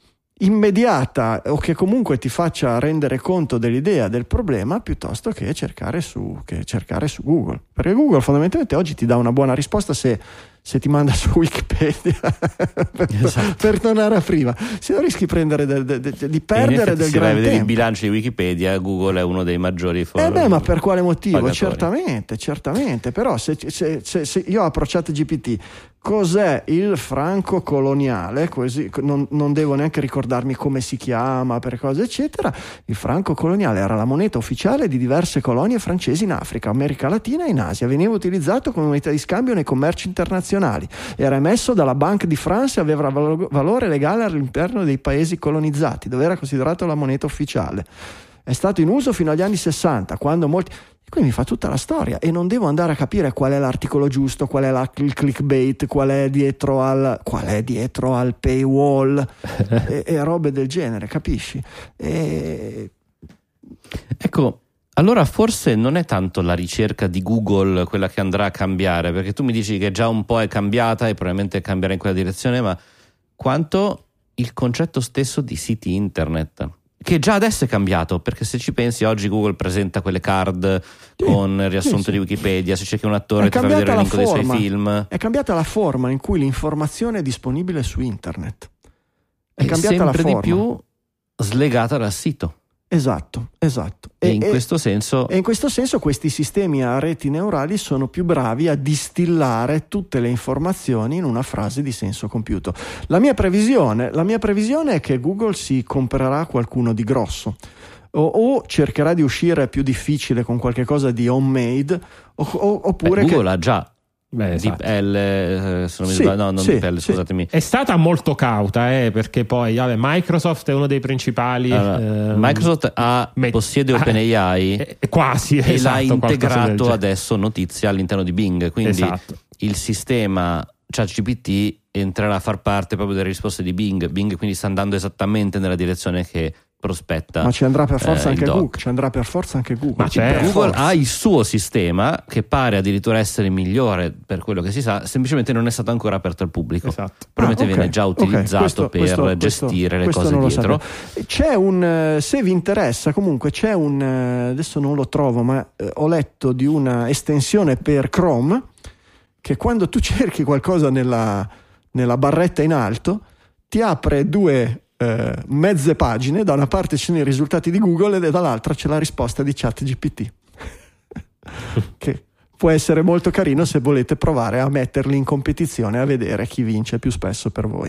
immediata o che comunque ti faccia rendere conto dell'idea del problema, piuttosto che cercare su, che cercare su Google, perché Google fondamentalmente oggi ti dà una buona risposta se, se ti manda su Wikipedia per, esatto. per tornare a prima, se non rischi prendere del, del, del, di perdere del se gran vai a vedere tempo. il bilancio di Wikipedia, Google è uno dei maggiori for- eh beh, ma per quale motivo? pagatori. Certamente, certamente, però se, se, se, se io apro ChatGPT, cos'è il franco coloniale, così non, non devo neanche ricordarmi come si chiama per cose eccetera, il franco coloniale era la moneta ufficiale di diverse colonie francesi in Africa, America Latina e in Asia, veniva utilizzato come moneta di scambio nei commerci internazionali, era emesso dalla Banque de France e aveva valore legale all'interno dei paesi colonizzati, dove era considerato la moneta ufficiale, è stato in uso fino agli anni sessanta, quando molti... Qui mi fa tutta la storia e non devo andare a capire qual è l'articolo giusto, qual è la, il clickbait, qual è dietro al qual è dietro al paywall e, e robe del genere, capisci? E... Ecco, allora forse non è tanto la ricerca di Google quella che andrà a cambiare, perché tu mi dici che già un po' è cambiata e probabilmente cambierà in quella direzione, ma quanto il concetto stesso di siti internet, che già adesso è cambiato, perché se ci pensi oggi Google presenta quelle card sì, con il riassunto sì, sì. di Wikipedia, se cerchi un attore ti fa vedere l'elenco dei suoi film. È cambiata la forma in cui l'informazione è disponibile su internet, è e cambiata sempre la forma. di più slegata dal sito. Esatto, esatto. E, e in e, questo senso e in questo senso questi sistemi a reti neurali sono più bravi a distillare tutte le informazioni in una frase di senso compiuto. La mia previsione, la mia previsione è che Google si comprerà qualcuno di grosso o, o cercherà di uscire più difficile con qualche cosa di homemade o, o, oppure Beh, Google che... ha già Beh, esatto. Deep L, eh, se non mi sì, sbaglio, no, non sì, Deep L, sì. scusatemi. È stata molto cauta, eh, perché poi vabbè, Microsoft è uno dei principali. Allora, ehm, Microsoft ha, met- possiede ah, OpenAI eh, quasi e esatto, l'ha integrato del adesso notizia all'interno di Bing, quindi esatto. il sistema ChatGPT entrerà a far parte proprio delle risposte di Bing. Bing quindi sta andando esattamente nella direzione che prospetta. Ma ci andrà per forza eh, anche il doc. Google, ci andrà per forza anche Google. Ma certo. Google forza. ha il suo sistema che pare addirittura essere migliore per quello che si sa, semplicemente non è stato ancora aperto al pubblico. Esatto. Probabilmente Ah, okay, viene già utilizzato okay. questo, per questo, gestire questo, le questo cose dietro. Sapevo. C'è un, se vi interessa, comunque c'è un, adesso non lo trovo, ma eh, ho letto di una estensione per Chrome che quando tu cerchi qualcosa nella, nella barretta in alto ti apre due eh, mezze pagine, da una parte ci sono i risultati di Google e dall'altra c'è la risposta di ChatGPT che può essere molto carino se volete provare a metterli in competizione, a vedere chi vince più spesso per voi.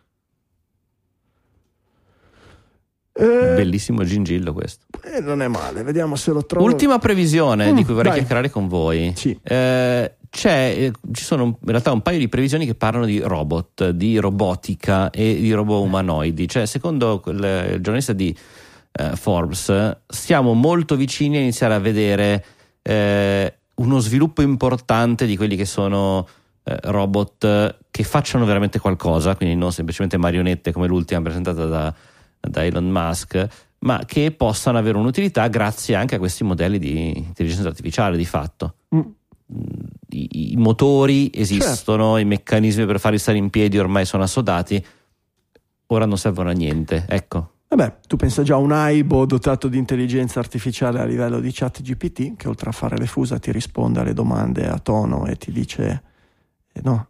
Eh, Bellissimo gingillo questo. eh, non è male, vediamo se lo trovo. Ultima previsione Mm, di cui vorrei vai. chiacchierare con voi. Sì. Eh, c'è, eh, ci sono in realtà un paio di previsioni che parlano di robot, di robotica e di robot umanoidi. Cioè, secondo quel, il giornalista di eh, Forbes, siamo molto vicini a iniziare a vedere eh, uno sviluppo importante di quelli che sono eh, robot che facciano veramente qualcosa, quindi non semplicemente marionette come l'ultima presentata da, da Elon Musk, ma che possano avere un'utilità grazie anche a questi modelli di intelligenza artificiale di fatto. Mm. I, i motori esistono, certo. I meccanismi per farli stare in piedi ormai sono assodati, ora non servono a niente, ecco. Vabbè, tu pensa già a un Aibo dotato di intelligenza artificiale a livello di chat G P T, che oltre a fare le fusa ti risponde alle domande a tono e ti dice eh, no.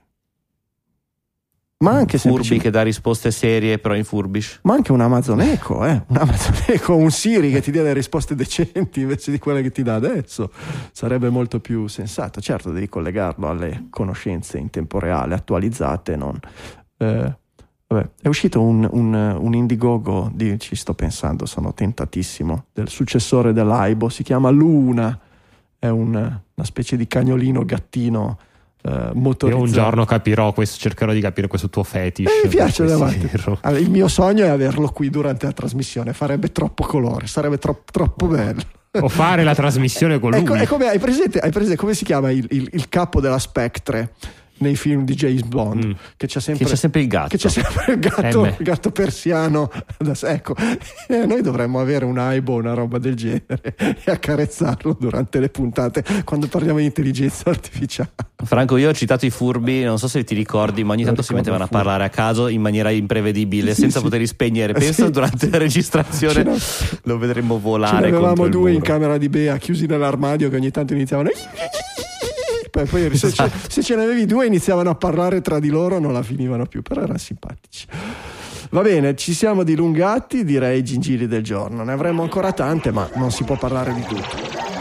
Ma anche Furby che dà risposte serie però in Furbish. Ma anche un Amazon Echo, eh? un Amazon Echo, un Siri che ti dia delle risposte decenti invece di quelle che ti dà adesso, sarebbe molto più sensato. Certo, devi collegarlo alle conoscenze in tempo reale attualizzate, non eh, vabbè. È uscito un, un, un Indiegogo di, ci sto pensando, sono tentatissimo, del successore dell'Aibo, si chiama Luna, è un, una specie di cagnolino gattino Uh, motorizzato. Io un giorno capirò questo, cercherò di capire questo tuo fetish. Eh, mi piace davanti. Allora, il mio sogno è averlo qui durante la trasmissione, farebbe troppo colore, sarebbe troppo, troppo bello. O fare la trasmissione con lui. È, è come, hai presente, hai presente come si chiama il, il, il capo della Spectre nei film di James Bond, mm. che c'è sempre, che c'è sempre il gatto, che c'è sempre il gatto, il gatto persiano. Ecco, eh, noi dovremmo avere un Aibo, una roba del genere, e accarezzarlo durante le puntate quando parliamo di intelligenza artificiale. Franco, io ho citato i furbi, non so se ti ricordi, ma ogni tanto si mettevano a parlare a caso in maniera imprevedibile, sì, senza sì. poterli spegnere. Penso sì, durante sì. la registrazione no. lo vedremmo volare. Ce ne avevamo due in camera di Bea chiusi nell'armadio che ogni tanto iniziavano Poi, poi se, esatto. ce, se ce ne avevi due iniziavano a parlare tra di loro, non la finivano più, però erano simpatici. Va bene, ci siamo dilungati, direi gingilli del giorno. Ne avremmo ancora tante, ma non si può parlare di tutto.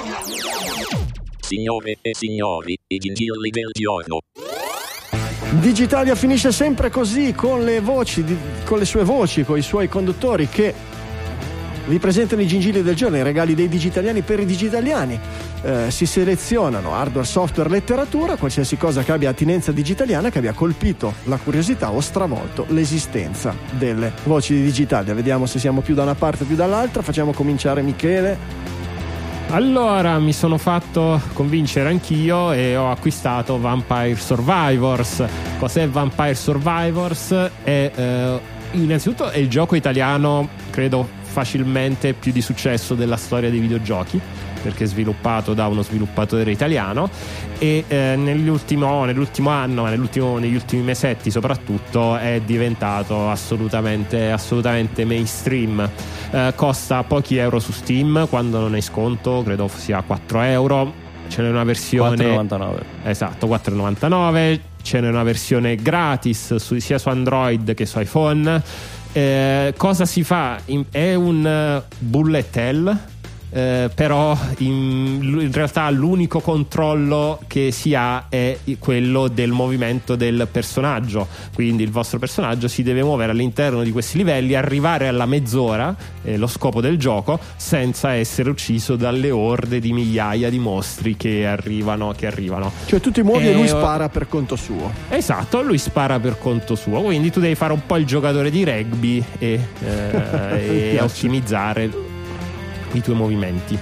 Signore e signori, i gingilli del giorno. Digitalia finisce sempre così, con le voci, di, con le sue voci, con i suoi conduttori che vi presentano i gingilli del giorno, i regali dei digitaliani per i digitaliani. Eh, si selezionano hardware, software, letteratura, qualsiasi cosa che abbia attinenza digitaliana, che abbia colpito la curiosità o stravolto l'esistenza delle voci di Digitalia. Vediamo se siamo più da una parte o più dall'altra. Facciamo cominciare Michele. Allora, mi sono fatto convincere anch'io e ho acquistato Vampire Survivors. Cos'è Vampire Survivors? È eh, innanzitutto è il gioco italiano, credo facilmente più di successo della storia dei videogiochi, perché è sviluppato da uno sviluppatore italiano e eh, nell'ultimo, nell'ultimo anno, ma nell'ultimo, negli ultimi mesetti soprattutto, è diventato assolutamente, assolutamente mainstream. Eh, costa pochi euro su Steam, quando non è in sconto credo sia quattro euro. Ce n'è una versione quattro e novantanove. Esatto, quattro e novantanove. Ce n'è una versione gratis su, sia su Android che su iPhone. Eh, cosa si fa? In, è un uh, bullet hell, eh, però in, in realtà l'unico controllo che si ha è quello del movimento del personaggio, quindi il vostro personaggio si deve muovere all'interno di questi livelli, arrivare alla mezz'ora, eh, lo scopo del gioco, senza essere ucciso dalle orde di migliaia di mostri che arrivano, che arrivano. Cioè tu ti muovi e, e lui spara per conto suo. Esatto, lui spara per conto suo, quindi tu devi fare un po' il giocatore di rugby e, eh, e ottimizzare i tuoi movimenti.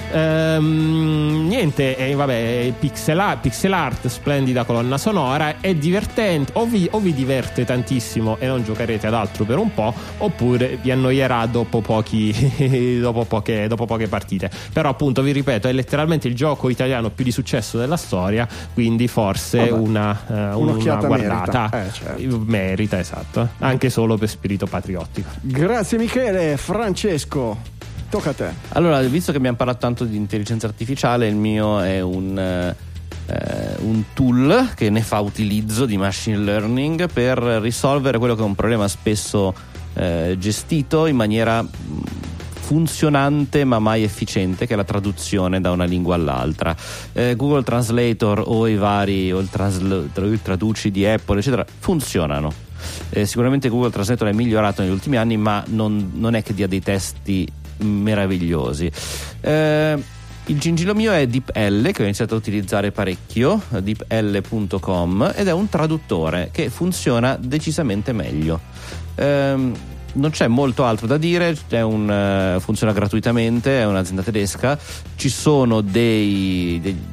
Ehm, niente, eh, vabbè, pixel art, pixel art, splendida colonna sonora, è divertente, o vi, o vi diverte tantissimo e non giocherete ad altro per un po', oppure vi annoierà dopo pochi dopo poche, dopo poche partite. Però appunto vi ripeto, è letteralmente il gioco italiano più di successo della storia, quindi forse vabbè, una, uh, una guardata merita. Eh, certo. merita, esatto, anche solo per spirito patriottico. Grazie Michele. Francesco, tocca a te. Allora, visto che abbiamo parlato tanto di intelligenza artificiale, il mio è un, eh, un tool che ne fa utilizzo di machine learning per risolvere quello che è un problema spesso eh, gestito in maniera funzionante ma mai efficiente, che è la traduzione da una lingua all'altra. eh, Google Translator o i vari o il, transl- il traduci di Apple eccetera funzionano. Eh, sicuramente Google Translator è migliorato negli ultimi anni, ma non, non è che dia dei testi meravigliosi. Eh, il gingillo mio è DeepL, che ho iniziato a utilizzare parecchio, deep l punto com, ed è un traduttore che funziona decisamente meglio. Eh, non c'è molto altro da dire, è un, uh, funziona gratuitamente, è un'azienda tedesca, ci sono dei, dei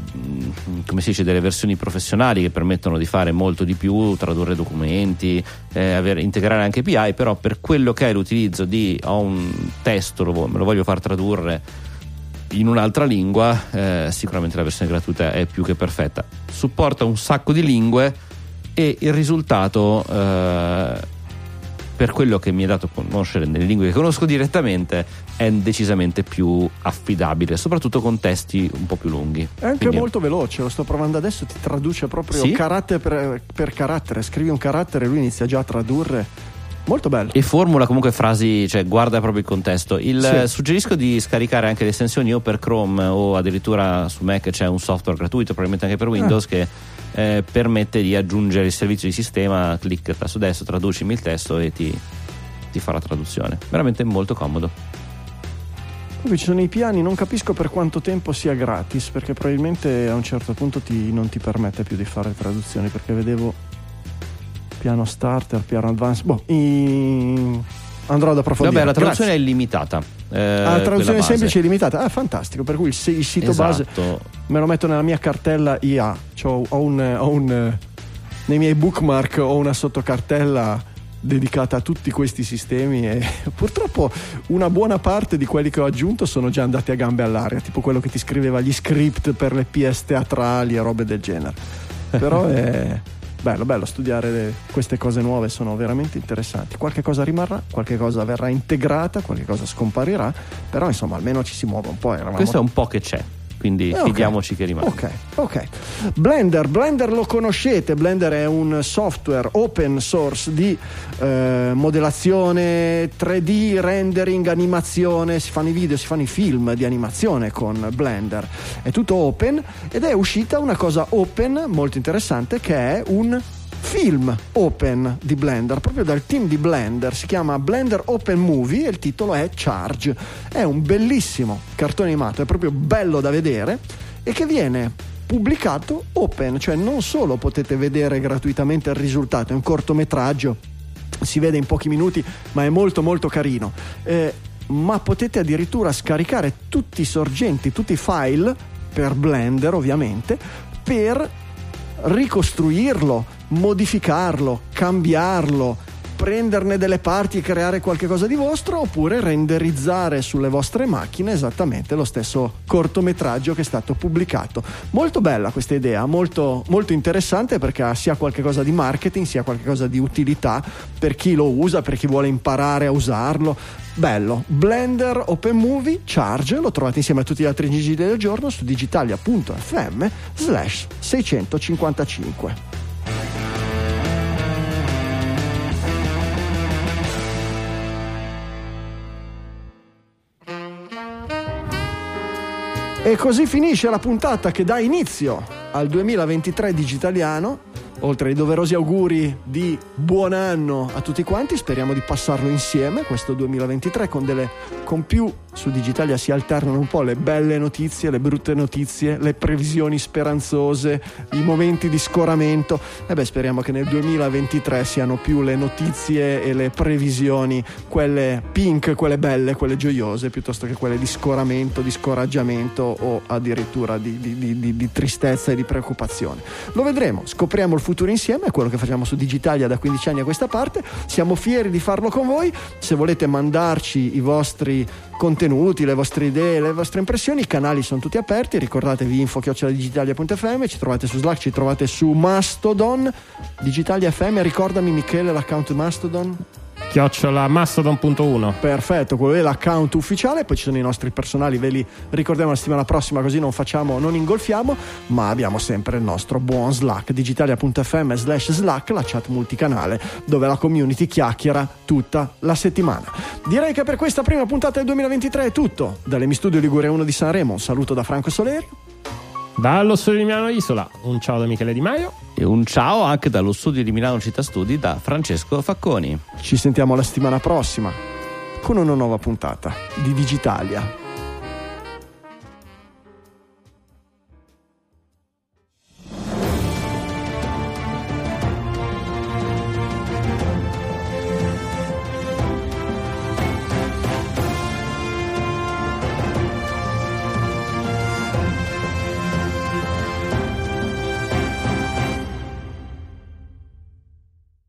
come si dice, delle versioni professionali che permettono di fare molto di più, tradurre documenti, eh, avere, integrare anche A P I, però per quello che è l'utilizzo di ho un testo, lo, me lo voglio far tradurre in un'altra lingua, eh, sicuramente la versione gratuita è più che perfetta. Supporta un sacco di lingue e il risultato, eh, per quello che mi è dato conoscere nelle lingue che conosco direttamente, è decisamente più affidabile, soprattutto con testi un po' più lunghi. È anche Quindi... molto veloce, lo sto provando adesso, ti traduce proprio sì? carattere per, per carattere, scrivi un carattere e lui inizia già a tradurre. Molto bello. E formula comunque frasi, cioè guarda proprio il contesto. Il, sì. Suggerisco di scaricare anche le estensioni o per Chrome o addirittura su Mac c'è un software gratuito, probabilmente anche per Windows, ah. che eh, permette di aggiungere il servizio di sistema, clicca su destra, traducimi il testo e ti, ti fa la traduzione. Veramente molto comodo. Poi ci sono i piani, non capisco per quanto tempo sia gratis, perché probabilmente a un certo punto ti, non ti permette più di fare traduzioni, perché vedevo piano starter, piano advanced, boh, in... andrò ad approfondire. Vabbè, la traduzione Grazie. è illimitata. Eh, ah, la traduzione semplice e limitata. Ah, fantastico. Per cui il, il sito esatto. base me lo metto nella mia cartella I A. C'ho, ho un, ho un nei miei bookmark ho una sottocartella dedicata a tutti questi sistemi e purtroppo una buona parte di quelli che ho aggiunto sono già andati a gambe all'aria, tipo quello che ti scriveva gli script per le pièce teatrali e robe del genere. Però è bello, bello studiare le, queste cose nuove, sono veramente interessanti. Qualche cosa rimarrà, qualche cosa verrà integrata, qualche cosa scomparirà, però insomma almeno ci si muove un po'. Eravamo... Questo è un po' che c'è, quindi eh, okay. fidiamoci che rimane. Ok, ok. Blender, Blender lo conoscete, Blender è un software open source di eh, modellazione tre D, rendering, animazione, si fanno i video, si fanno i film di animazione con Blender, è tutto open ed è uscita una cosa open molto interessante che è un film open di Blender, proprio dal team di Blender, si chiama Blender Open Movie e il titolo è Charge. È un bellissimo cartone animato, è proprio bello da vedere e che viene pubblicato open, cioè non solo potete vedere gratuitamente il risultato, è un cortometraggio, si vede in pochi minuti ma è molto molto carino, eh, ma potete addirittura scaricare tutti i sorgenti, tutti i file per Blender ovviamente, per ricostruirlo, modificarlo, cambiarlo, prenderne delle parti e creare qualche cosa di vostro, oppure renderizzare sulle vostre macchine esattamente lo stesso cortometraggio che è stato pubblicato. Molto bella questa idea, molto, molto interessante, perché ha sia qualche cosa di marketing sia qualche cosa di utilità per chi lo usa, per chi vuole imparare a usarlo. Bello. Blender Open Movie Charge lo trovate insieme a tutti gli altri gigi del giorno su digitalia.fm slash seicentocinquantacinque. E così finisce la puntata che dà inizio al duemilaventitré digitaliano. Oltre ai doverosi auguri di buon anno a tutti quanti, speriamo di passarlo insieme questo duemilaventitré con delle con più. Su Digitalia si alternano un po' le belle notizie, le brutte notizie, le previsioni speranzose, i momenti di scoramento. E beh, speriamo che nel duemilaventitré siano più le notizie e le previsioni quelle pink, quelle belle, quelle gioiose, piuttosto che quelle di scoramento, di scoraggiamento o addirittura di, di, di, di, di tristezza e di preoccupazione. Lo vedremo, scopriamo il futuro insieme, è quello che facciamo su Digitalia da quindici anni a questa parte. Siamo fieri di farlo con voi. Se volete mandarci i vostri contenuti, le vostre idee, le vostre impressioni, i canali sono tutti aperti. Ricordatevi info chiocciola digitalia punto effe emme, ci trovate su Slack, ci trovate su Mastodon. Digitalia effe emme, ricordami Michele l'account Mastodon. chiocciola mastodon punto uno. Perfetto, quello è l'account ufficiale. Poi ci sono i nostri personali, ve li ricordiamo la settimana prossima, così non facciamo, non ingolfiamo, ma abbiamo sempre il nostro buon Slack, digitalia.fm slash Slack, la chat multicanale dove la community chiacchiera tutta la settimana. Direi che per questa prima puntata del duemilaventitré è tutto. Dall'Emi Studio Ligure uno di Sanremo un saluto da Franco Soleri. Dallo studio di Milano Isola un ciao da Michele Di Maio. E un ciao anche dallo studio di Milano Città Studi da Francesco Facconi. Ci sentiamo la settimana prossima con una nuova puntata di Digitalia.